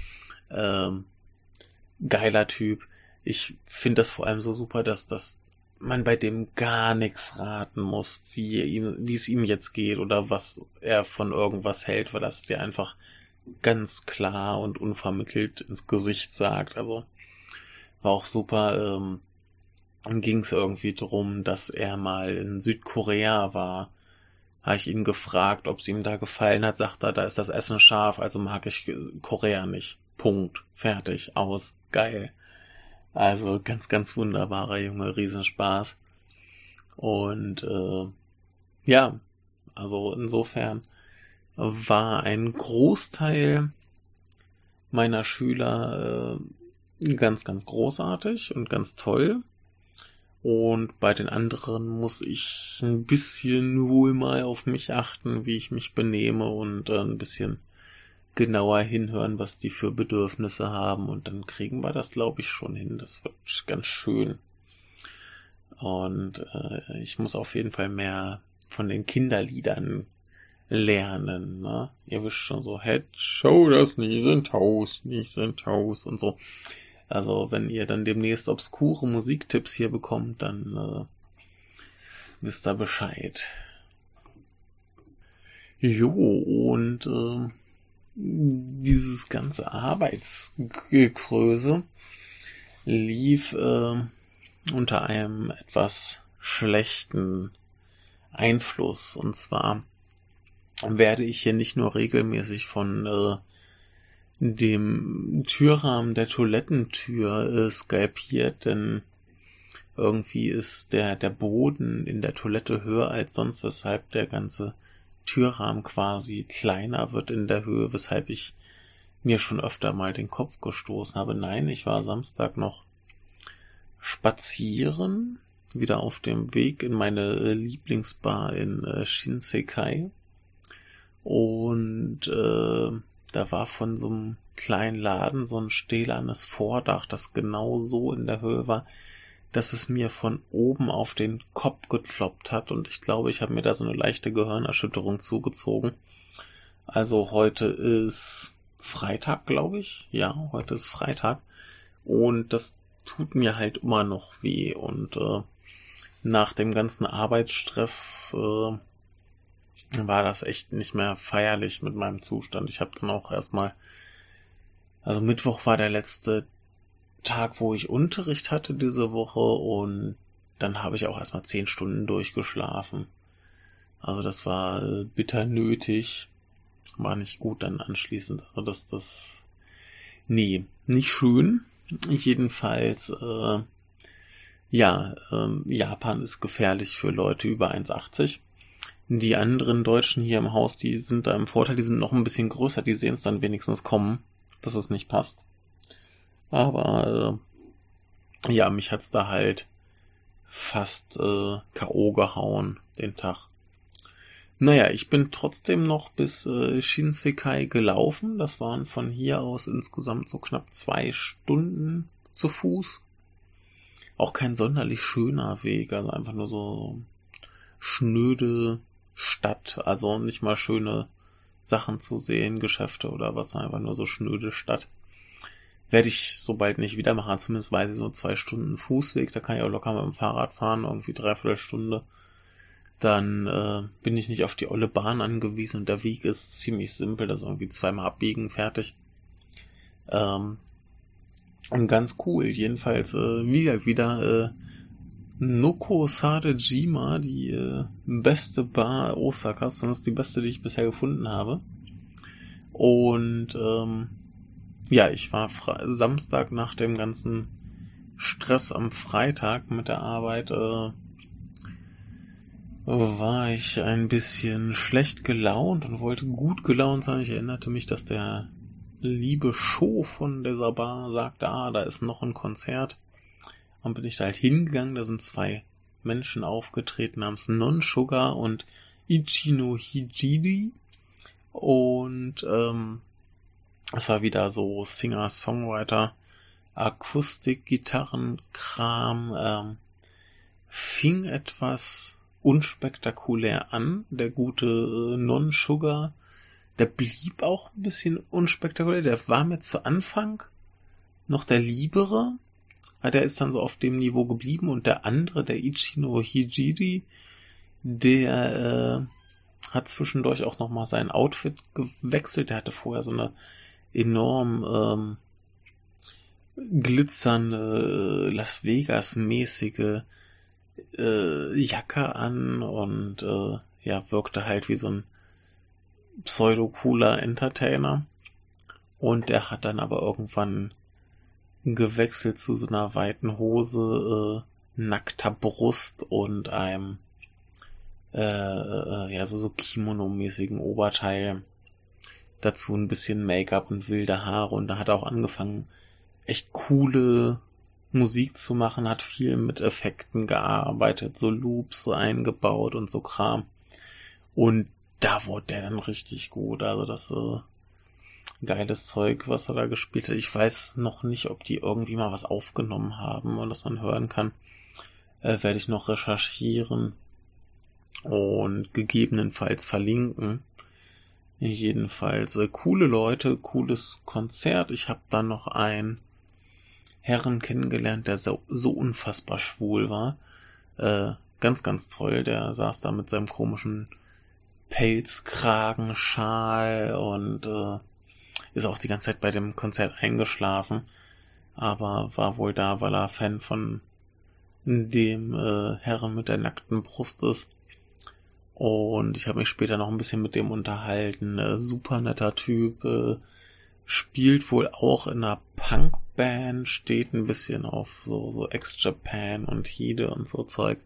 Geiler Typ. Ich finde das vor allem so super, dass man bei dem gar nichts raten muss, wie es ihm jetzt geht oder was er von irgendwas hält, weil das dir einfach ganz klar und unvermittelt ins Gesicht sagt. Also war auch super. Dann ging es irgendwie drum, dass er mal in Südkorea war. Habe ich ihn gefragt, ob es ihm da gefallen hat. Sagt er, da ist das Essen scharf, also mag ich Korea nicht. Punkt. Fertig. Aus. Geil. Also ganz, ganz wunderbarer Junge. Riesenspaß. Und ja, Also insofern war ein Großteil meiner Schüler ganz, ganz großartig und ganz toll. Und bei den anderen muss ich ein bisschen wohl mal auf mich achten, wie ich mich benehme und ein bisschen genauer hinhören, was die für Bedürfnisse haben. Und dann kriegen wir das, glaube ich, schon hin. Das wird ganz schön. Und ich muss auf jeden Fall mehr von den Kinderliedern lernen. Ne? Ihr wisst schon so, Head, Shoulders, Knees and Toes und so. Also wenn ihr dann demnächst obskure Musiktipps hier bekommt, dann wisst ihr Bescheid. Jo, und dieses ganze Arbeitsgekröse lief unter einem etwas schlechten Einfluss. Und zwar werde ich hier nicht nur regelmäßig von dem Türrahmen der Toilettentür skalpiert, denn irgendwie ist der Boden in der Toilette höher als sonst, weshalb der ganze Türrahmen quasi kleiner wird in der Höhe, weshalb ich mir schon öfter mal den Kopf gestoßen habe. Nein, ich war Samstag noch spazieren, wieder auf dem Weg in meine Lieblingsbar in Shinsekai. Und da war von so einem kleinen Laden so ein stählernes Vordach, das genau so in der Höhe war, dass es mir von oben auf den Kopf gekloppt hat. Und ich glaube, ich habe mir da so eine leichte Gehirnerschütterung zugezogen. Also heute ist Freitag, glaube ich. Ja, heute ist Freitag. Und das tut mir halt immer noch weh. Und nach dem ganzen Arbeitsstress war das echt nicht mehr feierlich mit meinem Zustand. Ich habe dann auch erstmal, also Mittwoch war der letzte Tag, wo ich Unterricht hatte diese Woche, und dann habe ich auch erstmal 10 Stunden durchgeschlafen. Also das war bitter nötig. War nicht gut dann anschließend. Also nee, nicht schön. Jedenfalls, Japan ist gefährlich für Leute über 1,80. Die anderen Deutschen hier im Haus, die sind da im Vorteil, die sind noch ein bisschen größer, die sehen es dann wenigstens kommen, dass es nicht passt. Aber mich hat's da halt fast K.O. gehauen, den Tag. Naja, ich bin trotzdem noch bis Shinsekai gelaufen. Das waren von hier aus insgesamt so knapp 2 Stunden zu Fuß. Auch kein sonderlich schöner Weg, also einfach nur so schnöde Stadt, also nicht mal schöne Sachen zu sehen, Geschäfte oder was, einfach nur so schnöde Stadt. Werde ich so bald nicht wieder machen, zumindest weiß ich so 2 Stunden Fußweg, da kann ich auch locker mit dem Fahrrad fahren, irgendwie 3/4 Stunde. Dann bin ich nicht auf die olle Bahn angewiesen und der Weg ist ziemlich simpel, das ist irgendwie 2-mal abbiegen, fertig. Und ganz cool, jedenfalls wieder Noko Sadejima, die beste Bar Osakas, zumindest die beste, die ich bisher gefunden habe. Und ich war Samstag nach dem ganzen Stress am Freitag mit der Arbeit, war ich ein bisschen schlecht gelaunt und wollte gut gelaunt sein. Ich erinnerte mich, dass der liebe Sho von dieser Bar sagte, da ist noch ein Konzert. Und bin ich da halt hingegangen, da sind 2 Menschen aufgetreten namens Non-Sugar und Ichino Hijiri. Und es war wieder so Singer-Songwriter, Akustik-Gitarrenkram, fing etwas unspektakulär an. Der gute Non-Sugar, der blieb auch ein bisschen unspektakulär. Der war mir zu Anfang noch der Liebere. Der ist dann so auf dem Niveau geblieben, und der andere, der Ichino Hijiri, der hat zwischendurch auch nochmal sein Outfit gewechselt. Der hatte vorher so eine enorm glitzernde Las Vegas-mäßige Jacke an und wirkte halt wie so ein pseudo-cooler Entertainer. Und der hat dann aber irgendwann gewechselt zu so einer weiten Hose, nackter Brust und einem so Kimono-mäßigen Oberteil. Dazu ein bisschen Make-up und wilde Haare. Und da hat er auch angefangen, echt coole Musik zu machen, hat viel mit Effekten gearbeitet, so Loops so eingebaut und so Kram. Und da wurde der dann richtig gut. Also das geiles Zeug, was er da gespielt hat. Ich weiß noch nicht, ob die irgendwie mal was aufgenommen haben und das man hören kann. Werde ich noch recherchieren und gegebenenfalls verlinken. Jedenfalls coole Leute, cooles Konzert. Ich habe dann noch einen Herren kennengelernt, der so unfassbar schwul war. Ganz, ganz toll. Der saß da mit seinem komischen Pelzkragenschal und ist auch die ganze Zeit bei dem Konzert eingeschlafen. Aber war wohl da, weil er Fan von dem Herren mit der nackten Brust ist. Und ich habe mich später noch ein bisschen mit dem unterhalten. Super netter Typ. Spielt wohl auch in einer Punkband. Steht ein bisschen auf so Ex-Japan und Hide und so Zeug.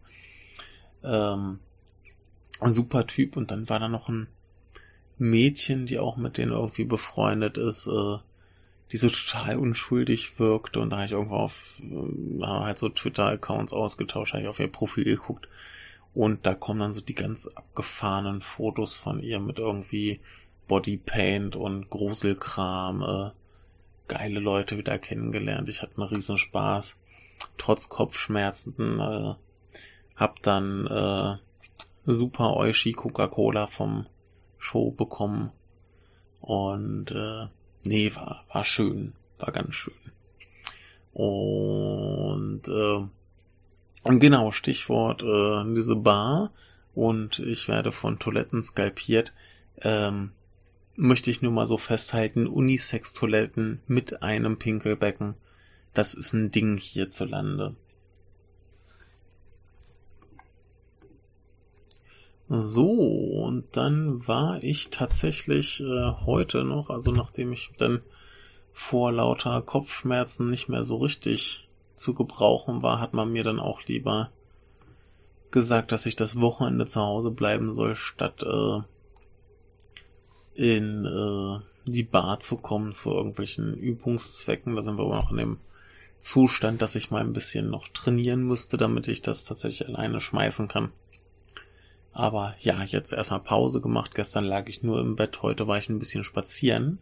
Super Typ. Und dann war da noch ein Mädchen, die auch mit denen irgendwie befreundet ist, die so total unschuldig wirkte. Und da habe ich irgendwo auf halt so Twitter-Accounts ausgetauscht, habe ich auf ihr Profil geguckt. Und da kommen dann so die ganz abgefahrenen Fotos von ihr mit irgendwie Bodypaint und Gruselkram. Geile Leute wieder kennengelernt. Ich hatte einen riesen Spaß. Trotz Kopfschmerzen. Hab dann super Oishi Coca-Cola vom Show bekommen. Und war schön. War ganz schön. Und genau, Stichwort diese Bar und ich werde von Toiletten skalpiert. Möchte ich nur mal so festhalten, Unisex-Toiletten mit einem Pinkelbecken, das ist ein Ding hierzulande. So, und dann war ich tatsächlich heute noch, also nachdem ich dann vor lauter Kopfschmerzen nicht mehr so richtig zu gebrauchen war, hat man mir dann auch lieber gesagt, dass ich das Wochenende zu Hause bleiben soll, statt in die Bar zu kommen zu irgendwelchen Übungszwecken. Da sind wir aber noch in dem Zustand, dass ich mal ein bisschen noch trainieren müsste, damit ich das tatsächlich alleine schmeißen kann. Aber ja, jetzt erstmal Pause gemacht. Gestern lag ich nur im Bett, heute war ich ein bisschen spazieren.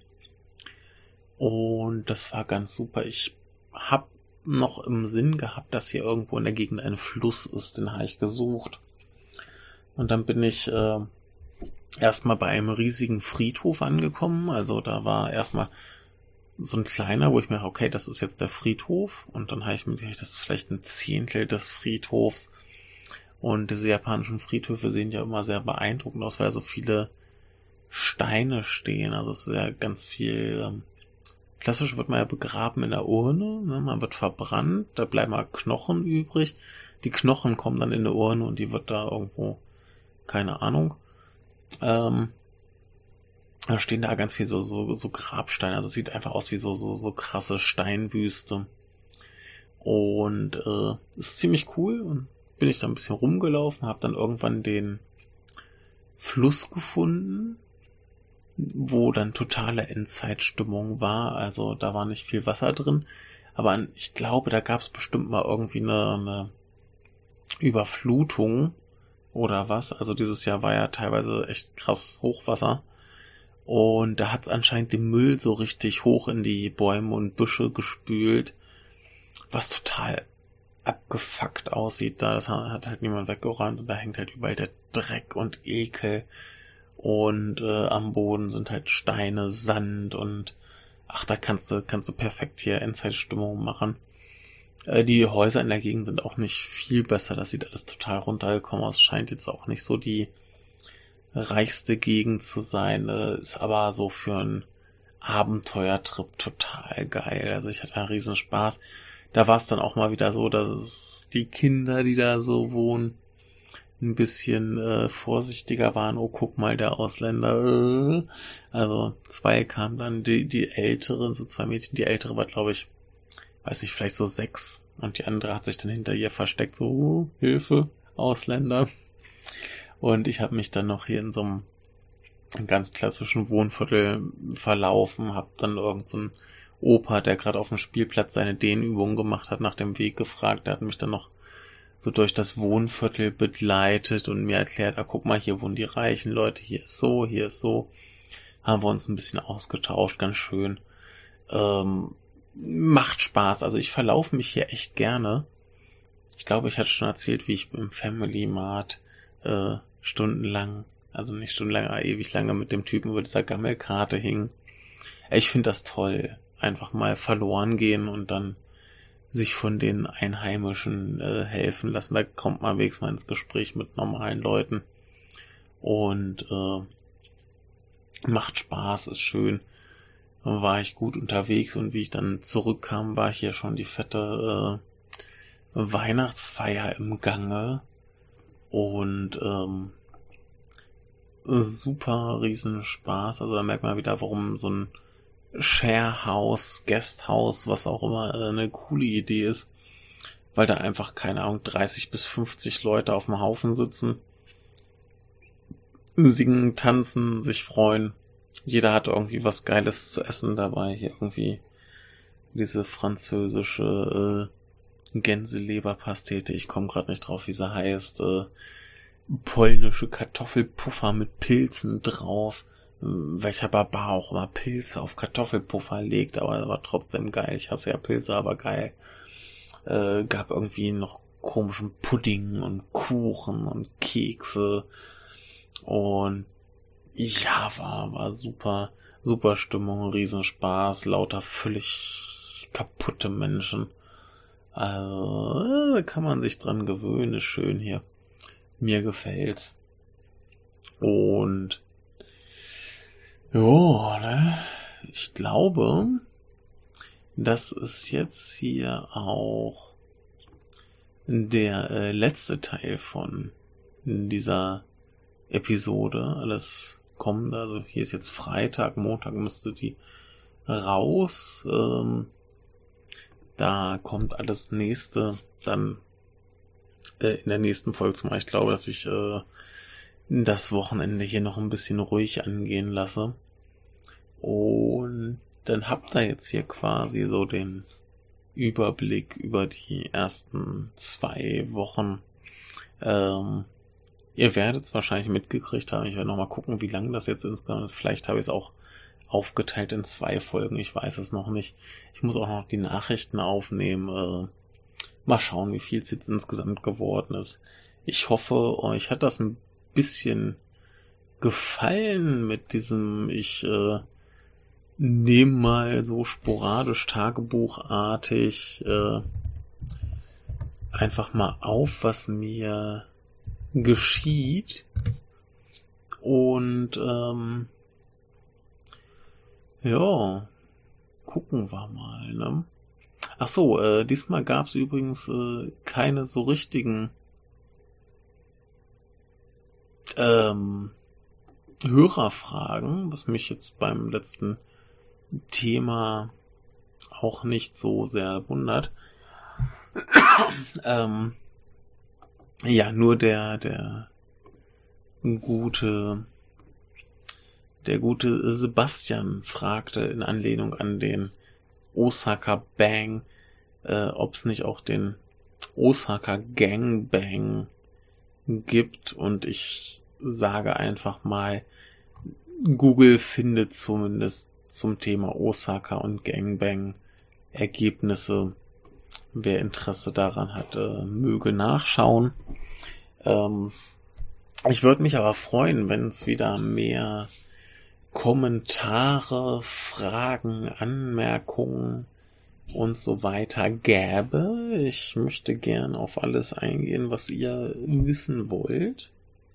Und das war ganz super. Ich habe noch im Sinn gehabt, dass hier irgendwo in der Gegend ein Fluss ist, den habe ich gesucht. Und dann bin ich erstmal bei einem riesigen Friedhof angekommen. Also da war erstmal so ein kleiner, wo ich mir dachte, okay, das ist jetzt der Friedhof. Und dann habe ich mir gedacht, das ist vielleicht ein Zehntel des Friedhofs. Und diese japanischen Friedhöfe sehen ja immer sehr beeindruckend aus, weil so viele Steine stehen. Also es ist ja ganz viel... Klassisch wird man ja begraben in der Urne, ne? Man wird verbrannt, da bleiben mal Knochen übrig. Die Knochen kommen dann in eine Urne und die wird da irgendwo, keine Ahnung. Da stehen da ganz viel so Grabsteine, also es sieht einfach aus wie so krasse Steinwüste. Und ist ziemlich cool und bin ich da ein bisschen rumgelaufen, habe dann irgendwann den Fluss gefunden, wo dann totale Endzeitstimmung war. Also da war nicht viel Wasser drin. Aber ich glaube, da gab es bestimmt mal irgendwie eine Überflutung oder was. Also dieses Jahr war ja teilweise echt krass Hochwasser. Und da hat es anscheinend den Müll so richtig hoch in die Bäume und Büsche gespült. Was total abgefuckt aussieht da. Das hat halt niemand weggeräumt. Und da hängt halt überall der Dreck und Ekel. Und am Boden sind halt Steine, Sand und da kannst du perfekt hier Endzeitstimmung machen. Die Häuser in der Gegend sind auch nicht viel besser. Das sieht alles total runtergekommen aus. Scheint jetzt auch nicht so die reichste Gegend zu sein. Ist aber so für einen Abenteuertrip total geil. Also ich hatte einen riesen Spaß. Da war es dann auch mal wieder so, dass die Kinder, die da so wohnen, ein bisschen vorsichtiger waren. Oh, guck mal, der Ausländer. Also 2 kamen dann, die Älteren, so 2 Mädchen. Die Ältere war, glaube ich, weiß nicht, vielleicht so 6. Und die andere hat sich dann hinter ihr versteckt, so, Hilfe, Ausländer. Und ich habe mich dann noch hier in so einem ganz klassischen Wohnviertel verlaufen, habe dann irgend so ein Opa, der gerade auf dem Spielplatz seine Dehnübungen gemacht hat, nach dem Weg gefragt. Der hat mich dann noch so durch das Wohnviertel begleitet und mir erklärt, guck mal, hier wohnen die reichen Leute, hier ist so, hier ist so. Haben wir uns ein bisschen ausgetauscht, ganz schön. Macht Spaß, also ich verlaufe mich hier echt gerne. Ich glaube, ich hatte schon erzählt, wie ich im Family Mart stundenlang, also nicht stundenlang, aber ewig lange mit dem Typen über dieser Gammelkarte hing. Ich finde das toll, einfach mal verloren gehen und dann sich von den Einheimischen helfen lassen. Da kommt man wenigstens mal ins Gespräch mit normalen Leuten. Und macht Spaß, ist schön. War ich gut unterwegs und wie ich dann zurückkam, war hier schon die fette Weihnachtsfeier im Gange. Und super riesen Spaß. Also da merkt man wieder, warum so ein Sharehouse, Guesthouse, was auch immer, eine coole Idee ist, weil da einfach, keine Ahnung, 30 bis 50 Leute auf dem Haufen sitzen, singen, tanzen, sich freuen. Jeder hat irgendwie was Geiles zu essen dabei. Hier irgendwie diese französische Gänseleberpastete, ich komme gerade nicht drauf, wie sie heißt, polnische Kartoffelpuffer mit Pilzen drauf. Welcher Barbar auch immer Pilze auf Kartoffelpuffer legt, aber war trotzdem geil. Ich hasse ja Pilze, aber geil. Gab irgendwie noch komischen Pudding und Kuchen und Kekse. Und ja, war super, super Stimmung, Riesenspaß, lauter völlig kaputte Menschen. Also, da kann man sich dran gewöhnen, ist schön hier. Mir gefällt's. Und ja, ne? Ich glaube, das ist jetzt hier auch der letzte Teil von dieser Episode. Alles kommt, also hier ist jetzt Freitag, Montag müsste die raus. Da kommt alles nächste dann in der nächsten Folge zum Beispiel. Ich glaube, dass ich das Wochenende hier noch ein bisschen ruhig angehen lasse. Und dann habt ihr jetzt hier quasi so den Überblick über die ersten 2 Wochen. Ihr werdet es wahrscheinlich mitgekriegt haben. Ich werde nochmal gucken, wie lang das jetzt insgesamt ist. Vielleicht habe ich es auch aufgeteilt in 2 Folgen. Ich weiß es noch nicht. Ich muss auch noch die Nachrichten aufnehmen. Mal schauen, wie viel es jetzt insgesamt geworden ist. Ich hoffe, euch hat das ein bisschen gefallen mit diesem, ich nehme mal so sporadisch tagebuchartig einfach mal auf, was mir geschieht. Und ja, gucken wir mal, ne? Ach so, diesmal gab es übrigens keine so richtigen Hörerfragen, was mich jetzt beim letzten Thema auch nicht so sehr wundert. Ja, nur der gute Sebastian fragte in Anlehnung an den Osaka Bang, ob es nicht auch den Osaka Gangbang gibt, und ich sage einfach mal, Google findet zumindest zum Thema Osaka und Gangbang Ergebnisse. Wer Interesse daran hat, möge nachschauen. Ich würde mich aber freuen, wenn es wieder mehr Kommentare, Fragen, Anmerkungen und so weiter gäbe. Ich möchte gern auf alles eingehen, was ihr wissen wollt.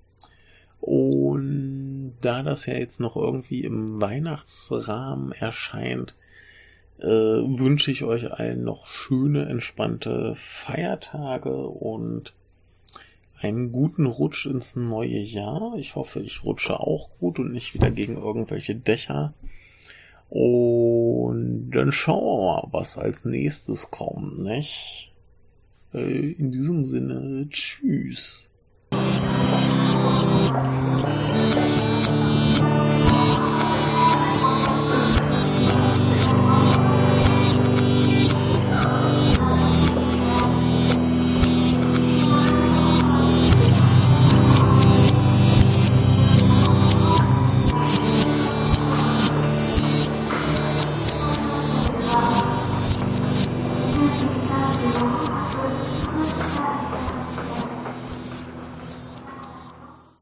Und da das ja jetzt noch irgendwie im Weihnachtsrahmen erscheint, wünsche ich euch allen noch schöne, entspannte Feiertage und einen guten Rutsch ins neue Jahr. Ich hoffe, ich rutsche auch gut und nicht wieder gegen irgendwelche Dächer. Und dann schauen wir mal, was als nächstes kommt, nicht? In diesem Sinne, tschüss.